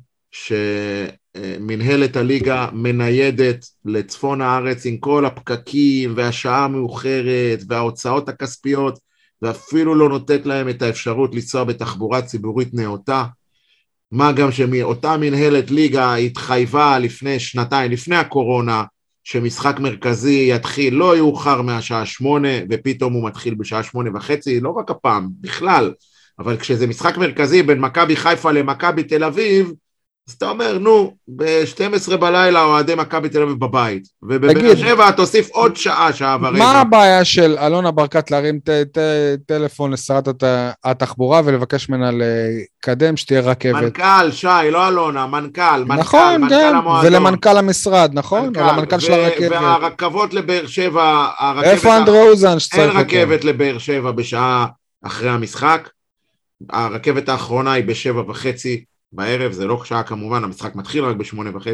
Speaker 3: שמנהלת הליגה מניידת לצפון הארץ עם כל הפקקים והשעה המאוחרת וההוצאות הכספיות, ואפילו לא נותנת להם את האפשרות לנסוע בתחבורה ציבורית נאותה. מה גם שאותה מנהלת ליגה התחייבה לפני 2 לפני הקורונה, שמשחק מרכזי יתחיל לא יאוחר מהשעה 8, ופתאום הוא מתחיל בשעה 8:30, לא רק הפעם, בכלל. אבל כשזה משחק מרכזי בין מכבי חיפה למכבי תל אביב, אז אתה אומר, נו, ב-12 בלילה אוהדי מכבי תל אביב בבית, ובבאר שבע תוסיף עוד שעה ורבע.
Speaker 1: מה הבעיה של אלונה ברקת להרים טלפון לשרת התחבורה ולבקש ממנה לקדם שתהיה רכבת?
Speaker 3: מנכ"ל, שי, לא אלונה, מנכ"ל.
Speaker 1: נכון, כן, ולמנכ"ל המשרד, נכון? למנכ"ל של הרכבת.
Speaker 3: והרכבות לבאר שבע,
Speaker 1: איפה אנדרי אוזן שצריך
Speaker 3: אותו? אין רכבת לבאר שבע בשעה אחרי המשחק, הרכבת האחרונה היא ב7:30 בערב, זה לא שעה כמובן, המשחק מתחיל רק ב8:30,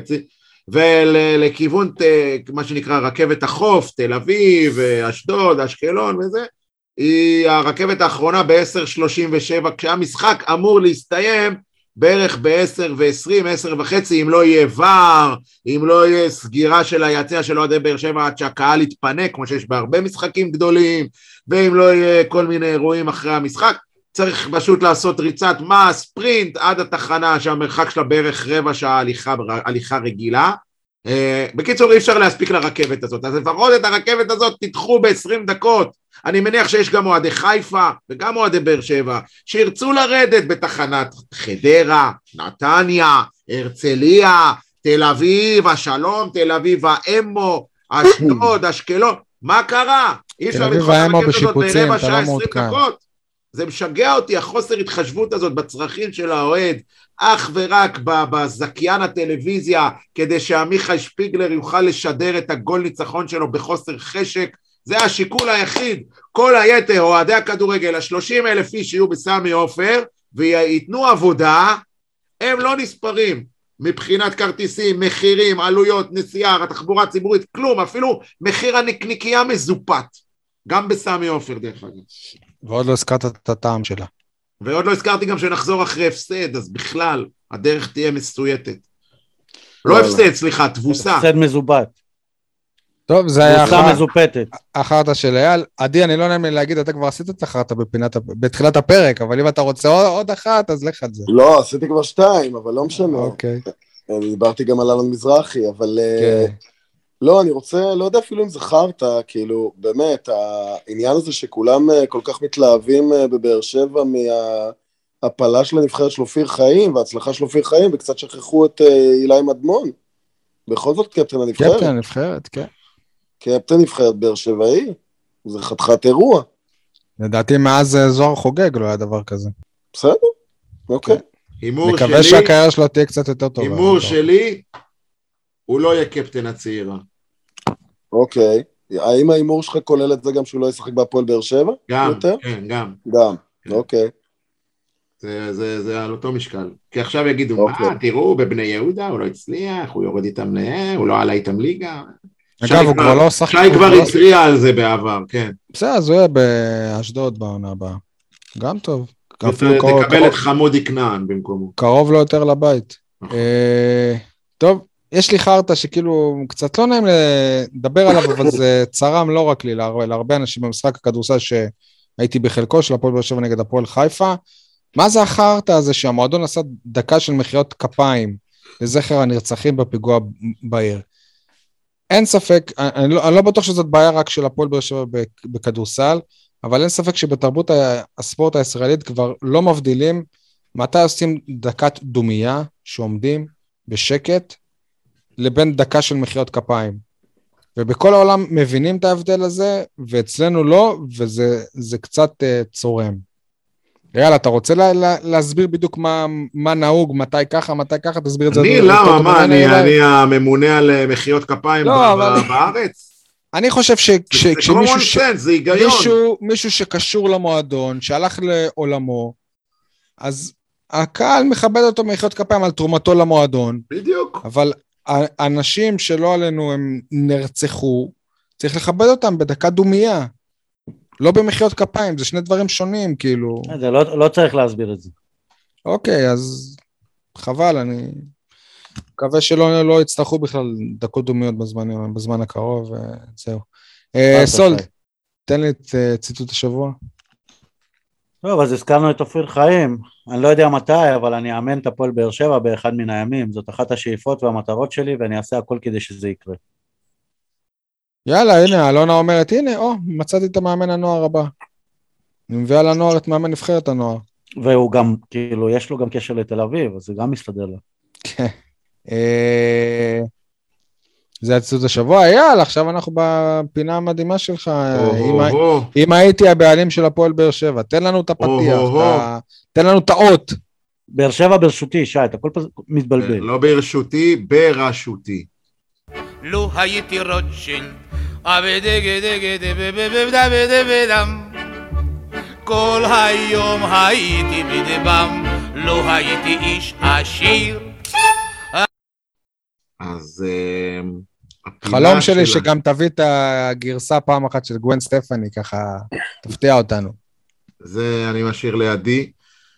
Speaker 3: ולכיוון מה שנקרא רכבת החוף, תל אביב, אשדוד, אשקלון וזה, היא הרכבת האחרונה ב10:37, כשהמשחק אמור להסתיים בערך ב10:20, 10:30, אם לא יהיה ור, אם לא יהיה סגירה של היציע של אוהדי באר שבע עד שהקהל יתפנק, כמו שיש בהרבה משחקים גדולים, ואם לא יהיה כל מיני אירועים אחרי המשחק, צריך פשוט לעשות ריצת ספרינט עד התחנה שהמרחק שלה בערך רבע שעה הליכה רגילה. בקיצור, אי אפשר להספיק לרכבת הזאת, אז לפחות את הרכבת הזאת תדחו ב20 דקות. אני מניח שיש גם אוהדי חיפה וגם אוהדי באר שבע שירצו לרדת בתחנת חדרה, נתניה, הרצליה, תל אביב, השלום, תל אביב האמו, אשדוד, אשקלון. מה קרה? אי אפשר לדחות את הרכבת הזאת ברבע שעה 20 דקות? זה משגע אותי, החוסר התחשבות הזאת בצרכים של האוהד, אך ורק בזקיין הטלוויזיה, כדי שעמיחי שפיגלר יוכל לשדר את הגול ניצחון שלו בחוסר חשק, זה השיקול היחיד. כל היתר, אוהדי הכדורגל, 30,000 איש שיהיו בסמי עופר, ויתנו עבודה, הם לא נספרים, מבחינת כרטיסים, מחירים, עלויות, נסיעה, התחבורה הציבורית, כלום, אפילו מחיר הנקניקייה מזופת, גם בסמי עופר דרך אגב.
Speaker 1: ועוד לא הזכרת את הטעם שלה.
Speaker 3: ועוד לא הזכרתי גם שנחזור אחרי הפסד, אז בכלל, הדרך תהיה מסויטת. לא הפסד, סליחה, תבוסה.
Speaker 2: הפסד מזובט.
Speaker 1: טוב, זה היה
Speaker 2: תבוסה מזופתת.
Speaker 1: החרטה של אייל. עדי, אני לא נעים לי להגיד, אתה כבר עשית את החרטה בתחילת הפרק, אבל אם אתה רוצה עוד אחת, אז לך על זה.
Speaker 4: לא, עשיתי כבר 2, אבל לא משנה.
Speaker 1: אוקיי.
Speaker 4: אני דיברתי גם על אלון מזרחי, אבל... לא, אני רוצה, לא יודע אפילו אם זכרת, כאילו, באמת, העניין הזה שכולם כל כך מתלהבים בבאר שבע מההפלה של הנבחרת של אופיר חיים, וההצלחה של אופיר חיים, וקצת שכחו את אילי מדמון. בכל זאת קפטן הנבחרת.
Speaker 1: קפטן הנבחרת, כן.
Speaker 4: קפטן נבחרת באר שבעי, זה חתיכת אירוע.
Speaker 1: לדעתי מאז זוהר חוגג לא היה דבר כזה.
Speaker 4: בסדר, אוקיי.
Speaker 1: מקווה שהקריירה שלו תהיה קצת יותר טובה.
Speaker 3: הימור שלי, הוא לא יהיה קפטן הצעירה.
Speaker 4: אוקיי. האם ההימור שלך כולל את זה גם שהוא לא ישחק בהפועל באר שבע?
Speaker 3: גם, כן, גם.
Speaker 4: גם, אוקיי.
Speaker 3: זה על אותו משקל. כי עכשיו יגידו, מה, תראו, בבני יהודה, הוא לא הצליח, הוא יורד איתם הוא לא עלה איתם ליגה.
Speaker 1: אגב, הוא כבר לא שחק.
Speaker 3: שי כבר הצריע על זה בעבר, כן.
Speaker 1: בסדר, אז הוא יהיה באשדוד בעונה הבאה. גם טוב.
Speaker 3: תקבל את חמודי כנען במקומו.
Speaker 1: קרוב לו יותר לבית. טוב. יש לי חרטה שכאילו קצת לא נעים לדבר עליו, אבל זה צרם לא רק לי, להרבה אנשים במשחק הכדורסל שהייתי בחלקו של הפועל באר שבע נגד הפועל חיפה. מה זה החרטה הזה שהמועדון עשה דקה של מחיאות כפיים לזכר הנרצחים בפיגוע בעיר? אין ספק, אני לא בטוח שזאת בעיה רק של הפועל באר שבע בכדורסל, אבל אין ספק שבתרבות הספורט הישראלית כבר לא מבדילים מתי עושים דקת דומייה שעומדים בשקט לבין דקה של מחיאות כפיים. ובכל העולם מבינים את ההבדל הזה, ואצלנו לא, וזה קצת צורם. יאללה, אתה רוצה להסביר בדיוק מה נהוג, מתי ככה, תסביר את זה.
Speaker 3: אני, למה, מה, אני הממונה על מחיאות כפיים בארץ?
Speaker 1: אני חושב
Speaker 3: שמישהו
Speaker 1: שקשור למועדון, שהלך לעולמו, אז הקהל מכבד אותו מחיאות כפיים על תרומתו למועדון.
Speaker 3: בדיוק.
Speaker 1: אבל האנשים שלא עלינו הם נרצחו, צריך לכבד אותם בדקה דומייה. לא במחיאות כפיים, זה שני דברים שונים, כאילו.
Speaker 2: זה לא צריך להסביר את זה.
Speaker 1: אוקיי, אז חבל, אני מקווה שלא יצטרכו בכלל דקות דומיות בזמן הקרוב, וזהו. סולד, תן לי את ציטוט השבוע.
Speaker 2: טוב, אז הזכרנו את אופיר חיים, אני לא יודע מתי, אבל אני אאמן את הפועל באר שבע באחד מן הימים, זאת אחת השאיפות והמטרות שלי, ואני אעשה הכל כדי שזה יקרה.
Speaker 1: יאללה, הנה, אלונה אומרת, הנה, מצאתי את המאמן הנוער הבא. אני מביא על הנוער את מאמן נבחרת הנוער.
Speaker 2: והוא גם, כאילו, יש לו גם קשר לתל אביב, אז זה גם מסתדר לו.
Speaker 1: כן. זה הציטוט השבוע, יאללה, עכשיו אנחנו בפינה המדהימה שלך. אם הייתי הבעלים של הפועל באר שבע, תן לנו את הפתיח, תן לנו את האות.
Speaker 2: באר שבע ברשותי, שי, אתה כל פעם מתבלבל.
Speaker 3: לא ברשותי, ברשותי.
Speaker 6: לו הייתי רוטשילד, כל היום הייתי בדבם, לא הייתי איש עשיר.
Speaker 3: אז
Speaker 1: חלום שלי שגם תביא את הגרסה פעם אחת של גוון סטפני, ככה תפתיע אותנו.
Speaker 3: זה אני משאיר לידי.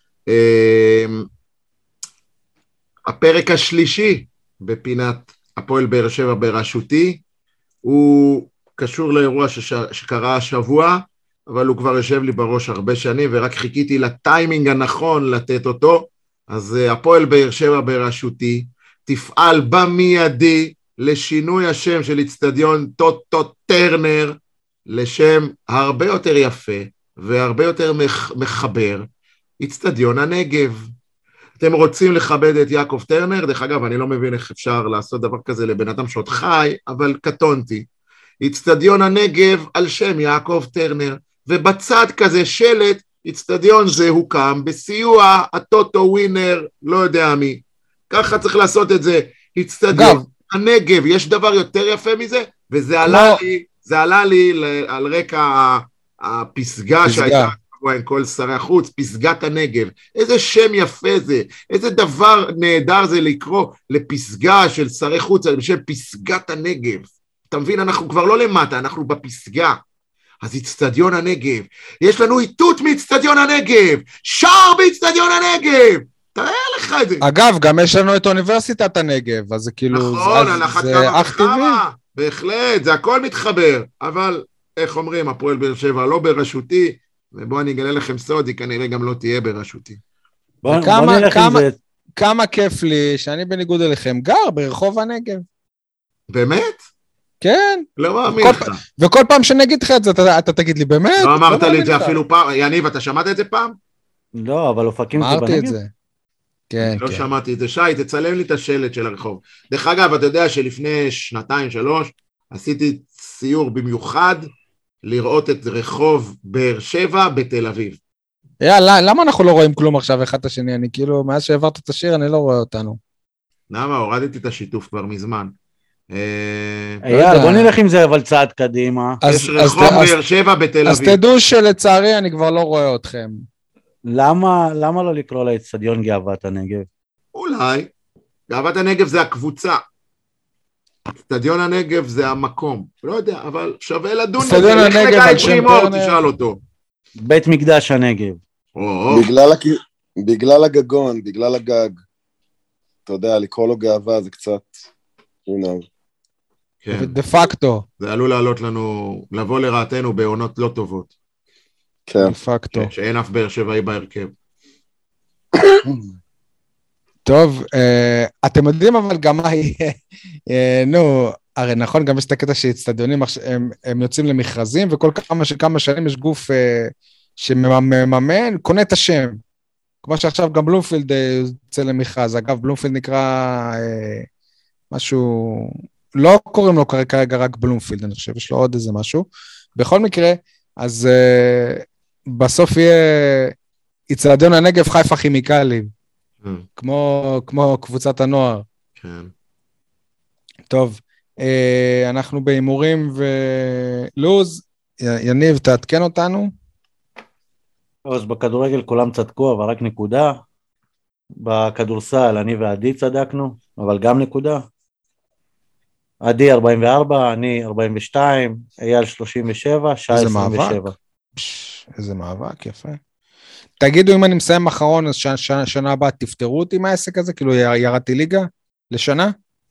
Speaker 3: הפרק השלישי בפינת הפועל באר שבע בראשותי, הוא קשור לאירוע שקרה השבוע, אבל הוא כבר יושב לי בראש הרבה שנים, ורק חיכיתי לטיימינג הנכון לתת אותו. אז הפועל באר שבע בראשותי, תפעל במיידי לשינוי השם של אצטדיון טוטו טרנר, לשם הרבה יותר יפה, והרבה יותר מחבר, אצטדיון הנגב. אתם רוצים לכבד את יעקב טרנר? דרך אגב, אני לא מבין איך אפשר לעשות דבר כזה לבן אדם שעוד חי, אבל קטונתי. אצטדיון הנגב על שם יעקב טרנר, ובצד כזה שלט, אצטדיון זה הוקם בסיוע הטוטו ווינר, לא יודע מי. ככה צריך לעשות את זה. אצטדיון הנגב, יש דבר יותר יפה מזה? וזה עלה לי על רקע הפסגה שהייתה עם כל שרי החוץ, פסגת הנגב. איזה שם יפה זה, איזה דבר נהדר זה לקרוא לפסגה של שרי חוץ, בשם פסגת הנגב. אתה מבין, אנחנו כבר לא למטה, אנחנו בפסגה. אז אצטדיון הנגב, יש לנו איתות מאצטדיון הנגב, שער באצטדיון הנגב, תראה לך את זה.
Speaker 1: אגב, גם יש לנו את אוניברסיטת הנגב, אז זה כאילו,
Speaker 3: נכון, על אחת כמה, בהחלט, זה הכל מתחבר, אבל איך אומרים, הפועל באר שבע לא בראשותי, ובואו אני אגלה לכם סוד, היא כנראה גם לא תהיה בראשותי.
Speaker 1: כמה כיף לי שאני בניגוד אליכם גר ברחוב הנגב.
Speaker 3: באמת?
Speaker 1: כן.
Speaker 3: לא מאמין לך.
Speaker 1: וכל פעם שנגיד לך את זה, אתה תגיד לי, באמת?
Speaker 3: לא אמרת לי את זה אפילו פעם. יניב, אתה שמעת את זה פעם?
Speaker 2: לא, אבל אופקים זה בנגב.
Speaker 1: אמרתי את זה. כן,
Speaker 3: לא שמעתי את זה. שי, תצלם לי את השלט של הרחוב. דרך אגב, אתה יודע שלפני 2-3, עשיתי סיור במיוחד לראות את רחוב באר שבע בתל אביב.
Speaker 1: יאללה, למה אנחנו לא רואים כלום עכשיו אחד את השני? אני כאילו, מאז שהעברת את השיר, אני לא רואה אותנו.
Speaker 3: למה? הורדתי את השיתוף כבר מזמן.
Speaker 2: יאללה, בוא נלך עם זה אבל צעד קדימה.
Speaker 3: יש רחוב באר שבע בתל אביב.
Speaker 1: אז תדעו שלצערי אני כבר לא רואה אתכם.
Speaker 2: למה לא לקרוא לאצטדיון גאוות הנגב?
Speaker 3: אולי. גאוות הנגב זה הקבוצה. אצטדיון הנגב זה המקום. לא יודע, אבל שווה לדון.
Speaker 1: אצטדיון הנגב על שם טרנר.
Speaker 3: תשאל אותו.
Speaker 2: בית מקדש הנגב.
Speaker 4: בגלל הגגון, בגלל הגג. אתה יודע, לקרוא לו גאווה זה קצת...
Speaker 1: דה פקטו.
Speaker 3: זה עלול לעלות לנו, לבוא לרעתנו בעונות לא טובות.
Speaker 4: כן.
Speaker 1: דה פקטו.
Speaker 3: שאין אף באר שבעי בהרכב.
Speaker 1: טוב, אתם יודעים אבל גם מה יהיה, הרי נכון, גם יש את הקטע שאצטדיונים, הם יוצאים למכרזים, וכל כמה שנים יש גוף שמממן, קונה את השם. כמו שעכשיו גם בלומפילד יוצא למכרז. אגב, בלומפילד נקרא... משהו, לא קוראים לו כרגע רק בלומפילד, אני חושב, יש לו עוד איזה משהו. בכל מקרה, אז בסוף יהיה אצטדיון הנגב חיפה כימיקלים, כמו קבוצת הנוער.
Speaker 3: כן.
Speaker 1: טוב, אנחנו בהימורים ולוז, יניב, תעדכן אותנו.
Speaker 2: אז בכדורגל כולם צדקו, אבל רק נקודה. בכדורסל אני ועדי צדקנו, אבל גם נקודה. עדי 44, אני 42, אייל 37, שי 27.
Speaker 1: איזה מאבק, יפה. תגידו אם אני מסיים אחרון, אז שנה הבאה תפתרו אותי מהעסק הזה, כאילו ירדתי ליגה לשנה?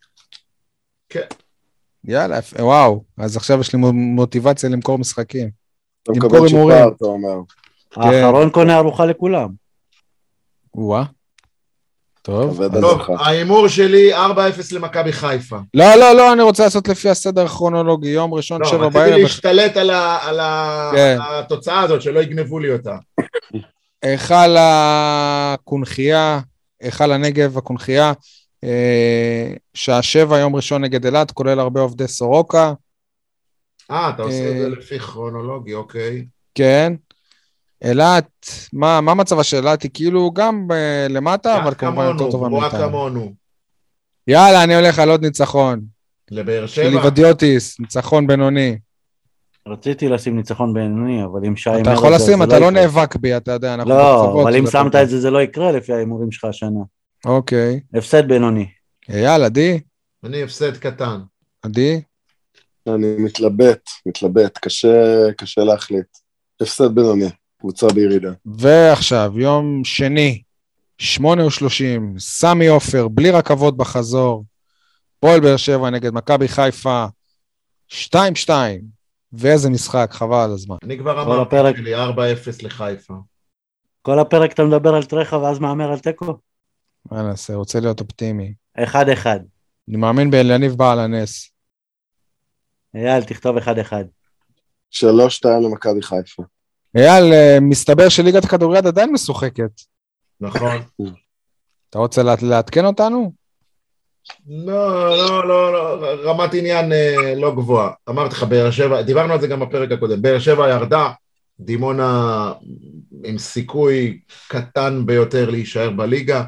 Speaker 3: כן.
Speaker 1: יאללה, וואו, אז עכשיו יש לי מוטיבציה למכור משחקים.
Speaker 4: אתה מקבל צ'ופר, אתה אומר.
Speaker 2: האחרון קונה ארוחה לכולם.
Speaker 1: וואה. טוב.
Speaker 3: טוב, האימור שלי 4-0 למכבי חיפה.
Speaker 1: לא, אני רוצה לעשות לפי הסדר הכרונולוגי, יום ראשון 7 בערב.
Speaker 3: רציתי להשתלט על התוצאה הזאת, שלא יגנבו לי אותה.
Speaker 1: היכל הקונחייה, היכל הנגב הקונחייה, שעה 7 יום ראשון נגד אילת, כולל הרבה עובדי סורוקה.
Speaker 3: אתה עושה את זה לפי כרונולוגי, אוקיי.
Speaker 1: כן. אילת, מה מצבה של אילת? היא כאילו גם למטה, אבל כמובן יותר טובה מאיתנו.
Speaker 3: כמונו.
Speaker 1: יאללה, אני הולך על עוד ניצחון.
Speaker 3: לבאר שבע.
Speaker 1: שלי ודיוטיס, ניצחון בינוני.
Speaker 2: רציתי לשים ניצחון בינוני, אבל אם שי...
Speaker 1: אתה יכול לשים, אתה לא נאבק בי, אתה יודע.
Speaker 2: לא, אבל אם שמת את זה, זה לא יקרה לפי ההימורים שלך השנה.
Speaker 1: אוקיי.
Speaker 2: הפסד בינוני.
Speaker 1: יאללה, עדי.
Speaker 3: אני הפסד קטן.
Speaker 1: עדי?
Speaker 4: אני מתלבט, קשה להחליט. הפסד בינוני, קבוצה בירידה.
Speaker 1: ועכשיו, יום שני, 8:30, סמי עופר, בלי רכבות בחזור, פועל באר שבע נגד מכבי חיפה, 2-2, ואיזה משחק, חבל על הזמן.
Speaker 3: אני כבר אמרתי שלי, 4-0 לחיפה.
Speaker 2: כל הפרק אתה מדבר על טרחה, ואז מאמר על תיקו?
Speaker 1: מה נעשה, רוצה להיות אופטימי.
Speaker 2: 1-1.
Speaker 1: אני מאמין באליניב בעל הנס.
Speaker 2: אייל, תכתוב 1-1.
Speaker 4: 3-2 למכבי חיפה.
Speaker 1: אייל, מסתבר שליגת הכדוריד עדיין משוחקת.
Speaker 3: נכון.
Speaker 1: אתה רוצה לעדכן אותנו?
Speaker 3: לא, רמת עניין לא גבוהה. אמרתי לך, באר שבע, דיברנו על זה גם בפרק הקודם, באר שבע ירדה, דימונה עם סיכוי קטן ביותר להישאר בליגה.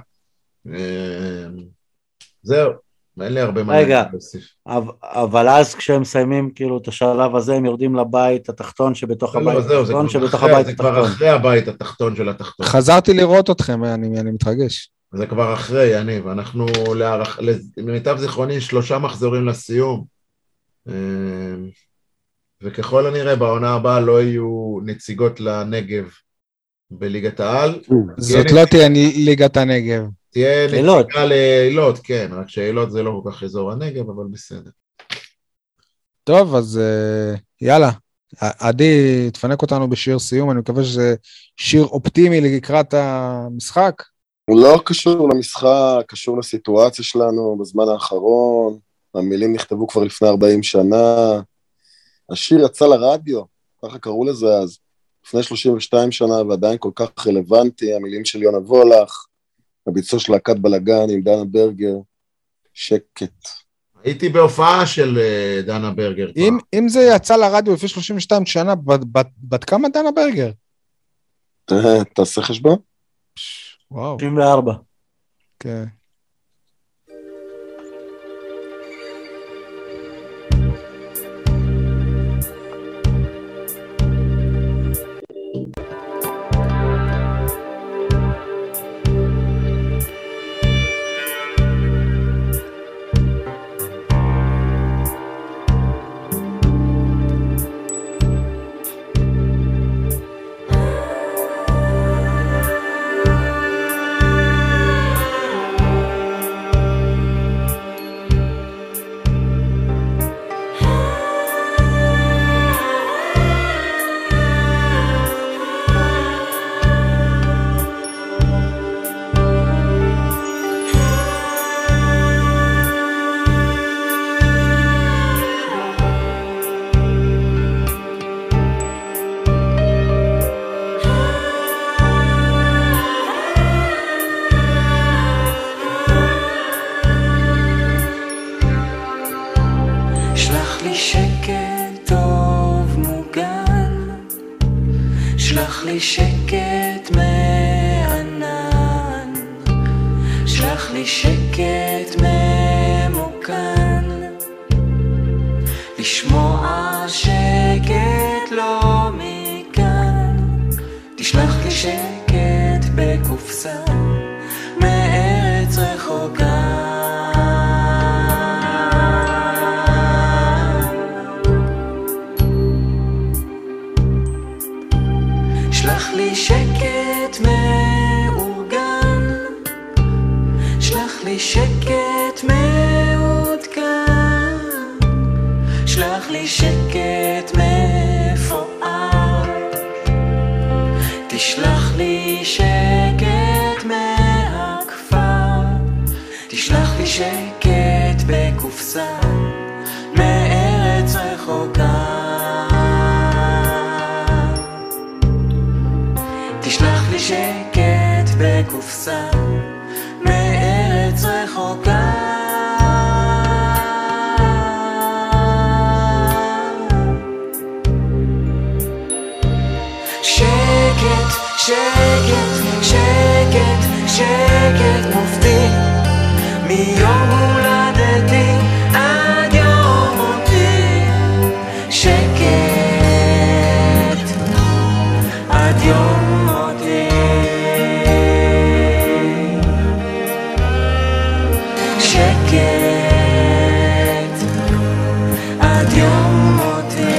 Speaker 3: זהו, אין לי הרבה מה להוסיף.
Speaker 2: אבל אז כשהם מסיימים כאילו את השלב הזה, הם יורדים לבית התחתון שבתוך הבית התחתון, שבתוך הבית התחתון.
Speaker 3: זה כבר אחרי הבית התחתון של התחתון.
Speaker 1: חזרתי לראות אתכם, אני מתרגש.
Speaker 3: זה כבר אחרי, יניב, אנחנו למיטב זיכרוני 3 מחזורים לסיום, וככל הנראה בעונה הבאה לא יהיו נציגות לנגב בליגת העל.
Speaker 1: זאת לא תהיה ליגת הנגב.
Speaker 3: תהיה נציגה לאילות, כן, רק שאילות זה לא כל כך אזור הנגב, אבל בסדר.
Speaker 1: טוב, אז יאללה, עדי, תפנק אותנו בשיר סיום, אני מקווה שזה שיר אופטימי לקראת המשחק.
Speaker 4: הוא לא קשור למשחק, קשור לסיטואציה שלנו בזמן האחרון, המילים נכתבו כבר לפני 40 שנה, השיר יצא לרדיו, ככה קראו לזה אז, לפני 32 שנה ועדיין כל כך רלוונטי, המילים של יונה וולך, הביצוע של להקת בלגן עם דנה ברגר, שקט.
Speaker 3: הייתי בהופעה של דנה ברגר.
Speaker 1: אם זה יצא לרדיו לפני 32 שנה, בת כמה דנה ברגר?
Speaker 4: תעשה חשבון?
Speaker 1: וואו.
Speaker 2: 94.
Speaker 1: כן.
Speaker 7: לי שקט ממוכן, לשמוע שקט לא מכאן, תשלח לי שקט בקופסה מארץ רחוקה. שלח לי שקט מאורגן, שלח לי שקט מעודכן, שלח לי שקט מפואר, תשלח לי שקט מהכפר, תשלח לי שקט בקופסה מארץ רחוקה. תשלח לי שקט בקופסה מארץ רחוקה. שקט, שקט, שקט, שקט מופתי מיום הולדתי עד יום מותי. שקט עד יום מותי. שקט עד יום מותי.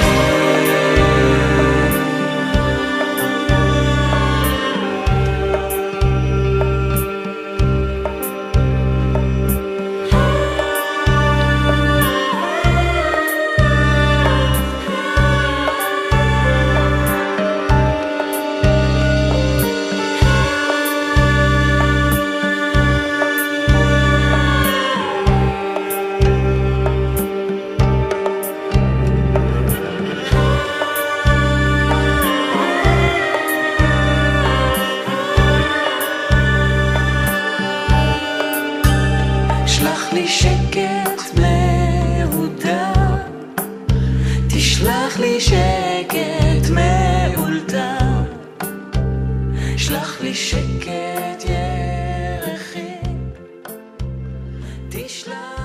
Speaker 7: שלח לי שקט מהודר, תשלח לי שקט מאולתר, שלח לי שקט ירחי, תשלח